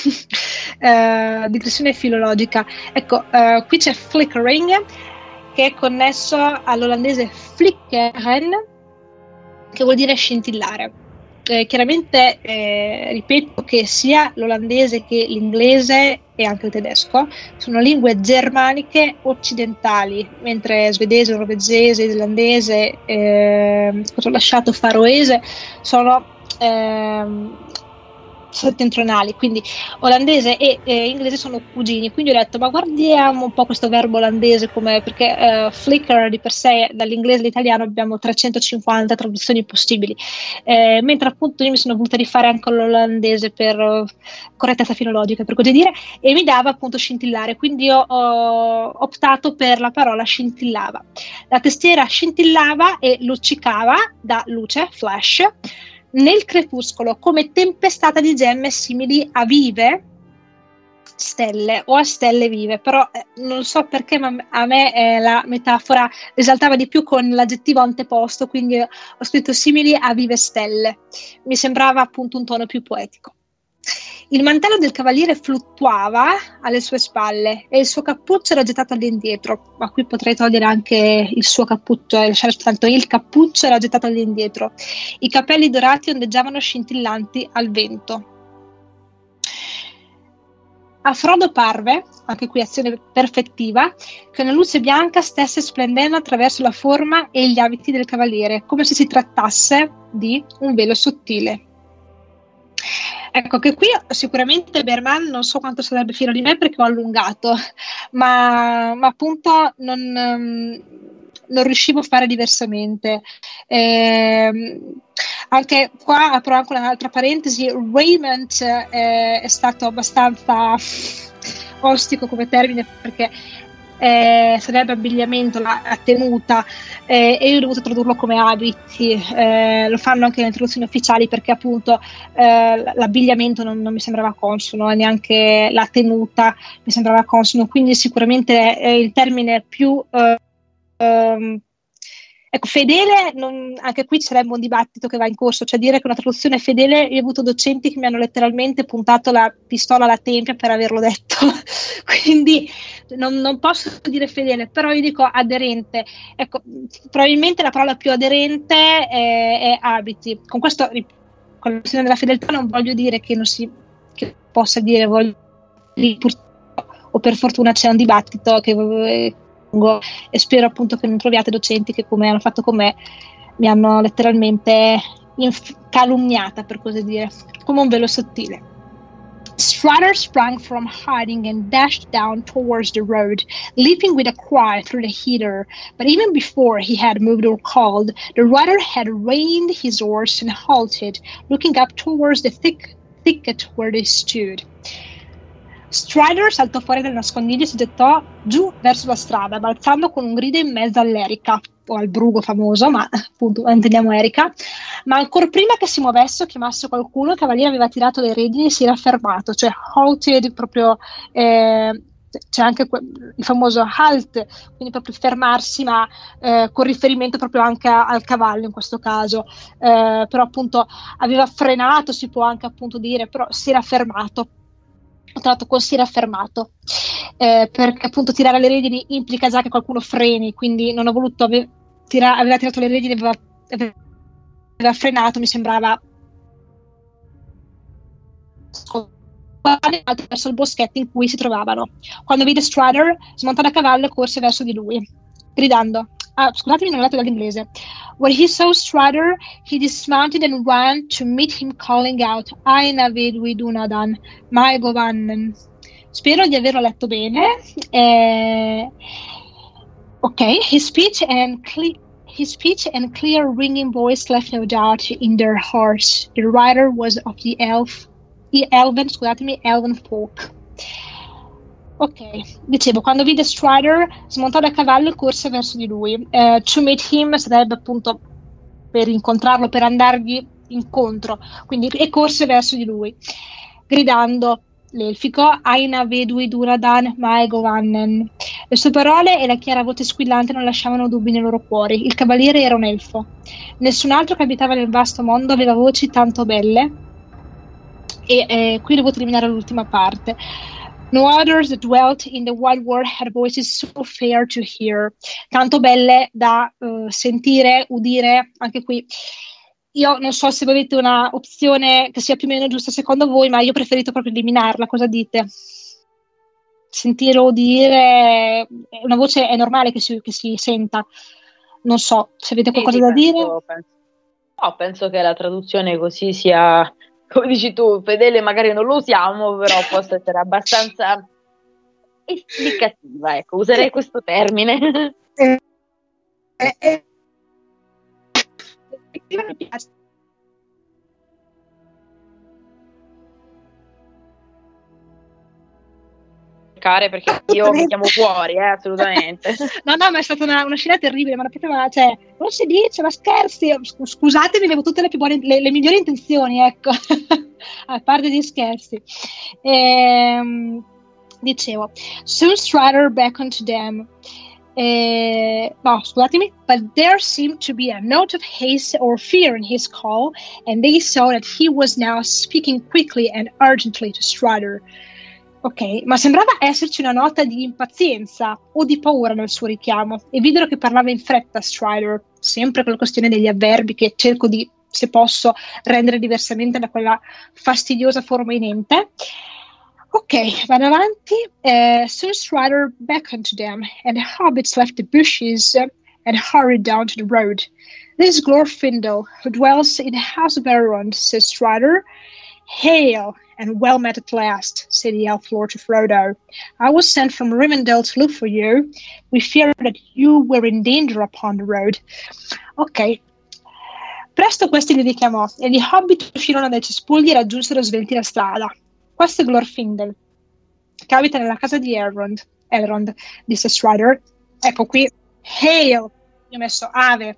eh, digressione filologica. Ecco, eh, qui c'è flickering, che è connesso all'olandese flickeren, che vuol dire scintillare. Eh, chiaramente eh, ripeto che sia l'olandese che l'inglese e anche il tedesco sono lingue germaniche occidentali, mentre svedese, norvegese, islandese, eh, cosa ho lasciato, faroese sono eh, settentrionali, quindi olandese e eh, inglese sono cugini, quindi ho detto ma guardiamo un po' questo verbo olandese, come, perché eh, flicker di per sé dall'inglese all'italiano abbiamo trecentocinquanta traduzioni possibili, eh, mentre appunto io mi sono voluta rifare anche l'olandese per uh, correttezza filologica, per così dire, e mi dava appunto scintillare, quindi io ho optato per la parola scintillava. La testiera scintillava e luccicava da luce, flash, nel crepuscolo, come tempestata di gemme simili a vive stelle o a stelle vive, però eh, non so perché, ma a me eh, la metafora risaltava di più con l'aggettivo anteposto, quindi ho scritto simili a vive stelle, mi sembrava appunto un tono più poetico. Il mantello del cavaliere fluttuava alle sue spalle e il suo cappuccio era gettato all'indietro, ma qui potrei togliere anche il suo cappuccio e lasciare soltanto il cappuccio era gettato all'indietro. I capelli dorati ondeggiavano scintillanti al vento. A Frodo parve, anche qui azione perfettiva, che una luce bianca stesse splendendo attraverso la forma e gli abiti del cavaliere, come se si trattasse di un velo sottile. Ecco che qui sicuramente Berman non so quanto sarebbe fiero di me perché ho allungato, ma, ma appunto non, non riuscivo a fare diversamente. Eh, anche qua apro anche un'altra parentesi, raiment eh, è stato abbastanza ostico come termine, perché eh, sarebbe abbigliamento, la, la tenuta, eh, e io ho dovuto tradurlo come abiti. Eh, lo fanno anche nelle traduzioni ufficiali perché appunto eh, l'abbigliamento non, non mi sembrava consono, neanche la tenuta mi sembrava consono, quindi sicuramente eh, il termine più eh, ehm, ecco, fedele, non, anche qui ci sarebbe un dibattito che va in corso, cioè dire che una traduzione è fedele. Io ho avuto docenti che mi hanno letteralmente puntato la pistola alla tempia per averlo detto, quindi non, non posso dire fedele, però io dico aderente. Ecco, probabilmente la parola più aderente è, è abiti. Con questo, con la questione della fedeltà, non voglio dire che non si che possa dire voglio, purtroppo, o per fortuna c'è un dibattito che e spero appunto che non troviate docenti che, come hanno fatto con me, mi hanno letteralmente inf- calunniata, per così dire, come un velo sottile. Strider sprang from hiding and dashed down towards the road, leaping with a cry through the heather. But even before he had moved or called, the rider had reined his horse and halted, looking up towards the thick thicket where they stood. Strider saltò fuori dal nascondiglio e si gettò giù verso la strada, balzando con un grido in mezzo all'erica, o al brugo famoso, ma appunto intendiamo erica. Ma ancora prima che si muovesse o chiamasse qualcuno, il cavaliere aveva tirato le redini e si era fermato, cioè halted, proprio eh, c'è anche que- il famoso halt, quindi proprio fermarsi, ma eh, con riferimento proprio anche a- al cavallo in questo caso, eh, però appunto aveva frenato, si può anche appunto dire, però si era fermato. Tra l'altro con si era fermato, eh, perché appunto tirare le redini implica già che qualcuno freni, quindi non ho voluto, ave- tira- aveva tirato le redini, aveva, aveva frenato, mi sembrava verso il boschetto in cui si trovavano. Quando vide Strider, smontò da cavallo e corse verso di lui, gridando, ah, scusatemi, non ho letto dall'inglese. When he saw Strider, he dismounted and ran to meet him, calling out, Aina vedui dunadan, mai govannen. Spero di averlo letto bene. Eh, ok, his speech and cle- his speech and clear ringing voice left no doubt in their hearts. The rider was of the elf, the elven, scusatemi, elven folk. Ok, dicevo, quando vide Strider, smontò da cavallo e corse verso di lui. Uh, to meet him sarebbe appunto per incontrarlo, per andargli incontro, quindi e corse verso di lui, gridando l'elfico Aina vedui duradan mae govannen. Le sue parole e la chiara voce squillante non lasciavano dubbi nei loro cuori. Il cavaliere era un elfo. Nessun altro che abitava nel vasto mondo aveva voci tanto belle. E eh, qui devo terminare l'ultima parte. No others that dwelt in the wide world had voices so fair to hear. Tanto belle da uh, sentire, udire, anche qui. Io non so se avete una opzione che sia più o meno giusta secondo voi, ma io ho preferito proprio eliminarla. Cosa dite? Sentire o udire, una voce è normale che si, che si senta. Non so se avete qualcosa sì, da penso, dire. Penso, no, penso che la traduzione così sia, come dici tu, fedele magari non lo usiamo, però possa essere abbastanza esplicativa, ecco, userei questo termine. Eh, eh, eh. Mi piace. Perché io mi chiamo fuori, eh, assolutamente. No, no, ma è stata una, una scena terribile, ma proprio, ma, cioè, non si dice, ma scherzi. Scusatemi, avevo tutte le, più buone, le, le migliori intenzioni, ecco, a parte gli scherzi. Ehm, dicevo, soon Strider beckoned to them. Eh, no, scusatemi, but there seemed to be a note of haste or fear in his call, and they saw that he was now speaking quickly and urgently to Strider. Ok, ma sembrava esserci una nota di impazienza o di paura nel suo richiamo, e videro che parlava in fretta Strider, sempre con la questione degli avverbi che cerco di, se posso, rendere diversamente da quella fastidiosa forma in ente. Ok, vado avanti. Uh, soon Strider beckoned to them, and the hobbits left the bushes and hurried down to the road. This is Glorfindel, who dwells in the house of Elrond, said Strider. Hail, and well met at last, said the elf lord to Frodo. I was sent from Rivendell to look for you. We feared that you were in danger upon the road. Ok. Presto questi li richiamò, e gli hobbit uscirono dai cespugli e raggiunsero svelti la strada. Questo è Glorfindel, che abita nella casa di Elrond. Elrond, disse Strider. Ecco qui, hail, io ho messo ave,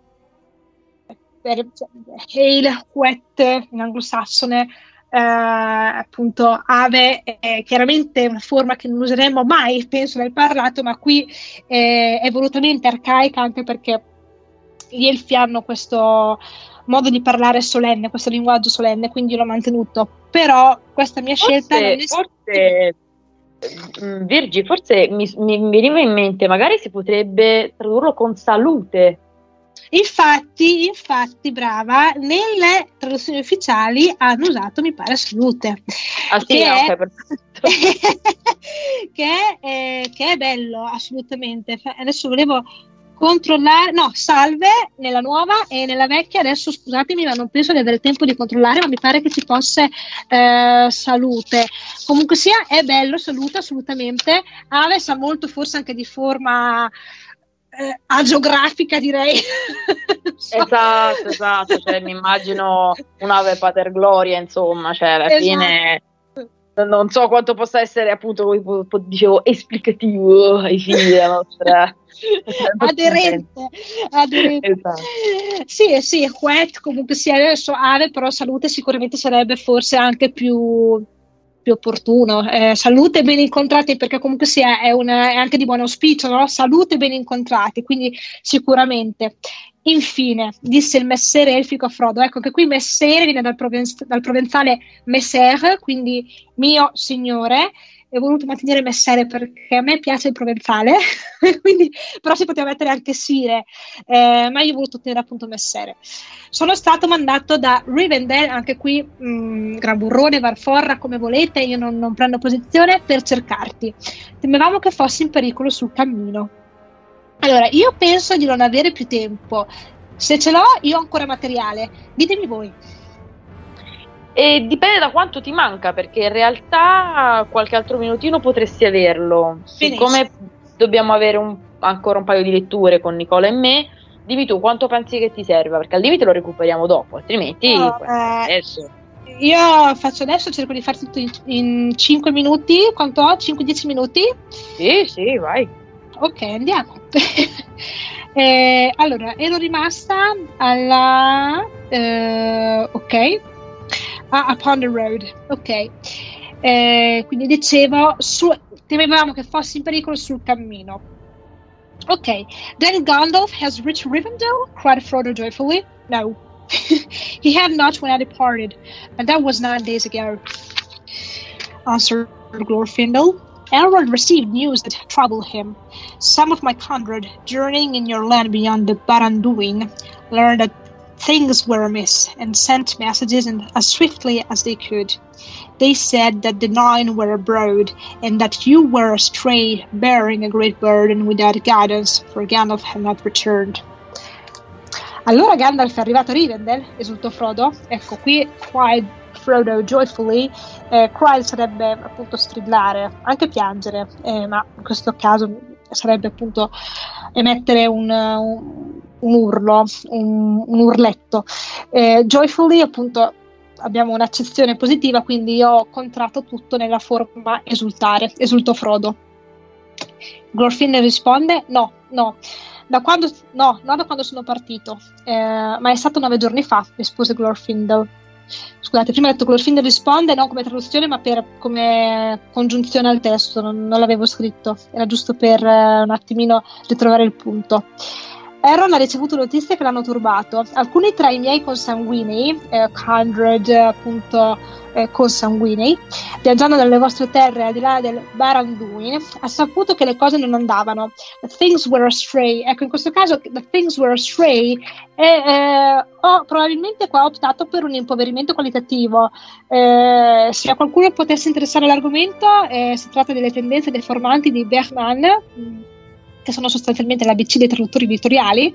per, hail, wet in anglosassone, eh, appunto ave è chiaramente una forma che non useremmo mai, penso, nel parlato, ma qui eh, è volutamente arcaica, anche perché gli elfi hanno questo modo di parlare solenne, questo linguaggio solenne, quindi l'ho mantenuto. Però questa mia forse, scelta non è forse Virgi, forse mi, mi, mi veniva in mente, magari si potrebbe tradurlo con salute. Infatti, infatti, brava, nelle traduzioni ufficiali hanno usato, mi pare, salute. Ah, sì, che, okay, è, perfetto. che, è, che è bello, assolutamente. Adesso volevo controllare, no, salve nella nuova e nella vecchia, adesso scusatemi ma non penso di avere tempo di controllare, ma mi pare che ci fosse eh, salute. Comunque sia, è bello, salute assolutamente. Ave sa molto forse anche di forma eh, agiografica, direi. So. Esatto, esatto, cioè mi immagino un'ave pater gloria, insomma, cioè alla esatto. fine non so quanto possa essere, appunto, come dicevo, esplicativo ai fini della nostra aderente, aderente. Esatto. Sì, sì, wet comunque sia, adesso ave, però salute sicuramente sarebbe forse anche più più opportuno. Eh, salute e ben incontrati, perché comunque sia è, una, è anche di buon auspicio, no? Salute e ben incontrati, quindi sicuramente. Infine, disse il messere elfico a Frodo. Ecco che qui messere viene dal, provenz- dal provenzale messer, quindi mio signore. Ho voluto mantenere messere perché a me piace il provenzale, quindi, però si poteva mettere anche sire, eh, ma io ho voluto tenere appunto messere. Sono stato mandato da Rivendell, anche qui mh, gran burrone, varforra, come volete, io non, non prendo posizione, per cercarti. Temevamo che fossi in pericolo sul cammino. Allora, io penso di non avere più tempo. Se ce l'ho, io ho ancora materiale. Ditemi voi. E dipende da quanto ti manca, perché in realtà qualche altro minutino potresti averlo. Siccome dobbiamo avere un, ancora un paio di letture con Nicola e me, dimmi tu quanto pensi che ti serva, perché al limite lo recuperiamo dopo, altrimenti no, eh, adesso. Io faccio adesso, cerco di fare tutto in, in cinque minuti. Quanto ho? cinque dieci minuti? Sì, sì, vai. Ok, andiamo. eh, allora, ero rimasta alla... Eh, ok. Ah, Upon the Road, ok. Eh, quindi dicevo, su, temevamo che fossi in pericolo sul cammino. Ok. Then Gandalf has reached Rivendell? Cried Frodo joyfully. No. He had not when I departed, and that was nine days ago. Answered Glorfindel. Elrond received news that troubled him. Some of my kindred, journeying in your land beyond the Baranduin, learned that things were amiss, and sent messages in as swiftly as they could. They said that the Nine were abroad, and that you were astray, bearing a great burden without guidance, for Gandalf had not returned. Allora Gandalf è arrivato a Rivendell? Esultò Frodo. Ecco qui, cried Frodo joyfully. Eh, cried sarebbe appunto strillare, anche piangere, eh, ma in questo caso sarebbe appunto emettere un, un, un urlo, un, un urletto. Eh, joyfully appunto abbiamo un'accezione positiva, quindi io ho contratto tutto nella forma esultare, esultò Frodo. Glorfindel risponde no, no, da quando, no, no da quando sono partito, eh, ma è stato nove giorni fa, rispose Glorfindel. Scusate, prima ho detto Glorfindel risponde, non come traduzione ma per, come congiunzione al testo, non, non l'avevo scritto, era giusto per eh, un attimino ritrovare il punto. Elrond ha ricevuto notizie che l'hanno turbato. Alcuni tra i miei consanguinei, eh, kindred appunto eh, consanguinei, viaggiando dalle vostre terre al di là del Baranduin, ha saputo che le cose non andavano. The things were astray. Ecco, in questo caso the things were astray e eh, ho probabilmente qua optato per un impoverimento qualitativo. Eh, se a qualcuno potesse interessare l'argomento, eh, si tratta delle tendenze deformanti di Bergman, che sono sostanzialmente l'A B C dei traduttori editoriali,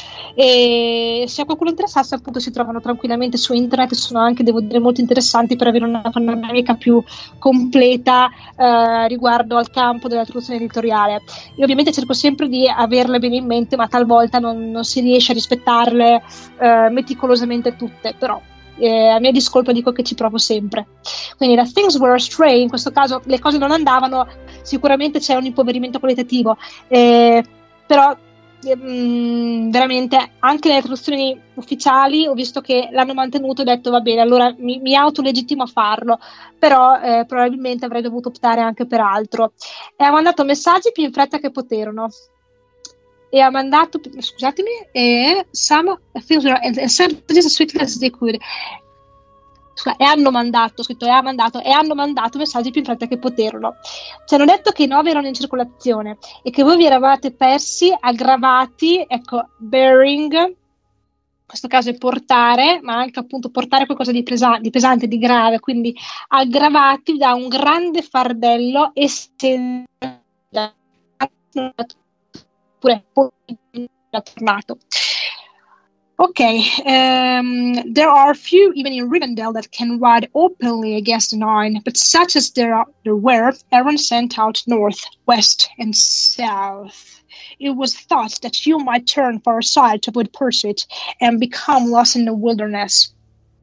e se a qualcuno interessasse appunto si trovano tranquillamente su internet, sono anche, devo dire, molto interessanti per avere una panoramica più completa eh, riguardo al campo della traduzione editoriale. Io ovviamente cerco sempre di averle bene in mente, ma talvolta non, non si riesce a rispettarle eh, meticolosamente tutte, però eh, a mia discolpa dico che ci provo sempre. Quindi la things were astray, in questo caso le cose non andavano, sicuramente c'è un impoverimento qualitativo, eh, però Mm, veramente anche nelle traduzioni ufficiali ho visto che l'hanno mantenuto, ho detto va bene, allora mi, mi autolegittimo a farlo, però eh, probabilmente avrei dovuto optare anche per altro. E ha mandato messaggi più in fretta che poterono e ha mandato, scusatemi, e some things were and said this as swiftly as they could. E hanno mandato, scritto e ha mandato, e hanno mandato messaggi più in fretta che poterono. Ci hanno detto che i nove erano in circolazione e che voi vi eravate persi, aggravati, ecco, bearing, in questo caso è portare, ma anche appunto portare qualcosa di, pesa- di pesante, di grave, quindi aggravati da un grande fardello e senza pure tornato. Okay, um, there are few even in Rivendell that can ride openly against the Nine, but such as there, are, there were, Aaron sent out north, west, and south. It was thought that you might turn far aside to avoid pursuit and become lost in the wilderness.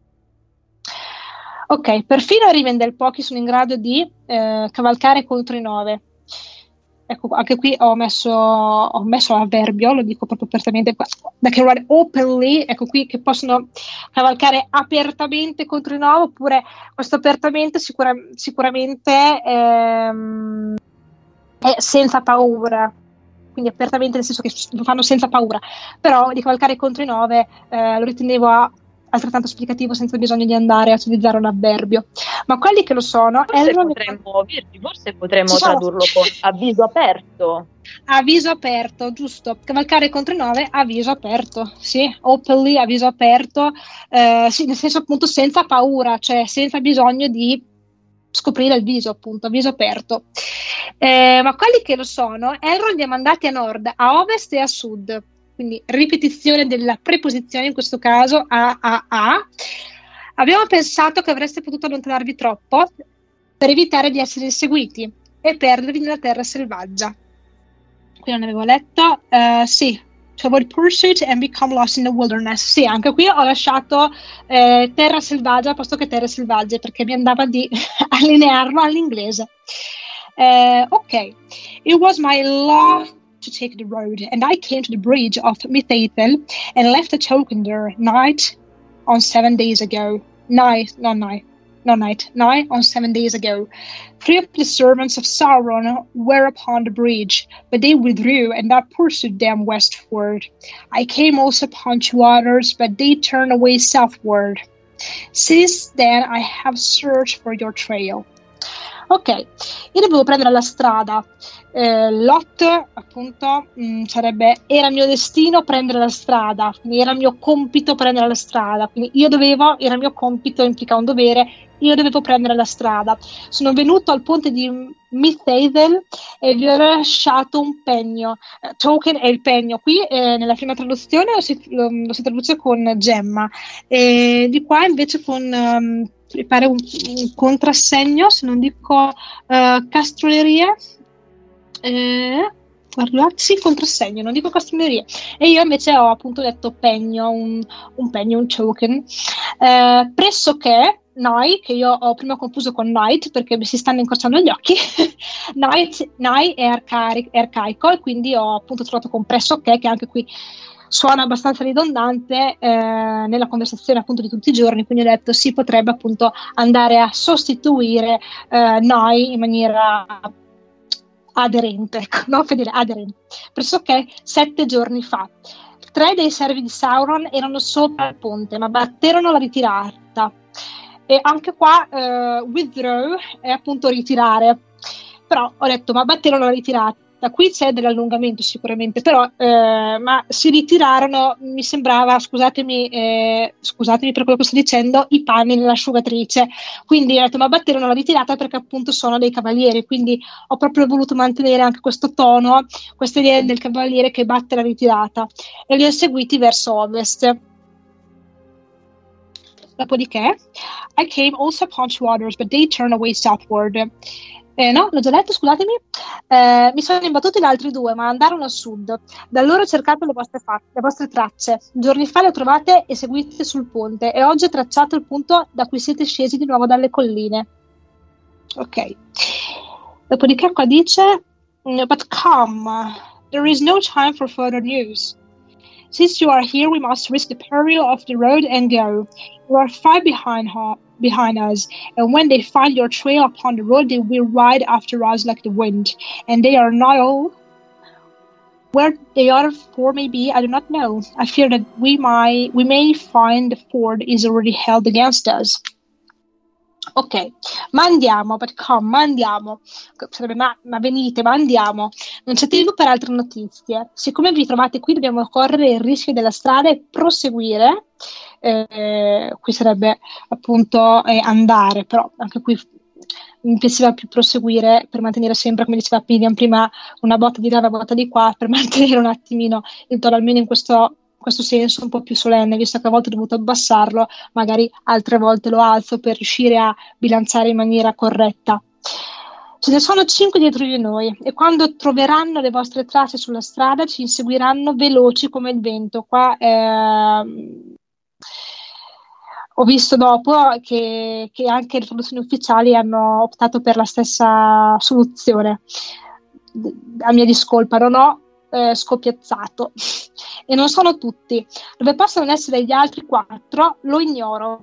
Ok, perfino a Rivendell pochi sono in grado di eh, cavalcare contro i nove. Ecco, anche qui ho messo, ho messo l'avverbio, lo dico proprio apertamente, da che ride openly, ecco qui, che possono cavalcare apertamente contro i nove, oppure questo apertamente sicura, sicuramente ehm, è senza paura, quindi apertamente nel senso che lo fanno senza paura, però di cavalcare contro i nove eh, lo ritenevo a altrettanto esplicativo senza bisogno di andare a utilizzare un avverbio. Ma quelli che lo sono, forse potremmo, Virgi, forse potremmo tradurlo con avviso aperto. Avviso aperto, giusto. Cavalcare contro i nove, avviso aperto, sì, openly, avviso aperto, eh, sì, nel senso appunto senza paura, cioè senza bisogno di scoprire il viso, appunto, avviso aperto. Eh, ma quelli che lo sono, Elrond li ha mandati a nord, a ovest e a sud. Quindi ripetizione della preposizione, in questo caso a, a, a. Abbiamo pensato che avreste potuto allontanarvi troppo per evitare di essere inseguiti e perdervi nella terra selvaggia. Qui non avevo letto, uh, sì, to avoid pursuit and become lost in the wilderness. Sì, anche qui ho lasciato eh, terra selvaggia posto che terre selvagge, perché mi andava di allinearlo all'inglese. Uh, ok, it was my love to take the road, and I came to the bridge of Mithaethel and left a token there night on seven days ago. Night, not night, not night, night on seven days ago. Three of the servants of Sauron were upon the bridge, but they withdrew, and I pursued them westward. I came also upon two others, but they turned away southward. Since then I have searched for your trail. Ok, io dovevo prendere la strada. Eh, Lot, appunto, mh, sarebbe era mio destino prendere la strada, quindi era mio compito prendere la strada, quindi io dovevo, era mio compito, implica un dovere, io dovevo prendere la strada. Sono venuto al ponte di Mithaethel e vi ho lasciato un pegno. Eh, token è il pegno. Qui eh, nella prima traduzione lo si, lo, lo si traduce con gemma, e di qua invece con um, mi pare un, un contrassegno, se non dico uh, castroneria. Eh, guarda, sì, contrassegno, non dico castroneria. E io invece ho appunto detto pegno, un, un pegno, un token. Eh, pressoché Nai, che io ho prima confuso con Night perché mi si stanno incrociando gli occhi. Night, Nai è, arcari- è arcaico, e quindi ho appunto trovato con pressoché, che anche qui suona abbastanza ridondante eh, nella conversazione appunto di tutti i giorni, quindi ho detto si potrebbe appunto andare a sostituire eh, Nai in maniera aderente, ecco, no, fedele, aderente, pressoché sette giorni fa. Tre dei servi di Sauron erano sopra il ponte, ma batterono la ritirata. E anche qua eh, withdraw è appunto ritirare, però ho detto ma batterono la ritirata. Da qui c'è dell'allungamento sicuramente, però eh, ma si ritirarono, mi sembrava, scusatemi, eh, scusatemi per quello che sto dicendo, i panni nell'asciugatrice. Quindi ho detto ma batterono la ritirata perché appunto sono dei cavalieri, quindi ho proprio voluto mantenere anche questo tono, questa idea del cavaliere che batte la ritirata, e li ho seguiti verso ovest. Dopodiché I came also upon two others, but they turned away southward. Eh, no, l'ho già letto, scusatemi. Eh, mi sono imbattuti da altri due, ma andarono a sud. Da loro ho cercato le vostre, fa- le vostre tracce. Giorni fa le ho trovate e seguite sul ponte, e oggi ho tracciato il punto da cui siete scesi di nuovo dalle colline. Ok. Dopodiché qua dice: But come, there is no time for further news. Since you are here, we must risk the peril of the road and go. You are far behind her. behind us, and when they find your trail upon the road, they will ride after us like the wind, and they are not all. Where the other four may be, I do not know. I fear that we might, we may find the ford is already held against us. Ok, ma andiamo, but come, ma andiamo. Sarebbe ma, ma venite, ma andiamo. Non c'è tempo per altre notizie. Siccome vi trovate qui, dobbiamo correre il rischio della strada e proseguire. Eh, qui sarebbe appunto eh, andare, però anche qui mi piaceva più proseguire per mantenere sempre, come diceva Pidian prima, una botta di là, una botta di qua, per mantenere un attimino il tono, almeno in questo, questo senso un po' più solenne, visto che a volte ho dovuto abbassarlo, magari altre volte lo alzo per riuscire a bilanciare in maniera corretta. Ce ne sono cinque dietro di noi, e quando troveranno le vostre tracce sulla strada ci inseguiranno veloci come il vento. Qua eh, ho visto dopo che, che anche le traduzioni ufficiali hanno optato per la stessa soluzione. A mia discolpa non ho eh, scoppiazzato. E non sono tutti. Dove possono essere gli altri quattro lo ignoro.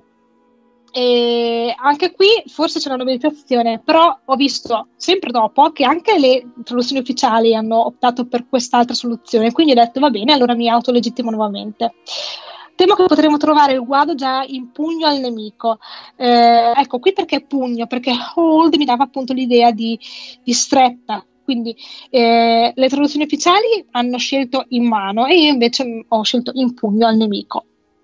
E anche qui forse c'è una notificazione, però ho visto sempre dopo che anche le traduzioni ufficiali hanno optato per quest'altra soluzione, quindi ho detto va bene, allora mi autolegittimo nuovamente. Temo che potremo trovare il guado già in pugno al nemico. Eh, ecco, qui perché pugno? Perché hold mi dava appunto l'idea di, di stretta. Quindi eh, le traduzioni ufficiali hanno scelto in mano e io invece ho scelto in pugno al nemico.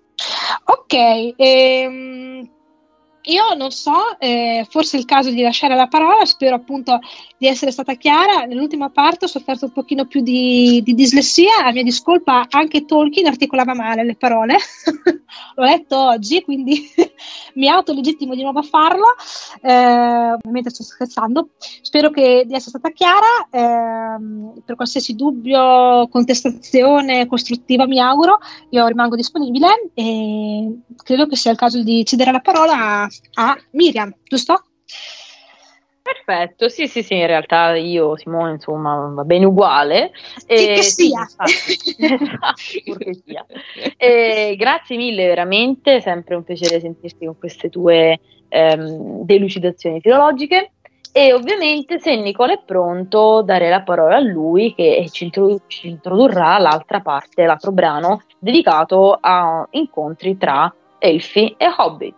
Ok, ehm, io non so, eh, forse è il caso di lasciare la parola, spero appunto di essere stata chiara. Nell'ultima parte ho sofferto un pochino più di, di dislessia, a mia discolpa anche Tolkien articolava male le parole, l'ho letto oggi, quindi mi autolegittimo di nuovo a farlo, eh, ovviamente sto scherzando. Spero che di essere stata chiara, eh, per qualsiasi dubbio, contestazione costruttiva mi auguro, io rimango disponibile e credo che sia il caso di cedere la parola a Miriam, giusto? Perfetto, sì sì sì, in realtà io, Simone, insomma, va bene uguale. Sì, e, che sia. Sì, esatto, purché sia. E grazie mille, veramente, sempre un piacere sentirti con queste tue ehm, delucidazioni filologiche. E ovviamente, se Nicola è pronto, darei la parola a lui che ci, introdu- ci introdurrà l'altra parte, l'altro brano dedicato a incontri tra elfi e hobbit.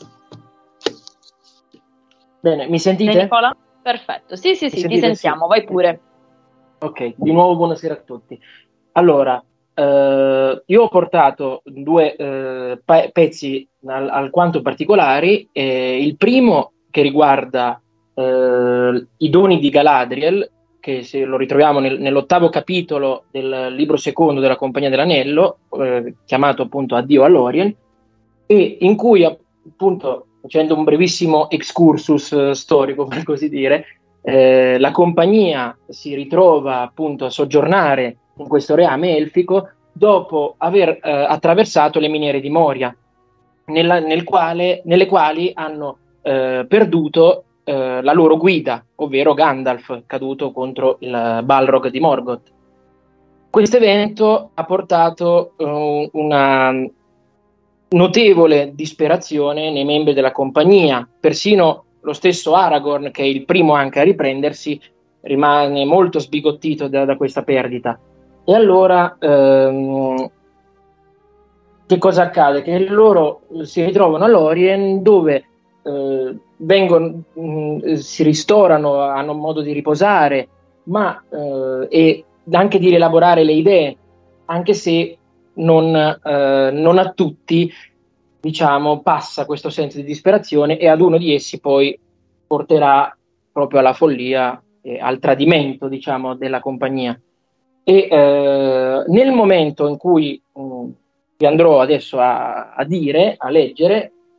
Bene, mi sentite? Bene, Nicola? Perfetto, sì sì sì, ti sentiamo, sì. Vai pure. Ok, di nuovo buonasera a tutti. Allora, eh, io ho portato due eh, pe- pezzi al- alquanto particolari. Eh, il primo che riguarda eh, i doni di Galadriel, che se lo ritroviamo nel, nell'ottavo capitolo del libro secondo della Compagnia dell'Anello, eh, chiamato appunto Addio a Lorien, e in cui appunto, facendo un brevissimo excursus eh, storico per così dire, eh, la compagnia si ritrova appunto a soggiornare in questo reame elfico dopo aver eh, attraversato le miniere di Moria, nella, nel quale, nelle quali hanno eh, perduto eh, la loro guida, ovvero Gandalf, caduto contro il Balrog di Morgoth. Questo evento ha portato uh, una notevole disperazione nei membri della compagnia. Persino lo stesso Aragorn, che è il primo anche a riprendersi, rimane molto sbigottito da, da questa perdita. E allora ehm, che cosa accade? Che loro si ritrovano a Lorien, dove eh, vengono, mh, si ristorano, hanno modo di riposare, ma eh, e anche di rielaborare le idee, anche se Non, eh, non a tutti, diciamo, passa questo senso di disperazione, e ad uno di essi poi porterà proprio alla follia e al tradimento, diciamo, della compagnia. E eh, nel momento in cui mh, vi andrò adesso a, a dire, a leggere,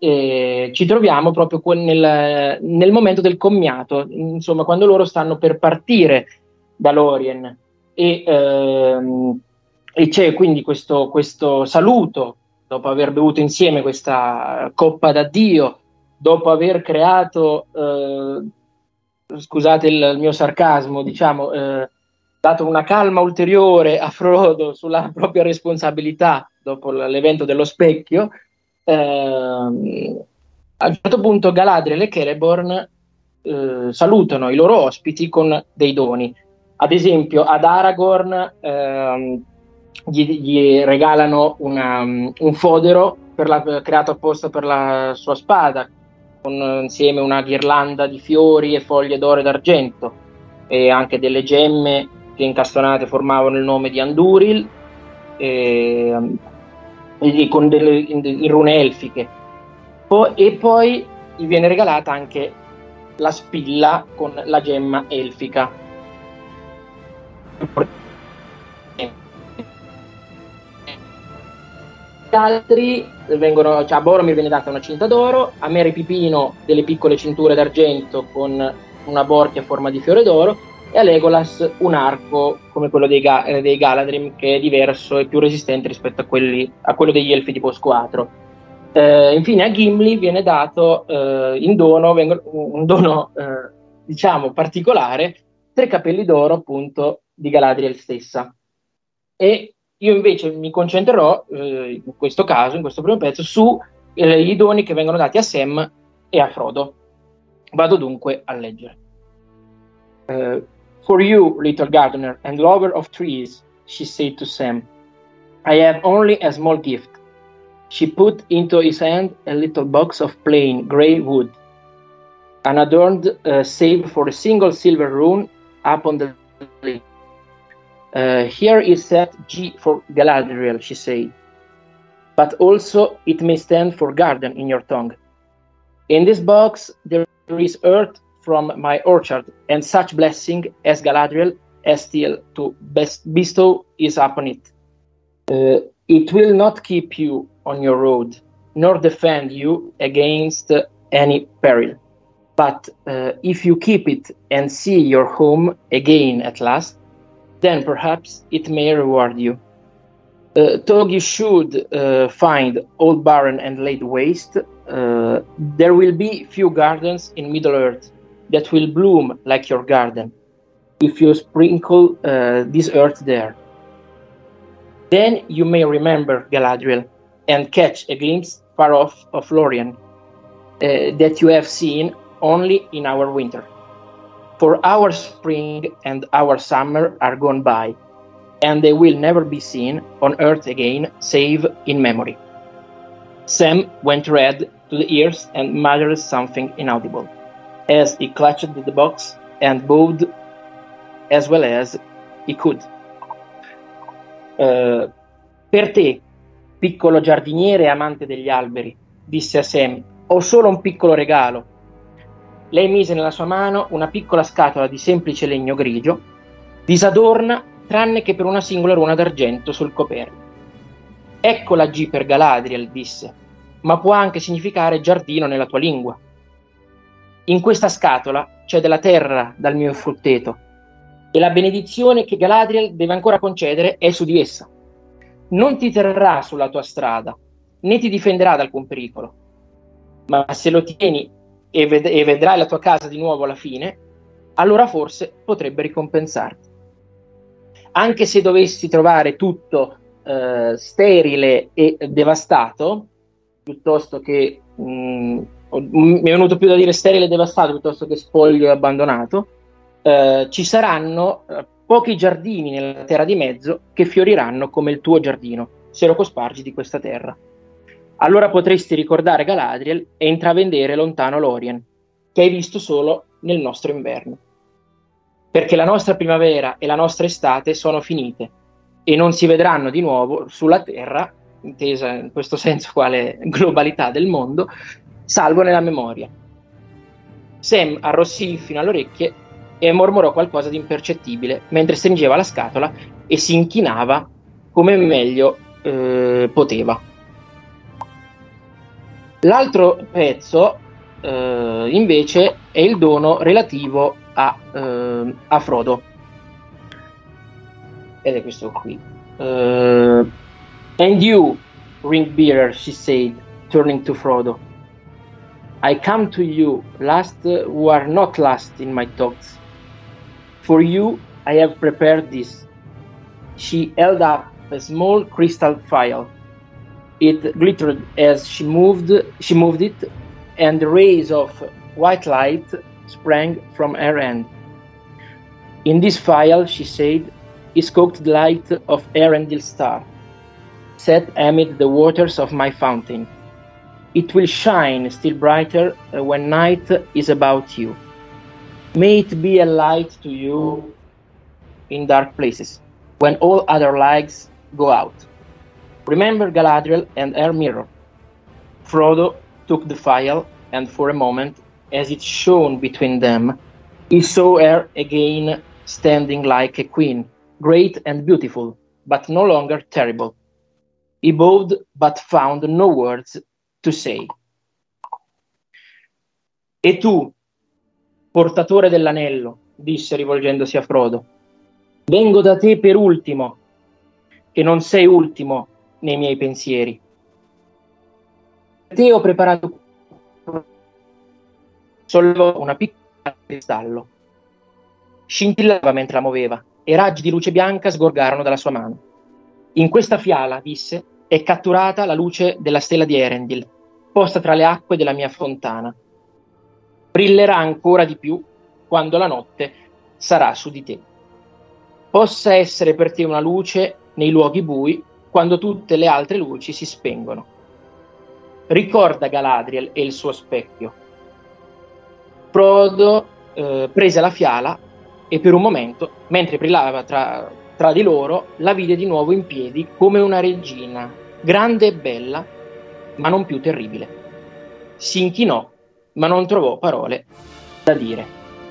eh, ci troviamo proprio nel, nel momento del commiato, insomma quando loro stanno per partire da Lorien e, ehm, e c'è quindi questo, questo saluto dopo aver bevuto insieme questa coppa d'addio, dopo aver creato, eh, scusate il, il mio sarcasmo, diciamo, eh, dato una calma ulteriore a Frodo sulla propria responsabilità dopo l'evento dello specchio, eh, a un certo punto Galadriel e Celeborn eh, salutano i loro ospiti con dei doni. Ad esempio ad Aragorn eh, gli, gli regalano una, un fodero per la, creato apposta per la sua spada, con insieme una ghirlanda di fiori e foglie d'oro e d'argento, e anche delle gemme che incastonate formavano il nome di Andúril, e, e con delle in rune elfiche. Po- e poi gli viene regalata anche la spilla con la gemma elfica. Gli altri vengono, cioè a Boromir viene data una cinta d'oro, a Merry Pipino delle piccole cinture d'argento con una borchia a forma di fiore d'oro, e a Legolas un arco come quello dei, Ga- dei Galadrim, che è diverso e più resistente rispetto a, quelli, a quello degli elfi di Bosquatro. Eh, infine a Gimli viene dato eh, in dono, vengo, un dono eh, diciamo particolare, tre capelli d'oro appunto di Galadriel stessa. E io invece mi concentrerò eh, in questo caso, in questo primo pezzo, su eh, i doni che vengono dati a Sam e a Frodo. Vado dunque a leggere. Uh, For you, little gardener and lover of trees, she said to Sam, I have only a small gift. She put into his hand a little box of plain grey wood, unadorned uh, save for a single silver rune upon the lid. Uh, here is set G for Galadriel, she said, but also it may stand for garden in your tongue. In this box there is earth from my orchard, and such blessing as Galadriel has still to best bestow is upon it. Uh, it will not keep you on your road, nor defend you against uh, any peril. But uh, if you keep it and see your home again at last, then perhaps it may reward you. Uh, though you should uh, find all barren and laid waste, uh, there will be few gardens in Middle-earth that will bloom like your garden, if you sprinkle uh, this earth there. Then you may remember Galadriel, and catch a glimpse far off of Lorien, uh, that you have seen only in our winter. For our spring and our summer are gone by, and they will never be seen on earth again, save in memory. Sam went red to the ears and muttered something inaudible, as he clutched the box and bowed as well as he could. Uh, per te, piccolo giardiniere e amante degli alberi, disse a Sam, ho solo un piccolo regalo. Lei mise nella sua mano una piccola scatola di semplice legno grigio, disadorna tranne che per una singola runa d'argento sul coperchio. Ecco la G per Galadriel, disse, ma può anche significare giardino nella tua lingua. In questa scatola c'è della terra dal mio frutteto, e la benedizione che Galadriel deve ancora concedere è su di essa. Non ti terrà sulla tua strada, né ti difenderà da alcun pericolo, ma se lo tieni e, ved- e vedrai la tua casa di nuovo alla fine, allora forse potrebbe ricompensarti. Anche se dovessi trovare tutto eh, sterile e devastato, piuttosto che mh, mi è venuto più da dire sterile e devastato piuttosto che spoglio e abbandonato, eh, ci saranno eh, pochi giardini nella terra di mezzo che fioriranno come il tuo giardino, se lo cospargi di questa terra. Allora potresti ricordare Galadriel e intravedere lontano Lorien, che hai visto solo nel nostro inverno. Perché la nostra primavera e la nostra estate sono finite e non si vedranno di nuovo sulla terra, intesa in questo senso quale globalità del mondo, salvo nella memoria. Sam arrossì fino alle orecchie e mormorò qualcosa di impercettibile mentre stringeva la scatola e si inchinava come meglio eh, poteva. L'altro pezzo eh, invece è il dono relativo a, eh, a Frodo, ed è questo qui. Uh, and you, Ringbearer, she said, turning to Frodo, I come to you, last who are not last in my thoughts. For you I have prepared this. She held up a small crystal phial. It glittered as she moved she moved it, and rays of white light sprang from her hand. In this phial, she said, is cooked the light of Erendil's star, set amid the waters of my fountain. It will shine still brighter when night is about you. May it be a light to you in dark places, when all other lights go out. Remember Galadriel and her mirror. Frodo took the phial, and for a moment, as it shone between them, he saw her again standing like a queen, great and beautiful, but no longer terrible. He bowed, but found no words to say. E tu, portatore dell'anello, disse rivolgendosi a Frodo, vengo da te per ultimo, che non sei ultimo nei miei pensieri. Per te ho preparato sollevò una piccola cristallo. Scintillava mentre la muoveva e raggi di luce bianca sgorgarono dalla sua mano. In questa fiala, disse, è catturata la luce della stella di Erendil, posta tra le acque della mia fontana. Brillerà ancora di più quando la notte sarà su di te. Possa essere per te una luce nei luoghi bui quando tutte le altre luci si spengono. Ricorda Galadriel e il suo specchio. Frodo eh, prese la fiala e per un momento, mentre brillava tra, tra di loro, la vide di nuovo in piedi come una regina, grande e bella, ma non più terribile. Si inchinò, ma non trovò parole da dire.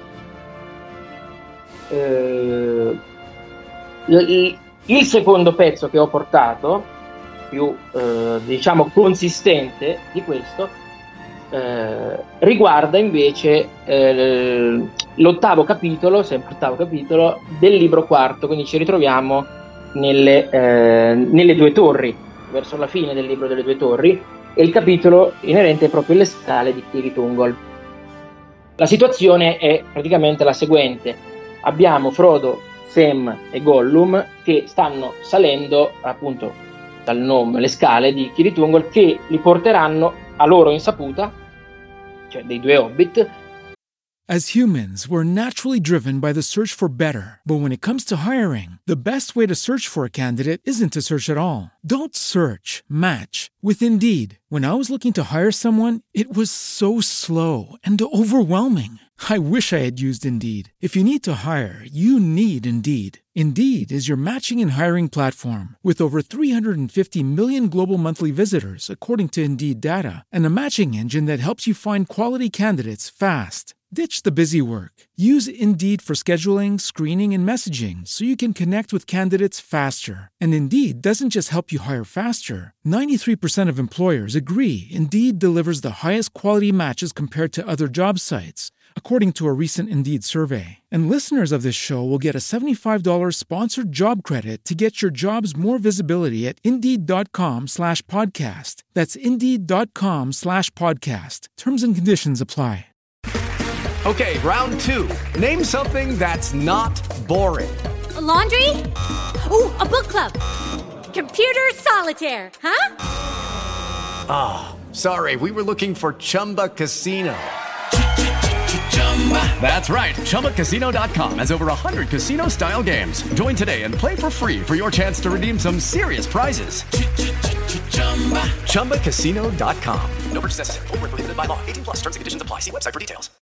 Eh, il, il secondo pezzo che ho portato, più eh, diciamo consistente di questo, eh, riguarda invece eh, l'ottavo capitolo, sempre ottavo capitolo del libro quarto, quindi ci ritroviamo nelle, eh, nelle due torri, verso la fine del libro delle due torri, e il capitolo inerente è proprio alle scale di Tirithungol. La situazione è praticamente la seguente: abbiamo Frodo, Sam e Gollum che stanno salendo appunto dal nome le scale di Tirithungol, che li porteranno a loro insaputa, cioè dei due hobbit. As humans, we're naturally driven by the search for better. But when it comes to hiring, the best way to search for a candidate isn't to search at all. Don't search, match with Indeed. When I was looking to hire someone, it was so slow and overwhelming. I wish I had used Indeed. If you need to hire, you need Indeed. Indeed is your matching and hiring platform with over three hundred fifty million global monthly visitors, according to Indeed data, and a matching engine that helps you find quality candidates fast. Ditch the busy work. Use Indeed for scheduling, screening, and messaging so you can connect with candidates faster. And Indeed doesn't just help you hire faster. ninety-three percent of employers agree Indeed delivers the highest quality matches compared to other job sites, according to a recent Indeed survey. And listeners of this show will get a seventy-five dollars sponsored job credit to get your jobs more visibility at Indeed.com slash podcast. That's Indeed.com slash podcast. Terms and conditions apply. Okay, round two. Name something that's not boring. A laundry? Ooh, a book club. Computer solitaire, huh? Ah, oh, sorry, we were looking for Chumba Casino. That's right, Chumba Casino dot com has over one hundred casino-style games. Join today and play for free for your chance to redeem some serious prizes. Chumba Casino dot com. No purchase necessary. Void where prohibited by law. eighteen plus terms and conditions apply. See website for details.